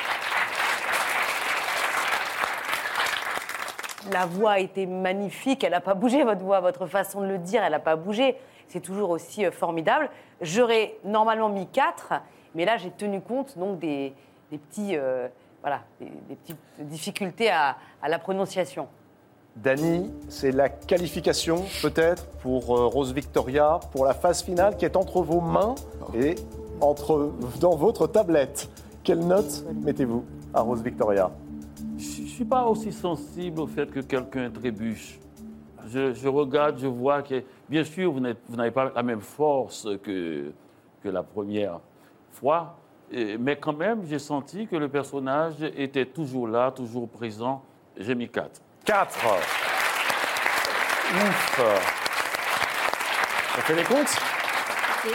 La voix a été magnifique, elle n'a pas bougé, votre voix, votre façon de le dire, elle n'a pas bougé. C'est toujours aussi formidable. J'aurais normalement mis 4, mais là, j'ai tenu compte donc des petites difficultés à la prononciation. Dany, c'est la qualification peut-être pour Rose Victoria, pour la phase finale qui est entre vos mains et dans votre tablette. Quelle note mettez-vous à Rose Victoria? Je ne suis pas aussi sensible au fait que quelqu'un trébuche. Je regarde, je vois que, bien sûr, vous n'avez pas la même force que la première fois, mais quand même, j'ai senti que le personnage était toujours là, toujours présent. J'ai mis 4. 4. Ouf. On fait les comptes? Oui.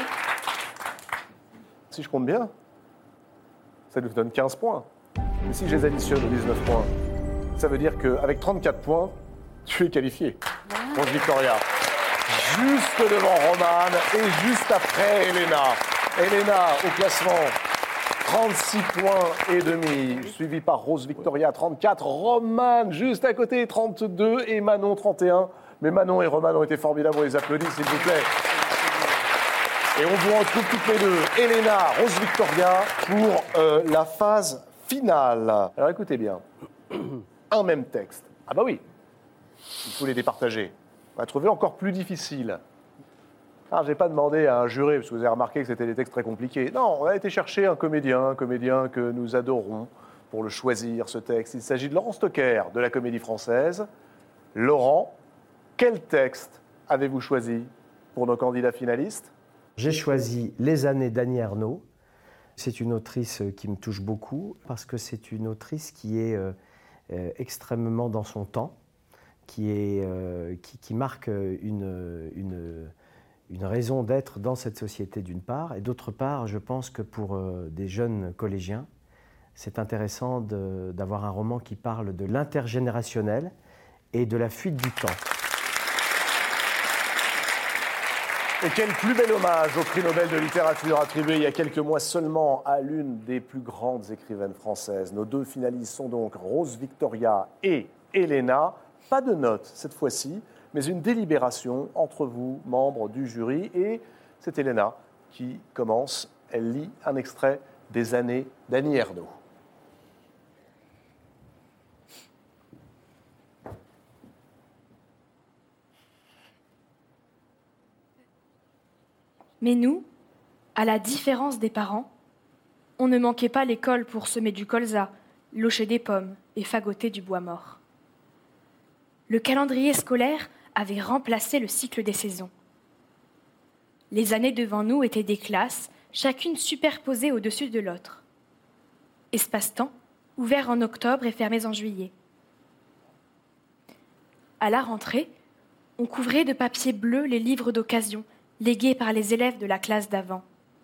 Si je compte bien, ça nous donne 15 points. Et si je les additionne aux 19 points, ça veut dire qu'avec 34 points, tu es qualifié. Rose Victoria. juste devant Romane et juste après Elena. Elena au classement, 36 points et demi, suivi par Rose Victoria, 34. Romane juste à côté, 32. Et Manon, 31. Mais Manon et Romane ont été formidables, on les applaudit s'il vous plaît. Et on vous retrouve toutes les deux, Elena, Rose Victoria, pour la phase finale. Alors écoutez bien, un même texte. Ah bah oui, il faut les départager. On va trouver encore plus difficile. Je n'ai pas demandé à un juré, parce que vous avez remarqué que c'était des textes très compliqués. Non, on a été chercher un comédien que nous adorons pour le choisir, ce texte. Il s'agit de Laurent Stocker, de la Comédie Française. Laurent, quel texte avez-vous choisi pour nos candidats finalistes ? J'ai choisi Les années d'Annie Ernaux. C'est une autrice qui me touche beaucoup, parce que c'est une autrice qui est extrêmement dans son temps, qui marque une raison d'être dans cette société d'une part, et d'autre part, je pense que pour des jeunes collégiens, c'est intéressant d'avoir un roman qui parle de l'intergénérationnel et de la fuite du temps. Et quel plus bel hommage au prix Nobel de littérature attribué il y a quelques mois seulement à l'une des plus grandes écrivaines françaises. Nos deux finalistes sont donc Rose Victoria et Elena. Pas de note cette fois-ci, mais une délibération entre vous, membres du jury. Et c'est Elena qui commence. Elle lit un extrait des années d'Annie Ernaux. Mais nous, à la différence des parents, on ne manquait pas l'école pour semer du colza, locher des pommes et fagoter du bois mort. Le calendrier scolaire avait remplacé le cycle des saisons. Les années devant nous étaient des classes, chacune superposée au-dessus de l'autre. Espace-temps, ouverts en octobre et fermés en juillet. À la rentrée, on couvrait de papier bleu les livres d'occasion, légués par les élèves de la classe d'avant.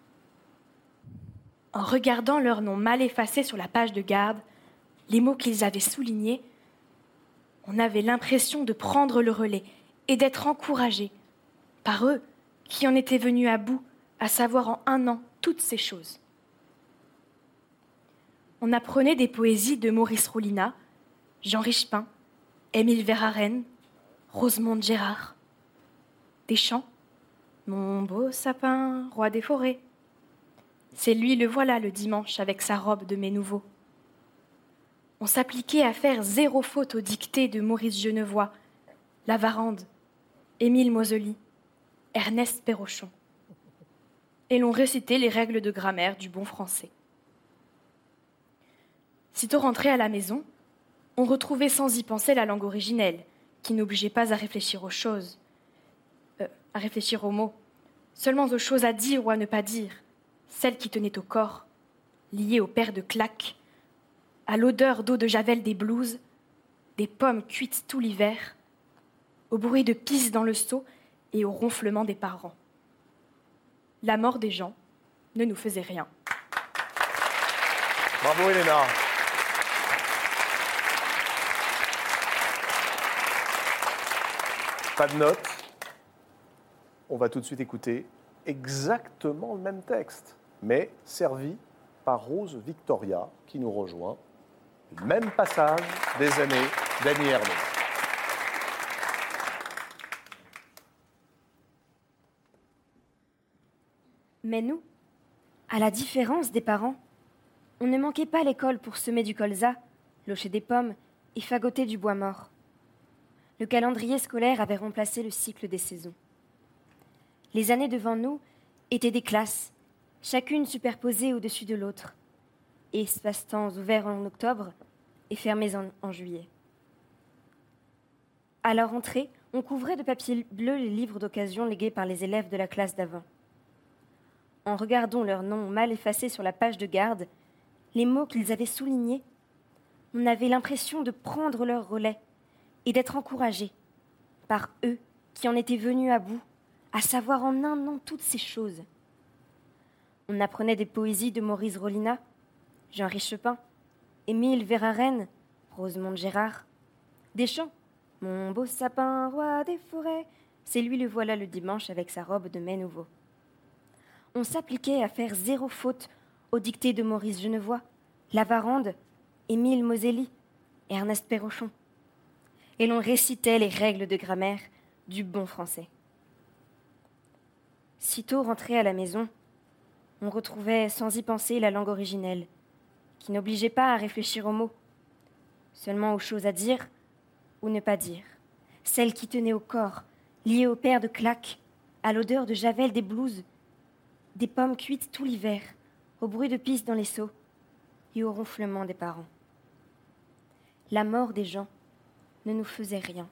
En regardant leurs noms mal effacés sur la page de garde, les mots qu'ils avaient soulignés, on avait l'impression de prendre le relais et d'être encouragés par eux qui en étaient venus à bout, à savoir en un an toutes ces choses. On apprenait des poésies de Maurice Rollina, Jean Richepin, Émile Verhaeren, Rosemonde Gérard. Des chants, mon beau sapin, roi des forêts. C'est lui, le voilà, le dimanche, avec sa robe de mai nouveau. On s'appliquait à faire 0 faute aux dictées de Maurice Genevoix, Lavarande, Émile Moselly, Ernest Perrochon. Et l'on récitait les règles de grammaire du bon français. Sitôt rentré à la maison, on retrouvait sans y penser la langue originelle, qui n'obligeait pas à réfléchir aux choses, à réfléchir aux mots, seulement aux choses à dire ou à ne pas dire, celles qui tenaient au corps, liées aux paires de claques, à l'odeur d'eau de javel des blouses, des pommes cuites tout l'hiver, au bruit de pisse dans le seau et au ronflement des parents. La mort des gens ne nous faisait rien. Bravo Elena. Pas de notes. On va tout de suite écouter exactement le même texte, mais servi par Rose Victoria, qui nous rejoint. Le même passage des années d'Annie Ernaux. Mais nous, à la différence des parents, on ne manquait pas l'école pour semer du colza, locher des pommes et fagoter du bois mort. Le calendrier scolaire avait remplacé le cycle des saisons. Les années devant nous étaient des classes, chacune superposée au-dessus de l'autre, et espace-temps ouverts en octobre et fermés en juillet. À leur entrée, on couvrait de papier bleu les livres d'occasion légués par les élèves de la classe d'avant. En regardant leurs noms mal effacés sur la page de garde, les mots qu'ils avaient soulignés, on avait l'impression de prendre leur relais et d'être encouragés par eux qui en étaient venus à bout, à savoir en un an toutes ces choses. On apprenait des poésies de Maurice Rollina, Jean Richepin, Émile Verhaeren, Rosemonde Gérard, des chants, mon beau sapin, roi des forêts, C'est lui le voilà le dimanche avec sa robe de mai nouveau. On s'appliquait à faire 0 faute aux dictées de Maurice Genevoix, Lavarande, Émile Moselli, Ernest Perrochon. Et l'on récitait les règles de grammaire du bon français. Sitôt rentré à la maison, on retrouvait sans y penser la langue originelle, qui n'obligeait pas à réfléchir aux mots, seulement aux choses à dire ou ne pas dire, celle qui tenait au corps, liée au paire de claques, à l'odeur de javel des blouses, des pommes cuites tout l'hiver, au bruit de pisse dans les seaux et au ronflement des parents. La mort des gens ne nous faisait rien.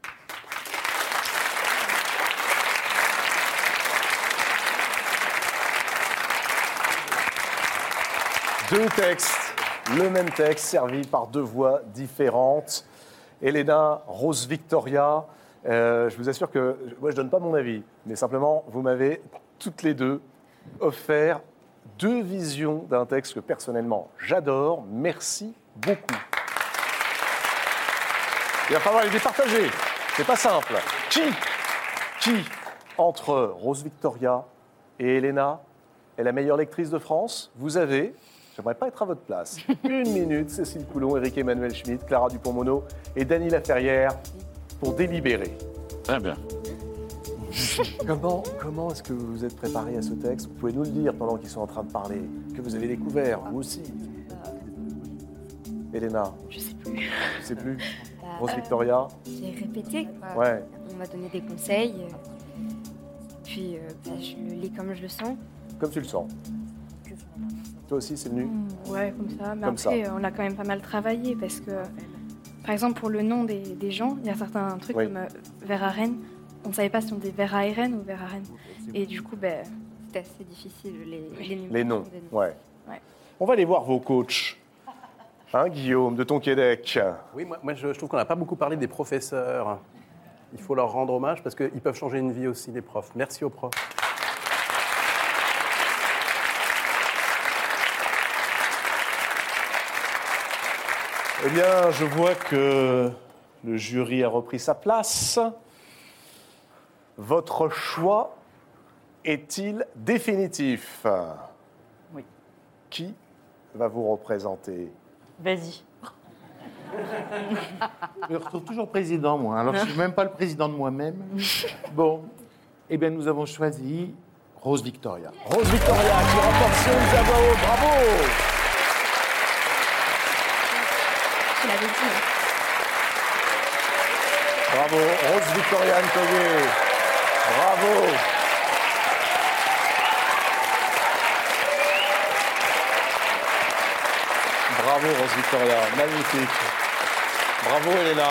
Deux textes, le même texte, servi par deux voix différentes. Elena, Rose Victoria, je vous assure que moi je ne donne pas mon avis, mais simplement vous m'avez toutes les deux offert deux visions d'un texte que personnellement j'adore. Merci beaucoup. Il va falloir les départager, c'est pas simple. Qui, entre Rose Victoria et Elena, est la meilleure lectrice de France? Vous avez... J'aimerais pas être à votre place. 1 minute, Cécile Coulon, Éric-Emmanuel Schmitt, Clara Dupont-Mono et Dany Laferrière pour délibérer. Très bien. Comment est-ce que vous vous êtes préparé à ce texte? Vous pouvez nous le dire pendant qu'ils sont en train de parler, que vous avez découvert, vous aussi. Elena? Je sais plus. Je sais plus. Rose Victoria? J'ai répété. Ouais. On m'a donné des conseils. Puis je le lis comme je le sens. Comme tu le sens. Toi aussi, c'est venu? Ouais, comme ça. Mais comme après, ça. on a quand même pas mal travaillé parce que, par exemple, pour le nom des gens, il y a certains trucs Oui. comme Verhaeren. On ne savait pas si on disait Verhaeren ou Verhaeren. Et du coup, c'était assez difficile Les noms, ouais. Ouais. On va aller voir vos coachs. Hein, Guillaume, de Tonquédec. Oui, moi je trouve qu'on n'a pas beaucoup parlé des professeurs. Il faut leur rendre hommage parce qu'ils peuvent changer une vie aussi, les profs. Merci aux profs. Eh bien, je vois que le jury a repris sa place. Votre choix est-il définitif? Oui. Qui va vous représenter? Vas-y. Je me retrouve toujours président, moi. Alors, je ne suis même pas le président de moi-même. Bon, eh bien, nous avons choisi Rose Victoria. Rose Victoria qui remporte son Isabeau. Bravo! je l'avais dit. Bravo, Rose Victoria Nkoye. Bravo. Bravo, Rose Victoria. Magnifique. Bravo, Elena.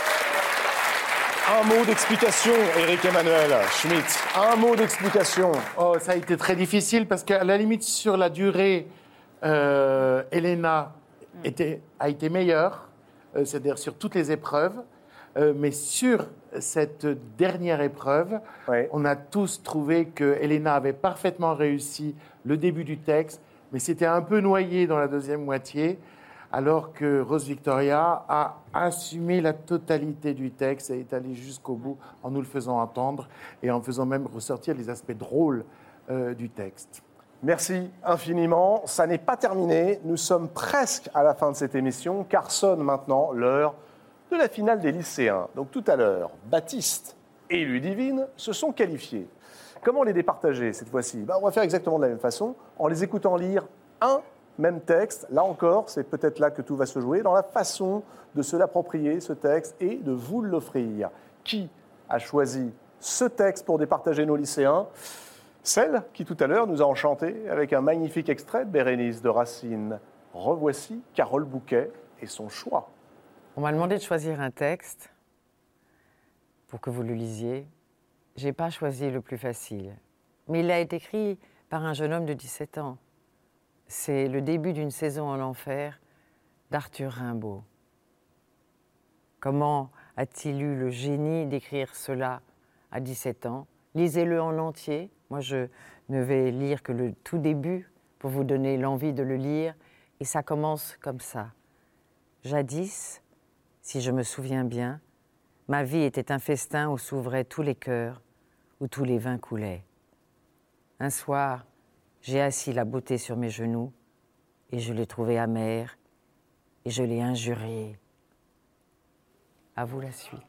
Un mot d'explication, Éric-Emmanuel Schmitt. Un mot d'explication. Oh, ça a été très difficile parce qu'à la limite, sur la durée, Elena a été meilleure, c'est-à-dire sur toutes les épreuves. Mais sur cette dernière épreuve, on a tous trouvé que Elena avait parfaitement réussi le début du texte, mais c'était un peu noyé dans la deuxième moitié, alors que Rose Victoria a assumé la totalité du texte et est allée jusqu'au bout en nous le faisant entendre et en faisant même ressortir les aspects drôles du texte. Merci infiniment. Ça n'est pas terminé. Nous sommes presque à la fin de cette émission, car sonne maintenant l'heure de la finale des lycéens. Donc tout à l'heure, Baptiste et Ludivine se sont qualifiés. Comment les départager cette fois-ci? On va faire exactement de la même façon, en les écoutant lire un même texte. Là encore, c'est peut-être là que tout va se jouer, dans la façon de se l'approprier, ce texte, et de vous l'offrir. Qui a choisi ce texte pour départager nos lycéens? Celle qui tout à l'heure nous a enchantés avec un magnifique extrait de Bérénice de Racine. Revoici Carole Bouquet et son choix. On m'a demandé de choisir un texte pour que vous le lisiez. Je n'ai pas choisi le plus facile, mais il a été écrit par un jeune homme de 17 ans. C'est le début d'une saison en enfer d'Arthur Rimbaud. Comment a-t-il eu le génie d'écrire cela à 17 ans? Lisez-le en entier. Moi, je ne vais lire que le tout début pour vous donner l'envie de le lire. Et ça commence comme ça. Jadis, si je me souviens bien, Ma vie était un festin où s'ouvraient tous les cœurs, où tous les vins coulaient. Un soir, j'ai assis la beauté sur mes genoux et je l'ai trouvée amère et je l'ai injuriée. À vous la suite.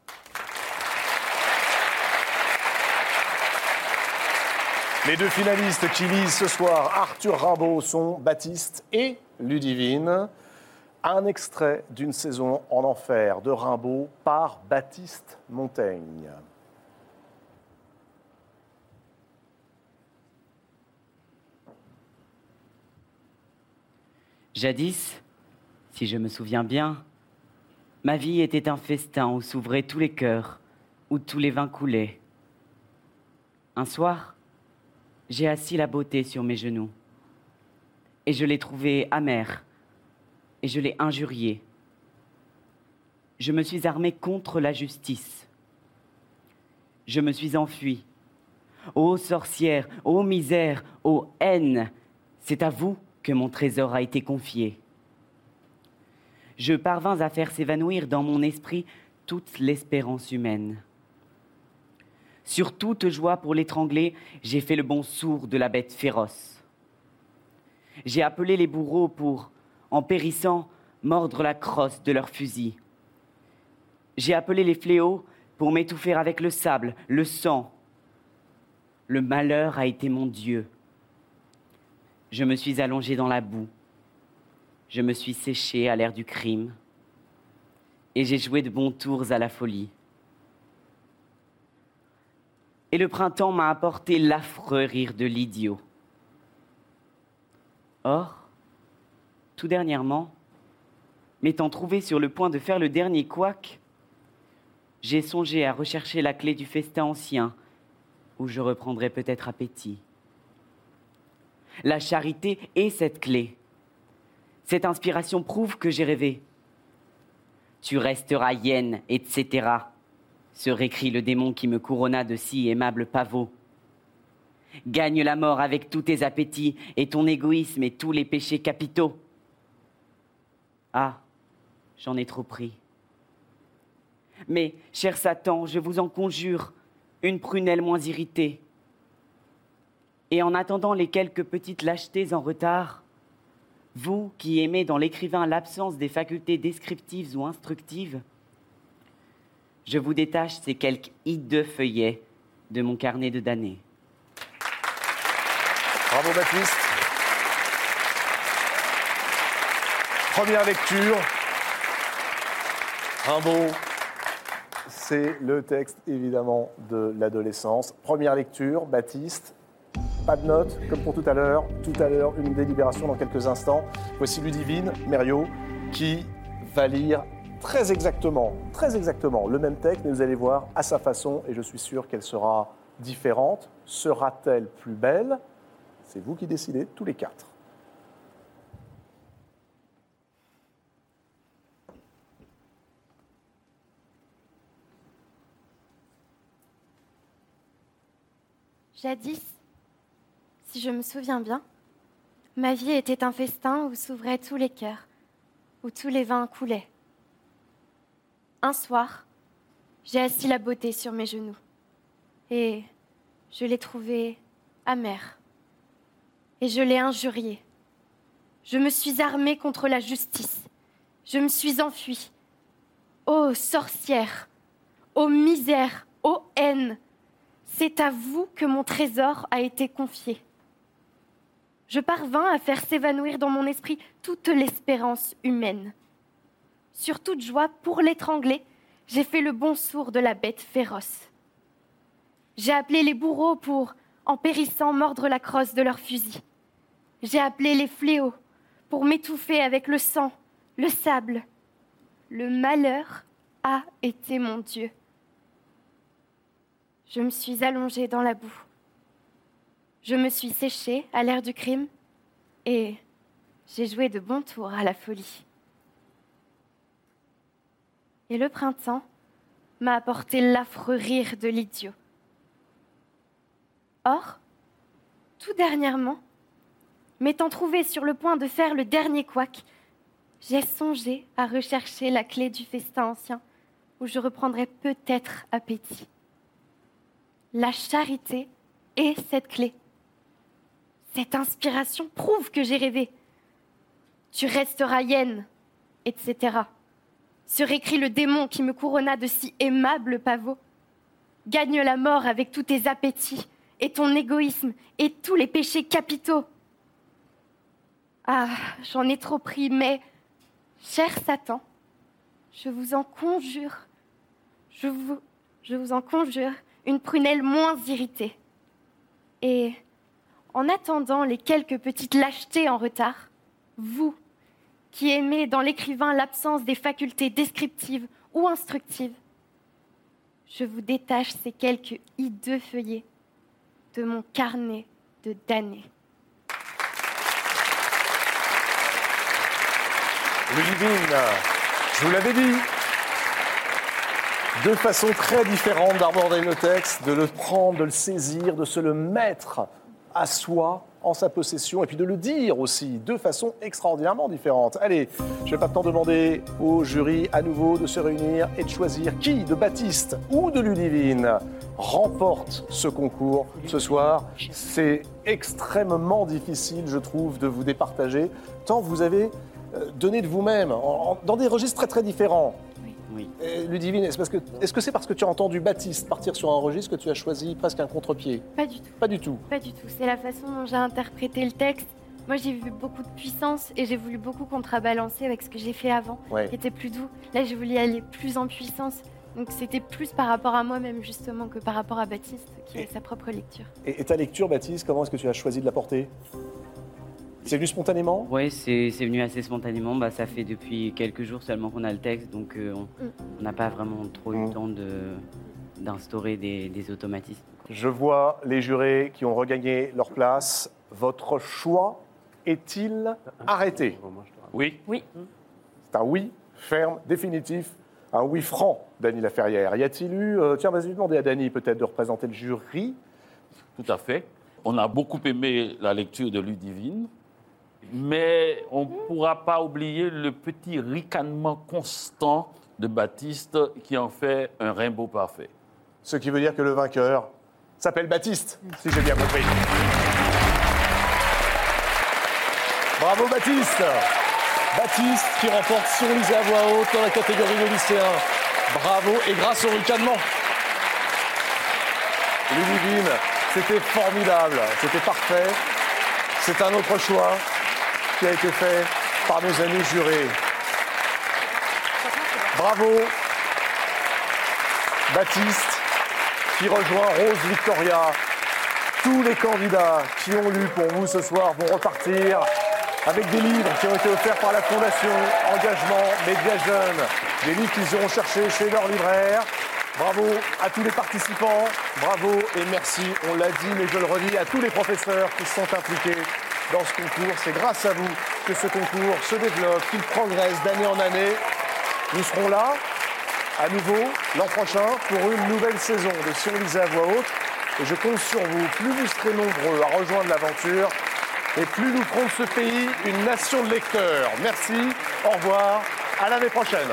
Les deux finalistes qui lisent ce soir Arthur Rimbaud sont Baptiste et Ludivine. Un extrait d'une saison en enfer de Rimbaud par Baptiste Montaigne. Jadis, si je me souviens bien, ma vie était un festin où s'ouvraient tous les cœurs, où tous les vins coulaient. Un soir, j'ai assis la beauté sur mes genoux, et je l'ai trouvée amère, et je l'ai injuriée. Je me suis armé contre la justice. Je me suis enfui. Ô sorcière, ô misère, ô haine, c'est à vous que mon trésor a été confié. Je parvins à faire s'évanouir dans mon esprit toute l'espérance humaine. Sur toute joie pour l'étrangler, j'ai fait le bond sourd de la bête féroce. J'ai appelé les bourreaux pour, en périssant, mordre la crosse de leurs fusils. J'ai appelé les fléaux pour m'étouffer avec le sable, le sang. Le malheur a été mon Dieu. Je me suis allongé dans la boue. Je me suis séché à l'air du crime. Et j'ai joué de bons tours à la folie. Et le printemps m'a apporté l'affreux rire de l'idiot. Or, tout dernièrement, m'étant trouvé sur le point de faire le dernier couac, j'ai songé à rechercher la clé du festin ancien, où je reprendrai peut-être appétit. La charité est cette clé. Cette inspiration prouve que j'ai rêvé. Tu resteras hyène, etc., se récrie le démon qui me couronna de si aimables pavots. Gagne la mort avec tous tes appétits et ton égoïsme et tous les péchés capitaux. Ah, j'en ai trop pris. Mais, cher Satan, je vous en conjure, une prunelle moins irritée. Et en attendant les quelques petites lâchetés en retard, vous qui aimez dans l'écrivain l'absence des facultés descriptives ou instructives, je vous détache ces quelques hideux feuillets de mon carnet de damnés. Bravo Baptiste. Première lecture. Rimbaud, c'est le texte évidemment de l'adolescence. Première lecture, Baptiste. Pas de notes, comme pour tout à l'heure. Tout à l'heure, une délibération dans quelques instants. Voici Ludivine Mériot qui va lire très exactement le même texte, mais vous allez voir à sa façon, et je suis sûr qu'elle sera différente. Sera-t-elle plus belle? C'est vous qui décidez, tous les quatre. Jadis, si je me souviens bien, ma vie était un festin où s'ouvraient tous les cœurs, où tous les vins coulaient. Un soir, j'ai assis la beauté sur mes genoux et je l'ai trouvée amère et je l'ai injuriée. Je me suis armée contre la justice. Je me suis enfuie. Ô sorcière, ô misère, ô haine, c'est à vous que mon trésor a été confié. Je parvins à faire s'évanouir dans mon esprit toute l'espérance humaine. Sur toute joie, pour l'étrangler, j'ai fait le bond sourd de la bête féroce. J'ai appelé les bourreaux pour, en périssant, mordre la crosse de leurs fusils. J'ai appelé les fléaux pour m'étouffer avec le sang, le sable. Le malheur a été mon Dieu. Je me suis allongée dans la boue. Je me suis séchée à l'air du crime et j'ai joué de bons tours à la folie. Et le printemps m'a apporté l'affreux rire de l'idiot. Or, tout dernièrement, m'étant trouvée sur le point de faire le dernier couac, j'ai songé à rechercher la clé du festin ancien, où où je reprendrai peut-être appétit. La charité est cette clé. Cette inspiration prouve que j'ai rêvé. Tu resteras hyène, etc. Surécrit le démon qui me couronna de si aimables pavots. Gagne la mort avec tous tes appétits et ton égoïsme et tous les péchés capitaux. Ah, j'en ai trop pris, mais, cher Satan, je vous en conjure, je vous en conjure, une prunelle moins irritée. Et, en attendant les quelques petites lâchetés en retard, vous, qui aimez dans l'écrivain l'absence des facultés descriptives ou instructives, je vous détache ces quelques hideux feuillets de mon carnet de damnés. Ludivine, je vous l'avais dit, deux façons très différentes d'aborder le texte, de le prendre, de le saisir, de se le mettre à soi, en sa possession, et puis de le dire aussi, deux façons extraordinairement différentes. Allez, je ne vais pas tant demander au jury à nouveau de se réunir et de choisir qui, de Baptiste ou de Ludivine, remporte ce concours ce soir. C'est extrêmement difficile, je trouve, de vous départager, tant vous avez donné de vous-même, dans des registres très très différents. Oui. Ludivine, est-ce que c'est parce que tu as entendu Baptiste partir sur un registre que tu as choisi presque un contre-pied? Pas du tout. Pas du tout. Pas du tout. C'est la façon dont j'ai interprété le texte. Moi, j'ai vu beaucoup de puissance et j'ai voulu beaucoup contrebalancer avec ce que j'ai fait avant, qui était plus doux. Là, j'ai voulu aller plus en puissance. Donc, c'était plus par rapport à moi-même, justement, que par rapport à Baptiste, qui a sa propre lecture. Et ta lecture, Baptiste, comment est-ce que tu as choisi de la porter? C'est venu spontanément? Oui, c'est venu assez spontanément. Bah, ça fait depuis quelques jours seulement qu'on a le texte, donc on n'a pas vraiment trop eu le temps d'instaurer des automatismes. Je vois les jurés qui ont regagné leur place. Votre choix est-il arrêté? Oui. Oui. C'est un oui ferme, définitif, un oui franc, Dany Laferrière. Y a-t-il eu... tiens, vas-y, demander à Dany peut-être de représenter le jury. Tout à fait. On a beaucoup aimé la lecture de Ludivine. Mais on ne pourra pas oublier le petit ricanement constant de Baptiste qui en fait un Rimbaud parfait. Ce qui veut dire que le vainqueur s'appelle Baptiste, si j'ai bien compris. Bravo Baptiste! Baptiste qui remporte son lisé à voix haute dans la catégorie des lycéens. Bravo, et grâce au ricanement. Ludivine, c'était formidable, c'était parfait. C'est un autre choix qui a été fait par nos amis jurés. Bravo, Baptiste, qui rejoint Rose Victoria. Tous les candidats qui ont lu pour vous ce soir vont repartir avec des livres qui ont été offerts par la Fondation Engagement Médias Jeunes, des livres qu'ils iront chercher chez leurs libraires. Bravo à tous les participants, bravo et merci, on l'a dit mais je le redis, à tous les professeurs qui sont impliqués dans ce concours. C'est grâce à vous que ce concours se développe, qu'il progresse d'année en année. Nous serons là, à nouveau, l'an prochain, pour une nouvelle saison de Si on lisait à voix haute. Et je compte sur vous. Plus vous serez nombreux à rejoindre l'aventure, et plus nous ferons de ce pays une nation de lecteurs. Merci, au revoir, à l'année prochaine.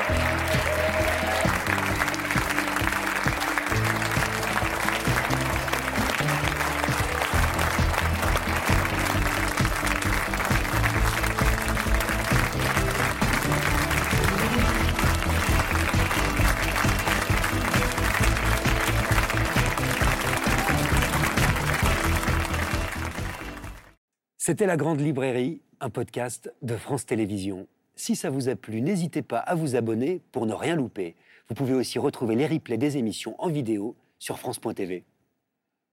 C'était La Grande Librairie, un podcast de France Télévisions. Si ça vous a plu, n'hésitez pas à vous abonner pour ne rien louper. Vous pouvez aussi retrouver les replays des émissions en vidéo sur France.tv.